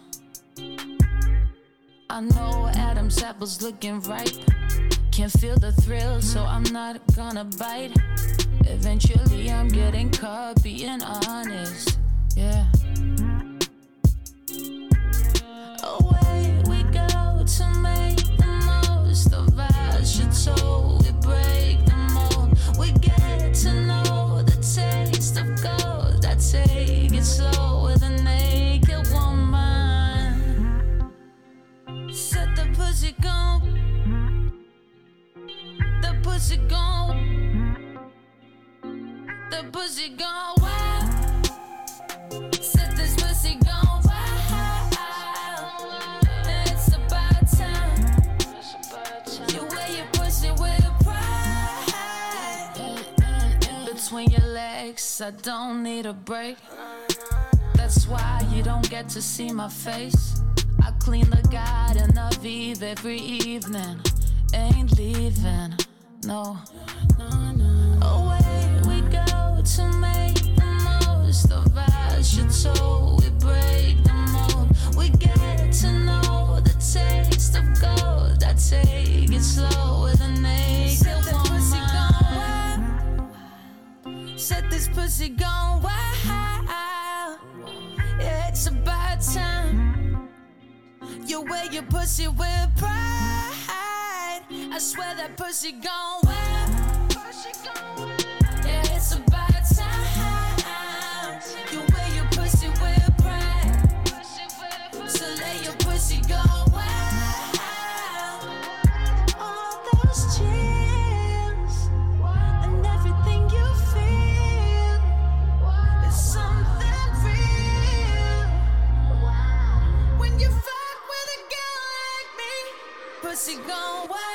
I know Adam's apple's looking ripe. Can't feel the thrill, so I'm not gonna bite. Eventually I'm getting caught being honest. Yeah. Away we go to make the most of our shit, so we break the mold. We get to know the taste of gold. I take it slow with a naked woman. Set the pussy gone. The pussy gone. The pussy gone wild. Set this pussy gone wild. It's about time. You wear your pussy with pride. Between your legs, I don't need a break. That's why you don't get to see my face. I clean the Garden of Eve every evening. Ain't leaving, no. Away we go to make the most of our shit, so we break the mold. We get to know the taste of gold. I take it slow with a naked woman. Set this pussy gone wild. Yeah, it's about time. You wear your pussy with pride. I swear that pussy gone wild. Yeah, it's about time. You wear your pussy with pride. So let your pussy go wild. All those chills and everything you feel is something real. When you fuck with a girl like me, pussy gone wild.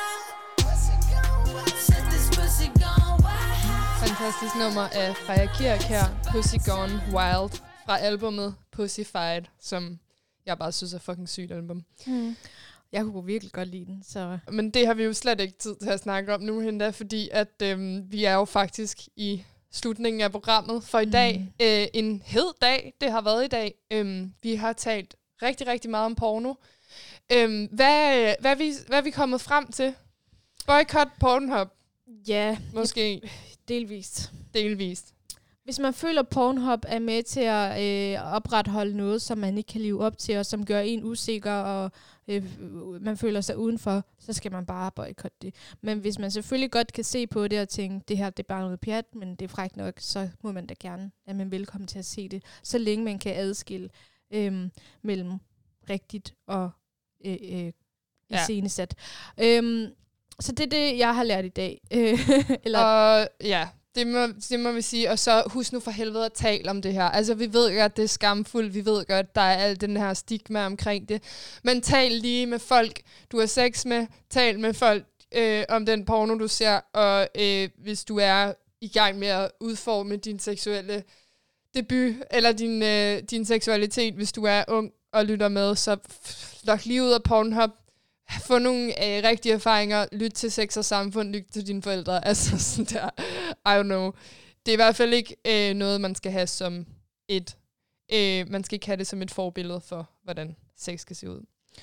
Fantastisk nummer af Freja Kirk her, Pussy Gone Wild, fra albumet Pussyfied, som jeg bare synes er fucking sygt album. Mm. Jeg kunne virkelig godt lide den. Så. Men det har vi jo slet ikke tid til at snakke om nu, Hinda, fordi at øhm, vi er jo faktisk i slutningen af programmet for i dag. Mm. Øh, en hed dag, det har været i dag. Øhm, vi har talt rigtig, rigtig meget om porno. Øhm, hvad, hvad, er vi, hvad er vi kommet frem til? Boycott Pornhub. Ja. Måske. Delvist. Delvist. Hvis man føler, at Pornhub er med til at øh, opretholde noget, som man ikke kan leve op til, og som gør en usikker, og øh, man føler sig udenfor, så skal man bare boykotte det. Men hvis man selvfølgelig godt kan se på det og tænke, det her det er bare noget pjat, men det er frækt nok, så må man da gerne, at man er velkommen til at se det, så længe man kan adskille øh, mellem rigtigt og øh, øh, iscenesat. Ja. Øhm, så det er det, jeg har lært i dag. Eller og ja, det må, det må vi sige. Og så husk nu for helvede at tale om det her. Altså, vi ved godt, det er skamfuldt. Vi ved godt, der er al den her stigma omkring det. Men tal lige med folk, du har sex med. Tal med folk øh, om den porno, du ser. Og øh, hvis du er i gang med at udforme din seksuelle debut, eller din, øh, din seksualitet, hvis du er ung og lytter med, så lok lige ud af Pornhub. Få nogle øh, rigtige erfaringer. Lyt til Sex og Samfund. Lyt til dine forældre. Altså sådan der. I don't know. Det er i hvert fald ikke øh, noget, man skal have som et... Øh, man skal ikke have det som et forbillede for, hvordan sex skal se ud.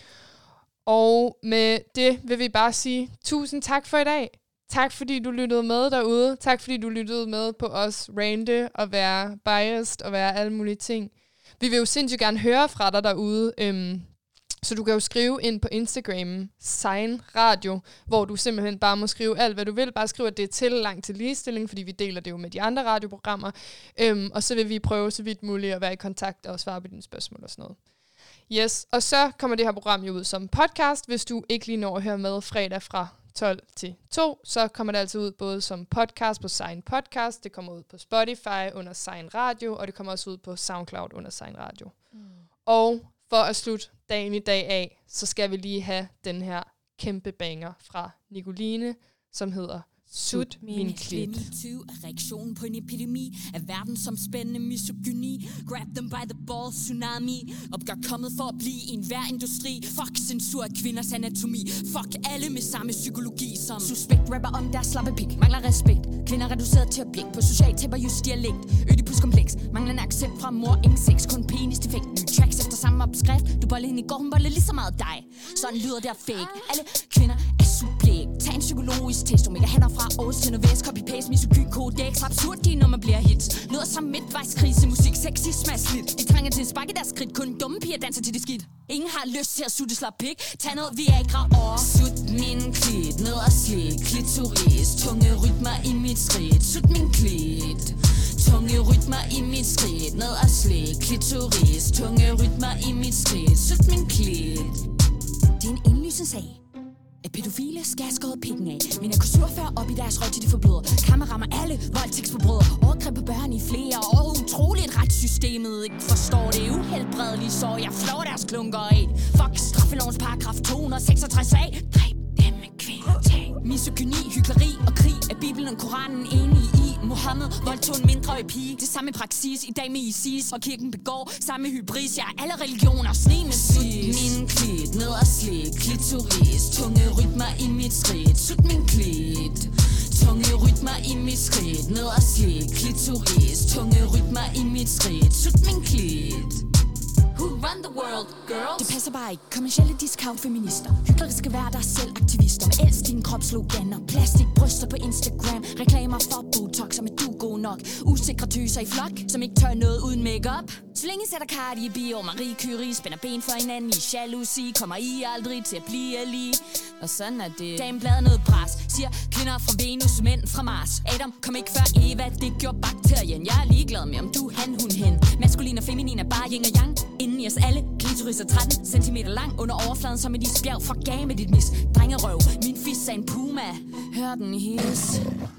Og med det vil vi bare sige tusind tak for i dag. Tak fordi du lyttede med derude. Tak fordi du lyttede med på os rante og være biased og være alle mulige ting. Vi vil jo sindssygt gerne høre fra dig derude. Øhm, Så du kan jo skrive ind på Instagram, Sign Radio, hvor du simpelthen bare må skrive alt, hvad du vil. Bare skrive, at det er til langt til ligestilling, fordi vi deler det jo med de andre radioprogrammer. Øhm, og så vil vi prøve så vidt muligt at være i kontakt og svare på dine spørgsmål og sådan noget. Yes, og så kommer det her program jo ud som podcast. Hvis du ikke lige når at høre med fredag fra tolv til to, så kommer det altså ud både som podcast på Sign Podcast, det kommer ud på Spotify under Sign Radio, og det kommer også ud på SoundCloud under Sign Radio. Mm. Og for at slutte dagen i dag af, så skal vi lige have den her kæmpe banger fra Nicoline, som hedder Sut min klit. MeToo er reaktionen på en epidemi af verdensomspændende misogyni. Grab them by the balls, tsunami. Opgør kommet for at blive i enhver industri. Fuck censur af kvinders anatomi. Fuck alle med samme psykologi som suspekt rapper om deres slappe pik. Mangler respekt. Kvinder reduceret til objekt på social taber just dialekt. Ødipuskompleks. Manglende accept fra mor. Ingen sex, kun penis defekt. Nye tracks efter samme opskrift. Du boller hende i går, hun boller lige så meget dig. Sådan lyder det fake. Alle kvinder er subjekt. Tag en psykologisk test. Omega hænder fra Aarhus til Nordvest, copy-paste, misogyn, kodex. Absurd, de når man bliver hits. Lyder som midtvejskrise, musik, sexisme er slidt. De trænger til at sparke deres skridt, kun dumme piger danser til det skidt. Ingen har lyst til at sutte slap pik. Tag noget Viagra over. Sut min klit, ned og slik, klitoris. Tunge rytmer i mit skridt. Sut min klit. Tunge rytmer i mit skridt. Ned og slik, klitoris. Tunge rytmer i mit skridt. Sut min klit. Det er en indlysende sag. At pædofile skal have skåret pikken af. Men jeg kunne surføre op i deres røg til de forbløder. Kammer rammer alle voldtægtsforbrødre. Overgreb på børn i flere år. Utroligt retssystemet ikke forstår det. Uhelbredelige sår. Jeg flår deres klunker af. Fuck straffelovens paragraf to hundrede og seksogtres A. Dræb dem med kvindertag. Misogyni, hykleri og krig. Er Bibelen og Koranen enige i? Mohammed voldtog en mindreårig pige. Det samme praksis i dag med ISIS. Og kirken begår samme hybris. Jeg er alle religioner sne med sis. Min klit, ned og slik, klitoris. Tunge rytmer i mit skridt. Sut min klit. Tunge rytmer i mit skridt. Ned og slik, klitoris. Tunge rytmer i mit skridt. Sut min klit. Who run the world, girls? Det passer bare ikke. Kommercielle discount-feminister. Hykleriske værter, selv aktivister. Med elsk din kropsloganer. Plastikbryster på Instagram. Reklamer for Botox, som er du god nok. Usikre tøser i flok, som ikke tør noget uden makeup. Så længe sætter Cardi B og Marie Curie spænder ben for hinanden i jalousi. Kommer I aldrig til at blive lige. Og sådan er det. Damebladet noget pres. Siger kvinder fra Venus, mænd fra Mars. Adam kom ikke før Eva, det gjorde bakterien. Jeg er ligeglad med om du han, hun, hen. Maskulin og feminin er bare yin og yang. Inden i os alle, klitoris er tretten centimeter lang. Under overfladen som et isbjerg. Fuck af med dit mis. Drengerøv, min fis er en puma. Hør den his.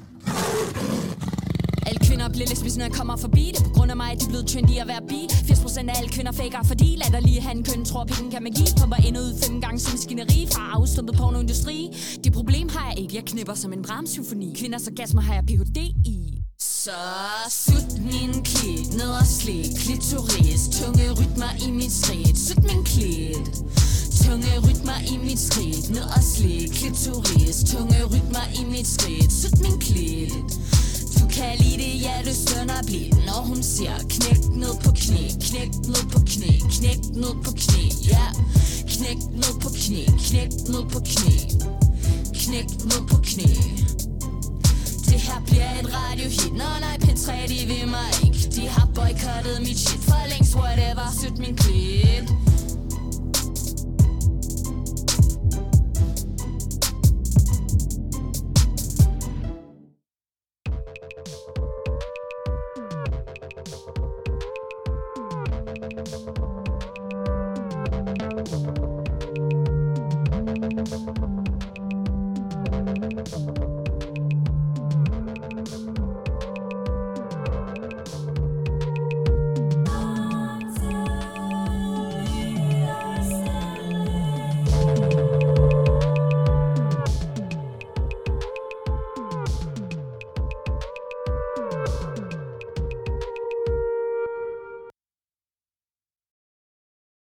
Alle kvinder bliver lesbiske, når jeg kommer forbi det. På grund af mig er de blevet trendy at være bi. firs procent af alle kvinder faker, fordi latterlige han køn tror pikken kan magi. Pumper ind og ud fem gange som maskineri fra afstumpet pornoindustri. Det problem har jeg ikke, jeg knipper som en Brahms-symfoni. Kvinders orgasmer har jeg P H D i. Så sut min klit, ned og slik, klitoris. Tunge rytmer i mit skridt. Sut min klit. Tunge rytmer i mit skridt. Ned og slik, klitoris. Tunge rytmer i mit skridt. Sut min klit. Du kan lide det, ja, du stønner blidt. Når hun siger knæk ned på knæ. Knæk ned på knæ. Knæk ned på knæ, ja. Knæk ned på knæ. Knæk ned på knæ. Knæk ned på knæ. Thank you.